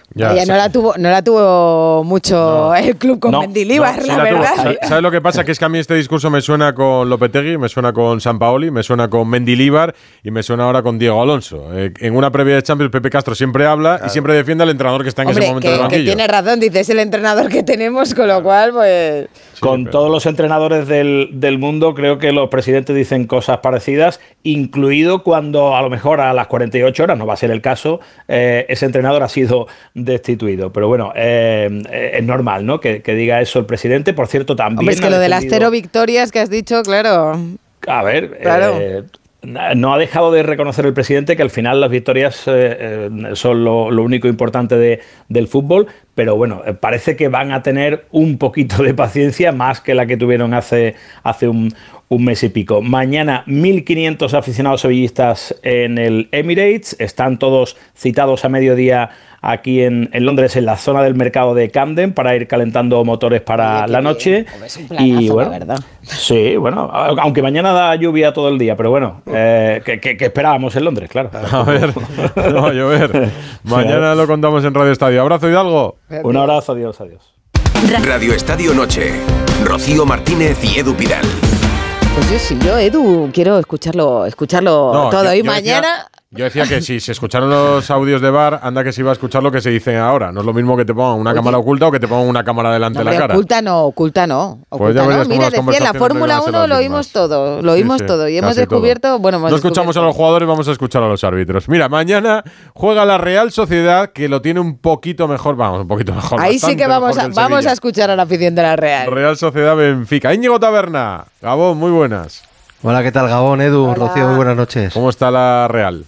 Ya, Oye, no la tuvo, no la tuvo mucho no. el club con no, Mendilibar, no, sí la, la verdad. Tuvo. ¿Sabes lo que pasa? Que es que a mí este discurso me suena con Lopetegui, me suena con Sampaoli, me suena con Mendilibar y me suena ahora con Diego Alonso. Eh, en una previa de Champions, Pepe Castro siempre habla claro. y siempre defiende al entrenador que está en Hombre, ese momento que, del banquillo. Que tiene razón, dice, es el entrenador que tenemos, con lo cual, pues... Sí, con pero... todos los entrenadores del, del mundo, creo que los presidentes dicen cosas parecidas, incluido cuando a lo mejor a las cuarenta y ocho horas, no va a ser el caso, eh, ese entrenador ha sido destituido. Pero bueno, eh, es normal, ¿no? Que, que diga eso el presidente. Por cierto, también... Hombre, es que lo de las cero victorias que has dicho, claro... A ver... Claro. Eh, no ha dejado de reconocer el presidente que al final las victorias eh, son lo, lo único importante de, del fútbol, pero bueno, parece que van a tener un poquito de paciencia más que la que tuvieron hace, hace un, un mes y pico. Mañana mil quinientos aficionados sevillistas en el Emirates, están todos citados a mediodía aquí en, en Londres, en la zona del mercado de Camden, para ir calentando motores para Oye, la noche. Es un planazo, y bueno, la verdad. Sí, bueno, aunque mañana da lluvia todo el día, pero bueno, eh, que, que, que esperábamos en Londres, claro. A ver, no va a llover. Mañana lo contamos en Radio Estadio. Abrazo, Hidalgo. Un abrazo, adiós, adiós. Radio Estadio Noche. Rocío Martínez y Edu Pidal. Pues yo sí, yo, Edu, quiero escucharlo, escucharlo no, todo. Yo, y yo mañana... Decía... Yo decía que si se escucharon los audios de V A R, anda que se iba a escuchar lo que se dice ahora. No es lo mismo que te pongan una Oye. cámara oculta o que te pongan una cámara delante no, de la cara. Oculta no, oculta no. Oculta pues no. Mira, decía, en la Fórmula uno lo oímos todo. Lo oímos sí, sí, todo. Y hemos descubierto... Todo. Bueno, hemos no escuchamos descubierto. a los jugadores, vamos a escuchar a los árbitros. Mira, mañana juega la Real Sociedad, que lo tiene un poquito mejor. Vamos, un poquito mejor. Ahí sí que vamos a, vamos a escuchar a la afición de la Real. Real Sociedad Benfica. Íñigo Taberna. Gabón, muy buenas. Hola, ¿qué tal, Gabón, Edu? Hola. Rocío, muy buenas noches. ¿Cómo está la Real?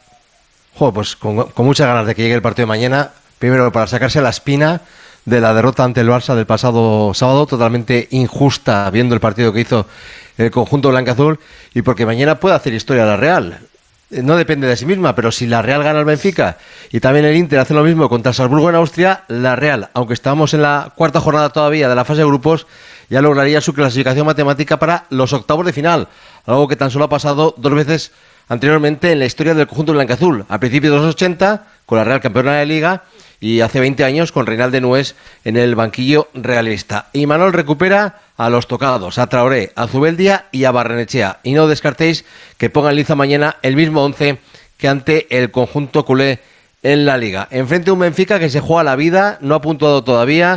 Joder, pues con, con muchas ganas de que llegue el partido de mañana. Primero, para sacarse la espina de la derrota ante el Barça del pasado sábado, totalmente injusta, viendo el partido que hizo el conjunto blanca-azul, y porque mañana puede hacer historia la Real. No depende de sí misma, pero si la Real gana al Benfica y también el Inter hace lo mismo contra Salzburgo en Austria, la Real, aunque estamos en la cuarta jornada todavía de la fase de grupos, ya lograría su clasificación matemática para los octavos de final, algo que tan solo ha pasado dos veces anteriormente en la historia del conjunto blanca-azul, a principios de los ochenta, con la Real campeona de la Liga, y hace veinte años con Reinaldo Nués en el banquillo realista. Y Manol recupera a los tocados, a Traoré, a Zubeldia y a Barrenechea. Y no descartéis que ponga en liza mañana el mismo once que ante el conjunto culé en la Liga. Enfrente a un Benfica que se juega la vida, no ha puntuado todavía,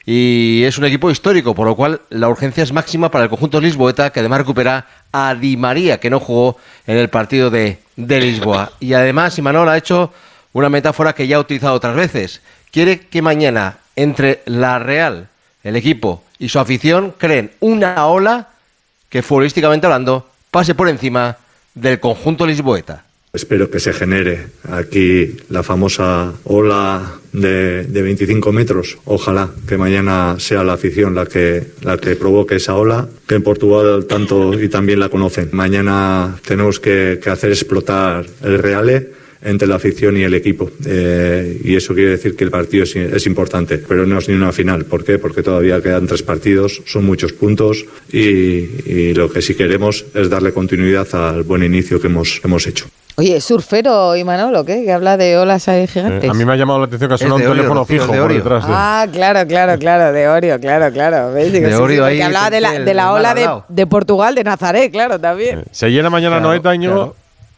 y es un equipo histórico, por lo cual la urgencia es máxima para el conjunto lisboeta, que además recupera a Di María, que no jugó en el partido de, de Lisboa. Y además Imanol ha hecho una metáfora que ya ha utilizado otras veces. Quiere que mañana, entre la Real, el equipo y su afición, creen una ola que, futbolísticamente hablando, pase por encima del conjunto lisboeta. Espero que se genere aquí la famosa ola de, de veinticinco metros. Ojalá que mañana sea la afición la que, la que provoque esa ola, que en Portugal tanto y también la conocen. Mañana tenemos que, que hacer explotar el Reale entre la afición y el equipo. Eh, y eso quiere decir que el partido es, es importante, pero no es ni una final. ¿Por qué? Porque todavía quedan tres partidos, son muchos puntos y, y lo que sí queremos es darle continuidad al buen inicio que hemos, hemos hecho. Oye, ¿es surfero Imanol o qué? Que habla de olas ahí gigantes. Eh, a mí me ha llamado la atención que ha sonado un Orio, teléfono fijo de por detrás. De... Ah, claro, claro, claro, de Orio, claro, claro. ¿Veis? De sí, Orio sí, ahí. Que hablaba de la, de la ola de, de Portugal, de Nazaret, claro, también. Eh, ¿Se llena mañana claro, Noeta, Íñigo? Claro.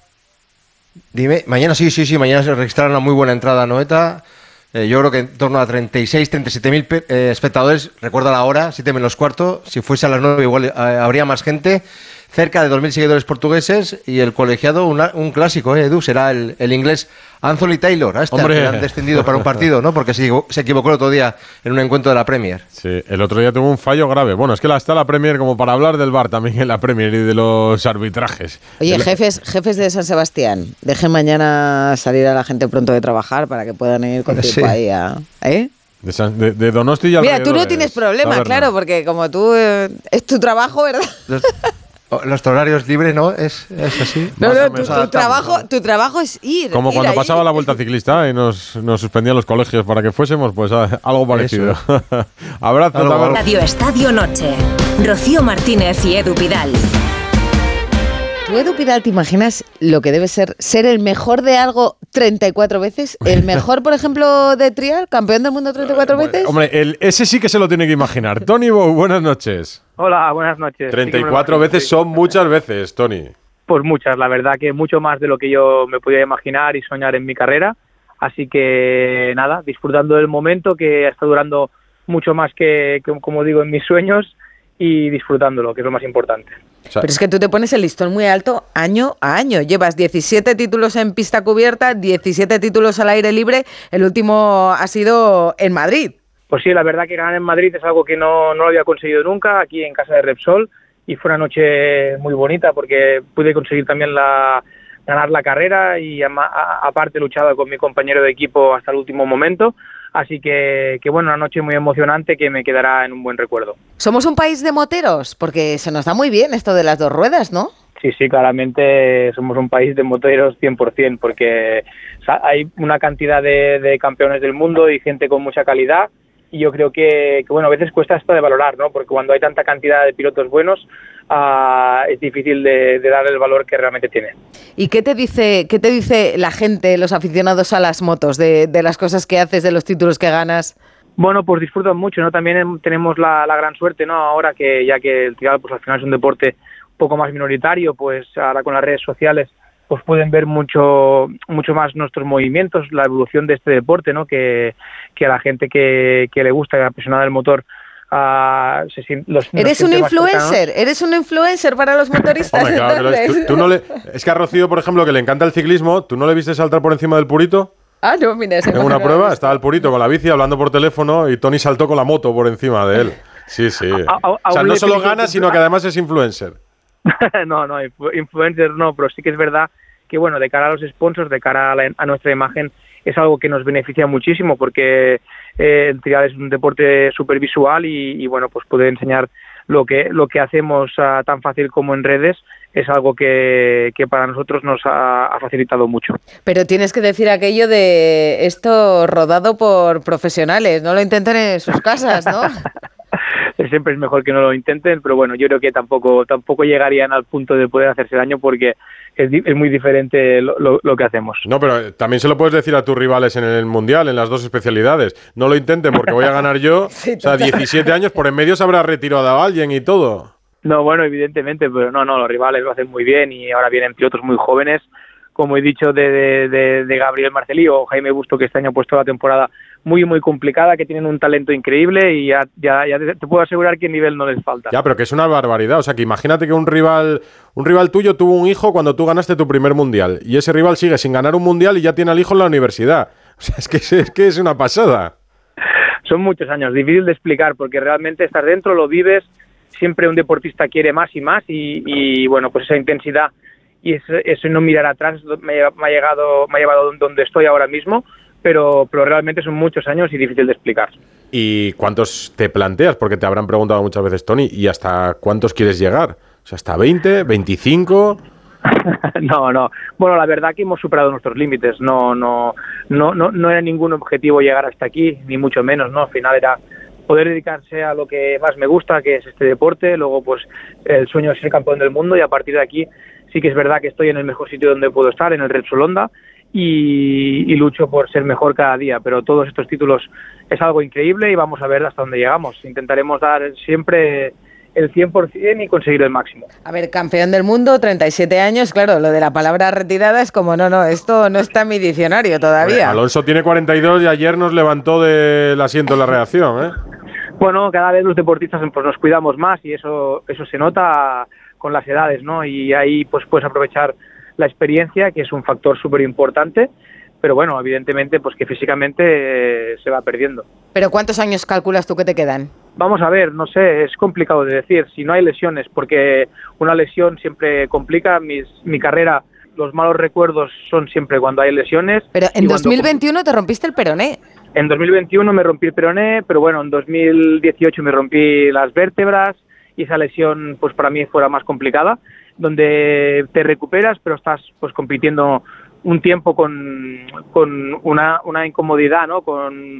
Dime, mañana sí, sí, sí, mañana se registrará una muy buena entrada a Noeta. Eh, yo creo que en torno a treinta y seis, treinta y siete mil eh, espectadores. Recuerda la hora, siete menos cuarto. Si fuese a las nueve igual eh, habría más gente. Cerca de dos mil seguidores portugueses y el colegiado, una, un clásico, ¿eh, Edu? Será el, el inglés Anthony Taylor, hasta que han descendido para un partido, ¿no? Porque se, se equivocó el otro día en un encuentro de la Premier. Sí, el otro día tuvo un fallo grave. Bueno, es que la, está la Premier como para hablar del V A R también en la Premier y de los arbitrajes. Oye, el... jefes, jefes de San Sebastián, dejen mañana salir a la gente pronto de trabajar para que puedan ir con tiempo sí. ahí a... ¿Eh? De, San, de, de Donosti y Mira, tú no tienes problema, claro, porque como tú... Eh, es tu trabajo, ¿verdad? Los... Los horarios libres, ¿no? Es, es así. No, no, tu, tu, trabajo, ¿no? tu trabajo es ir. Como ir cuando ahí. pasaba la vuelta ciclista y nos, nos suspendían los colegios para que fuésemos, pues algo parecido. Abrazo, algo. Radio Estadio Noche. Rocío Martínez y Edu Pidal. ¿Tú, Edu Pidal, te imaginas lo que debe ser ser el mejor de algo treinta y cuatro veces? ¿El mejor, por ejemplo, de trial? ¿Campeón del mundo treinta y cuatro veces? Hombre, el, ese sí que se lo tiene que imaginar. Tony Bou, buenas noches. Hola, buenas noches. treinta y cuatro veces son muchas veces, Tony. Pues muchas, la verdad que mucho más de lo que yo me podía imaginar y soñar en mi carrera. Así que nada, disfrutando del momento que está durando mucho más que, que como digo, en mis sueños, y disfrutándolo, que es lo más importante. O sea, pero es que tú te pones el listón muy alto año a año. Llevas diecisiete títulos en pista cubierta, diecisiete títulos al aire libre. El último ha sido en Madrid. Pues sí, la verdad que ganar en Madrid es algo que no, no lo había conseguido nunca, aquí en casa de Repsol, y fue una noche muy bonita porque pude conseguir también la, ganar la carrera y a, a, aparte luchado con mi compañero de equipo hasta el último momento. Así que, que bueno, una noche muy emocionante que me quedará en un buen recuerdo. ¿Somos un país de moteros? Porque se nos da muy bien esto de las dos ruedas, ¿no? Sí, sí, claramente somos un país de moteros cien por ciento, porque hay una cantidad de, de campeones del mundo y gente con mucha calidad, y yo creo que, que, bueno, a veces cuesta esto de valorar, ¿no? Porque cuando hay tanta cantidad de pilotos buenos, uh, es difícil de, de dar el valor que realmente tiene. ¿Y qué te dice qué te dice la gente, los aficionados a las motos, de, de las cosas que haces, de los títulos que ganas? Bueno, pues disfrutan mucho, ¿no? También tenemos la, la gran suerte, ¿no? Ahora que ya que el trial, pues al final es un deporte un poco más minoritario, pues ahora con las redes sociales pues pueden ver mucho mucho más nuestros movimientos, la evolución de este deporte, ¿no? Que, que a la gente que, que le gusta, que es apasionada del motor, uh, se siente, los, ¿Eres un influencer? ¿Eres un influencer para los motoristas? Hombre, claro, es, tú, tú no le, es que a Rocío, por ejemplo, que le encanta el ciclismo, ¿tú no le viste saltar por encima del Purito? Ah, no, mira. En una prueba estaba el Purito con la bici hablando por teléfono y Tony saltó con la moto por encima de él. Sí, sí. A, a, o sea, no solo gana, sino que además es influencer. No, no, influencer no, pero sí que es verdad que, bueno, de cara a los sponsors, de cara a, la, a nuestra imagen, es algo que nos beneficia muchísimo, porque eh, el trial es un deporte súper visual y, y, bueno, pues poder enseñar lo que lo que hacemos uh, tan fácil como en redes es algo que, que para nosotros nos ha, ha facilitado mucho. Pero tienes que decir aquello de esto rodado por profesionales, no lo intenten en sus casas, ¿no? Siempre es mejor que no lo intenten, pero bueno, yo creo que tampoco tampoco llegarían al punto de poder hacerse daño, porque es, es muy diferente lo, lo, lo que hacemos. No, pero también se lo puedes decir a tus rivales en el Mundial, en las dos especialidades. No lo intenten porque voy a ganar yo. Sí, o sea, diecisiete años, por en medio se habrá retirado a alguien y todo. No, bueno, evidentemente, pero no, no, los rivales lo hacen muy bien y ahora vienen pilotos muy jóvenes, como he dicho, de, de, de, de Gabriel Marcelí o Jaime Busto, que este año ha puesto la temporada muy, muy complicada, que tienen un talento increíble y ya, ya, ya te puedo asegurar que el nivel no les falta. Ya, pero que es una barbaridad. O sea, que imagínate que un rival un rival tuyo tuvo un hijo cuando tú ganaste tu primer mundial y ese rival sigue sin ganar un mundial y ya tiene al hijo en la universidad. O sea, es que es, que es una pasada. Son muchos años, difícil de explicar, porque realmente estás dentro, lo vives, siempre un deportista quiere más y más y, y bueno, pues esa intensidad y eso, eso no mirar atrás me, me ha llegado, me ha llevado donde estoy ahora mismo. Pero, pero realmente son muchos años y difícil de explicar. ¿Y cuántos te planteas? Porque te habrán preguntado muchas veces, Tony, ¿y hasta cuántos quieres llegar? O sea, ¿hasta veinte, veinticinco? No, no. Bueno, la verdad que hemos superado nuestros límites. No, no, no, no, no era ningún objetivo llegar hasta aquí, ni mucho menos, ¿no? Al final era poder dedicarse a lo que más me gusta, que es este deporte. Luego, pues, el sueño es ser campeón del mundo y a partir de aquí sí que es verdad que estoy en el mejor sitio donde puedo estar, en el Repsol Honda. Y, y lucho por ser mejor cada día, pero todos estos títulos es algo increíble y vamos a ver hasta dónde llegamos. Intentaremos dar siempre el cien por ciento y conseguir el máximo. A ver, campeón del mundo, treinta y siete años, claro, lo de la palabra retirada es como, no, no, esto no está en mi diccionario todavía. Bueno, Alonso tiene cuarenta y dos y ayer nos levantó del asiento en la reacción, ¿eh? Bueno, cada vez los deportistas pues, nos cuidamos más y eso, eso se nota con las edades, ¿no? Y ahí pues puedes aprovechar la experiencia, que es un factor súper importante, pero bueno, evidentemente pues que físicamente eh, se va perdiendo. ¿Pero cuántos años calculas tú que te quedan? Vamos a ver, no sé, es complicado de decir, si no hay lesiones, porque una lesión siempre complica mis, mi carrera, los malos recuerdos son siempre cuando hay lesiones. Pero en dos mil veintiuno te rompiste el peroné. En dos mil veintiuno me rompí el peroné, pero bueno, en dos mil dieciocho me rompí las vértebras y esa lesión pues para mí fuera más complicada, donde te recuperas pero estás pues compitiendo un tiempo con, con una, una incomodidad, ¿no? Con,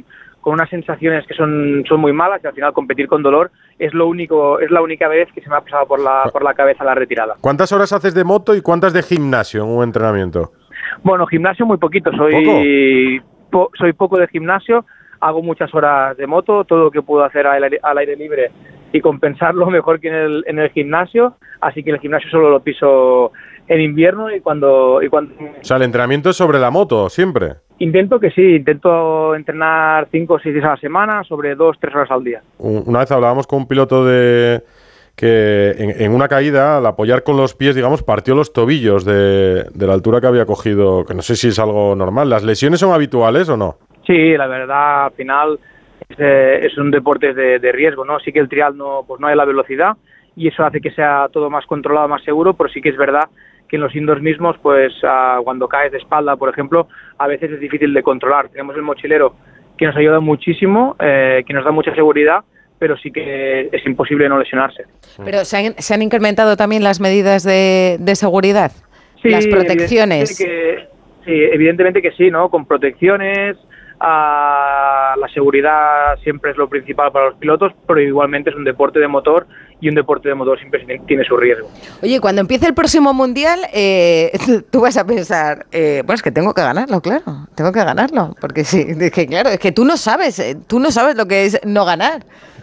con unas sensaciones que son, son muy malas y al final competir con dolor es lo único, es la única vez que se me ha pasado por la, por la cabeza la retirada. ¿Cuántas horas haces de moto y cuántas de gimnasio en un entrenamiento? Bueno, gimnasio muy poquito, soy ¿Poco? Po, soy poco de gimnasio, hago muchas horas de moto, todo lo que puedo hacer al aire, al aire libre y compensarlo mejor que en el, en el gimnasio, así que el gimnasio solo lo piso en invierno y cuando, y cuando... O sea, el entrenamiento es sobre la moto, siempre. Intento que sí, intento entrenar cinco o seis días a la semana, sobre dos, tres horas al día. Una vez hablábamos con un piloto de que en, en una caída, al apoyar con los pies, digamos, partió los tobillos de, de la altura que había cogido, que no sé si es algo normal. ¿Las lesiones son habituales o no? Sí, la verdad, al final es, eh, es un deporte de, de riesgo, ¿no? Sí que el trial no, pues no hay la velocidad y eso hace que sea todo más controlado, más seguro, pero sí que es verdad que en los indoors mismos, pues uh, cuando caes de espalda, por ejemplo, a veces es difícil de controlar. Tenemos el mochilero que nos ayuda muchísimo, eh, que nos da mucha seguridad, pero sí que es imposible no lesionarse. Pero ¿se han, ¿se han incrementado también las medidas de, de seguridad? Sí, las protecciones. Evidentemente que, sí, evidentemente que sí, ¿no? Con protecciones, uh, la seguridad siempre es lo principal para los pilotos, pero igualmente es un deporte de motor y un deporte de motor siempre tiene su riesgo. Oye, cuando empiece el próximo Mundial, eh, tú vas a pensar, eh, bueno, es que tengo que ganarlo, claro, tengo que ganarlo, porque sí, es que claro, es que tú no sabes, eh, tú no sabes lo que es no ganar.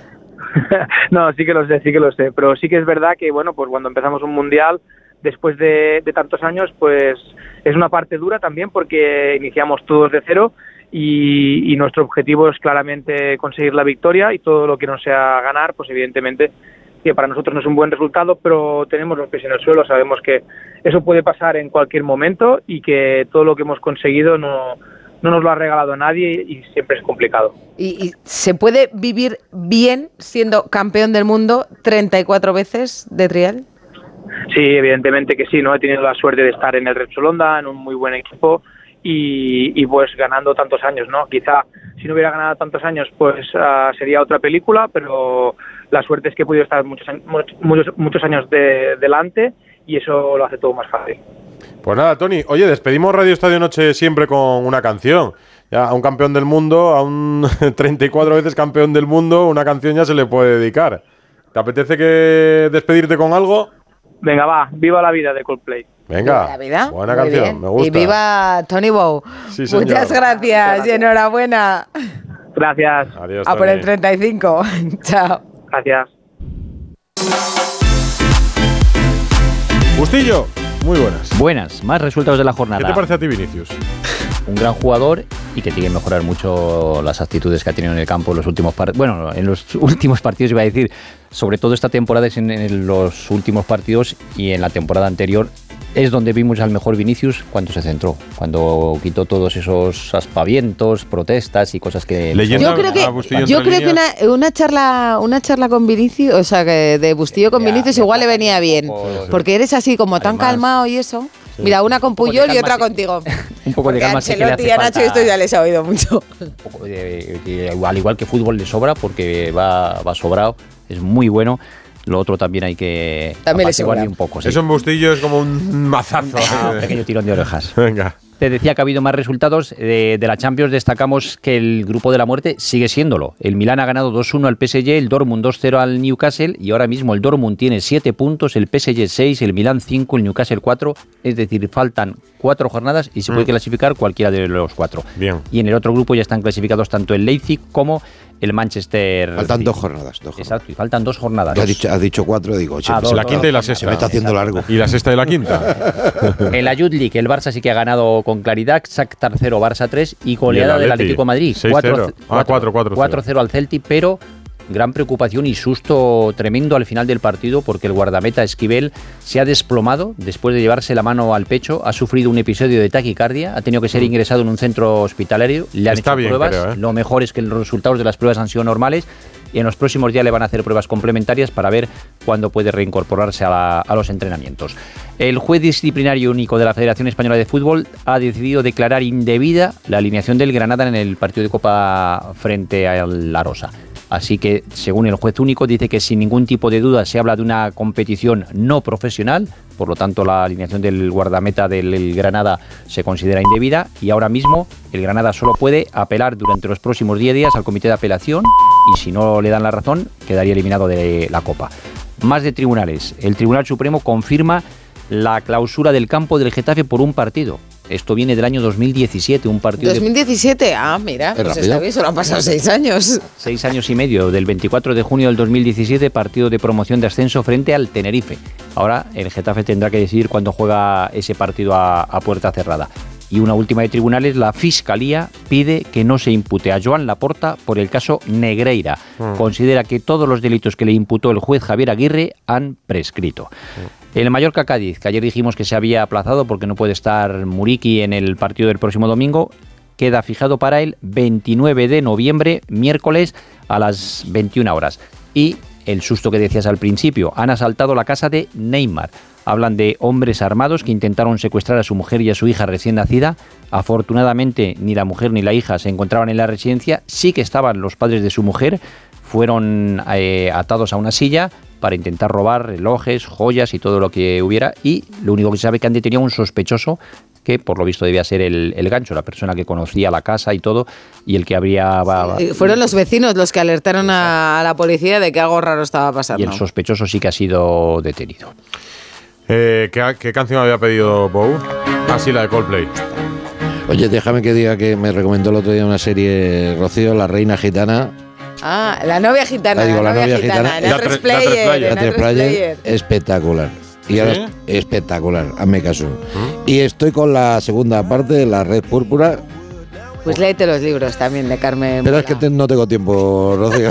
No, sí que lo sé, sí que lo sé, pero sí que es verdad que, bueno, pues cuando empezamos un Mundial, después de, de tantos años, pues es una parte dura también porque iniciamos todos de cero y, y nuestro objetivo es claramente conseguir la victoria y todo lo que no sea ganar, pues evidentemente que para nosotros no es un buen resultado, pero tenemos los pies en el suelo, sabemos que eso puede pasar en cualquier momento y que todo lo que hemos conseguido no, no nos lo ha regalado nadie y siempre es complicado. ¿Y, y se puede vivir bien siendo campeón del mundo treinta y cuatro veces de trial? Sí, evidentemente que sí, ¿no? He tenido la suerte de estar en el Repsol Honda, en un muy buen equipo y, y pues ganando tantos años, ¿no? Quizá si no hubiera ganado tantos años, pues uh, sería otra película, pero la suerte es que he podido estar muchos, muchos, muchos años de, delante y eso lo hace todo más fácil. Pues nada, Tony, oye, despedimos Radio Estadio Noche siempre con una canción. Ya a un campeón del mundo, a un treinta y cuatro veces campeón del mundo, una canción ya se le puede dedicar. ¿Te apetece que despedirte con algo? Venga, va, viva la vida de Coldplay. Venga, la vida. buena Muy canción, bien. me gusta. Y viva Tony Bow. Sí, señor. Muchas gracias, gracias y enhorabuena. Gracias. Adiós, a Tony. por el treinta y cinco. Chao. Gracias. Bustillo, muy buenas. Buenas, más resultados de la jornada. ¿Qué te parece a ti, Vinicius? Un gran jugador y que tiene que mejorar mucho las actitudes que ha tenido en el campo en los últimos partidos. Bueno, en los últimos partidos iba a decir, sobre todo esta temporada es en, en los últimos partidos y en la temporada anterior es donde vimos al mejor Vinicius cuando se centró, cuando quitó todos esos aspavientos, protestas y cosas que... Leyenda, yo creo que, yo creo que una, una charla una charla con Vinicius, o sea, que de Bustillo con ya, Vinicius igual le venía bien, porque eres así como tan Además, calmado y eso... Sí. Mira, una con Puyol y otra contigo. Un poco de calma sí que le hace y a Nacho falta, esto ya les ha oído mucho. Un poco de, de, al igual que fútbol le sobra porque va, va sobrado, es muy bueno. Lo otro también hay que también le sobra un poco. Sí. Eso en Bustillo es como un mazazo. Ah, un pequeño tirón de orejas. Venga. Te decía que ha habido más resultados de, de la Champions. Destacamos que el grupo de la muerte sigue siéndolo. El Milán ha ganado dos uno al P S G, el Dortmund dos cero al Newcastle y ahora mismo el Dortmund tiene siete puntos, el P S G seis, el Milán cinco, el Newcastle cuatro. Es decir, faltan cuatro jornadas y se puede mm. clasificar cualquiera de los cuatro. Bien. Y en el otro grupo ya están clasificados tanto el Leipzig como el Manchester. Faltan City. dos jornadas. Dos jornadas. Exacto, y faltan dos jornadas. Has dicho, has dicho cuatro, digo. Ah, dos, la quinta y la sexta. Se me está haciendo Exacto. largo. Y la sexta y la quinta. En la Youth League, el Barça sí que ha ganado con claridad. Shakhtar cero, Barça tres y goleada del Atlético de Madrid. cuatro cero al Celtic, pero gran preocupación y susto tremendo al final del partido porque el guardameta Esquivel se ha desplomado después de llevarse la mano al pecho, ha sufrido un episodio de taquicardia, ha tenido que ser ingresado en un centro hospitalario, le han Está hecho bien, pruebas, creo, ¿eh? Lo mejor es que los resultados de las pruebas han sido normales y en los próximos días le van a hacer pruebas complementarias para ver cuándo puede reincorporarse a, la, a los entrenamientos. El juez disciplinario único de la Federación Española de Fútbol ha decidido declarar indebida la alineación del Granada en el partido de Copa frente al Arosa. Así que, según el juez único, dice que sin ningún tipo de duda se habla de una competición no profesional, por lo tanto la alineación del guardameta del Granada se considera indebida y ahora mismo el Granada solo puede apelar durante los próximos diez días al comité de apelación y si no le dan la razón quedaría eliminado de la Copa. Más de tribunales. El Tribunal Supremo confirma la clausura del campo del Getafe por un partido. Esto viene del año dos mil diecisiete, un partido ¿dos mil diecisiete? De... Ah, mira, pues está bien, solo han pasado seis años. Seis años y medio, del veinticuatro de junio del dos mil diecisiete, partido de promoción de ascenso frente al Tenerife. Ahora el Getafe tendrá que decidir cuándo juega ese partido a, a puerta cerrada. Y una última de tribunales, la Fiscalía pide que no se impute a Joan Laporta por el caso Negreira. Mm. Considera que todos los delitos que le imputó el juez Javier Aguirre han prescrito. Mm. El Mallorca-Cádiz, que ayer dijimos que se había aplazado porque no puede estar Muriqui en el partido del próximo domingo, queda fijado para el veintinueve de noviembre, miércoles, a las veintiuna horas. Y el susto que decías al principio, han asaltado la casa de Neymar. Hablan de hombres armados que intentaron secuestrar a su mujer y a su hija recién nacida. Afortunadamente, ni la mujer ni la hija se encontraban en la residencia. Sí que estaban los padres de su mujer. Fueron eh, atados a una silla para intentar robar relojes, joyas y todo lo que hubiera. Y lo único que se sabe es que han detenido a un sospechoso que por lo visto debía ser el, el gancho, la persona que conocía la casa y todo, y el que habría... Sí, fueron los vecinos los que alertaron a, a la policía de que algo raro estaba pasando. Y el sospechoso sí que ha sido detenido. Eh, ¿qué, ¿Qué canción había pedido Bou? Ah, sí, la de Coldplay. Oye, déjame que diga que me recomendó el otro día una serie, Rocío, La Reina Gitana. Ah, La Novia Gitana. Ah, digo, la, la novia, novia gitana. gitana. La tres player. La tres player. Espectacular. Y ahora ¿Sí? es espectacular, hazme caso. ¿Mm? Y estoy con la segunda parte de La Red Púrpura. Pues léete los libros también de Carmen. Pero Mola. Es que te, no tengo tiempo, Rocío.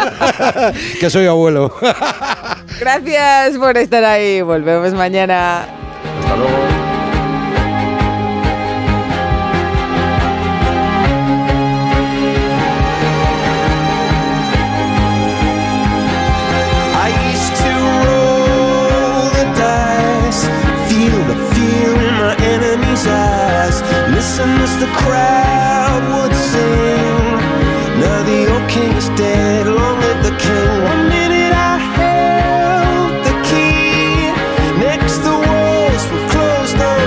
Que soy abuelo. Gracias por estar ahí. Volvemos mañana. Hasta luego. Listen as the crowd would sing. Now the old king is dead, long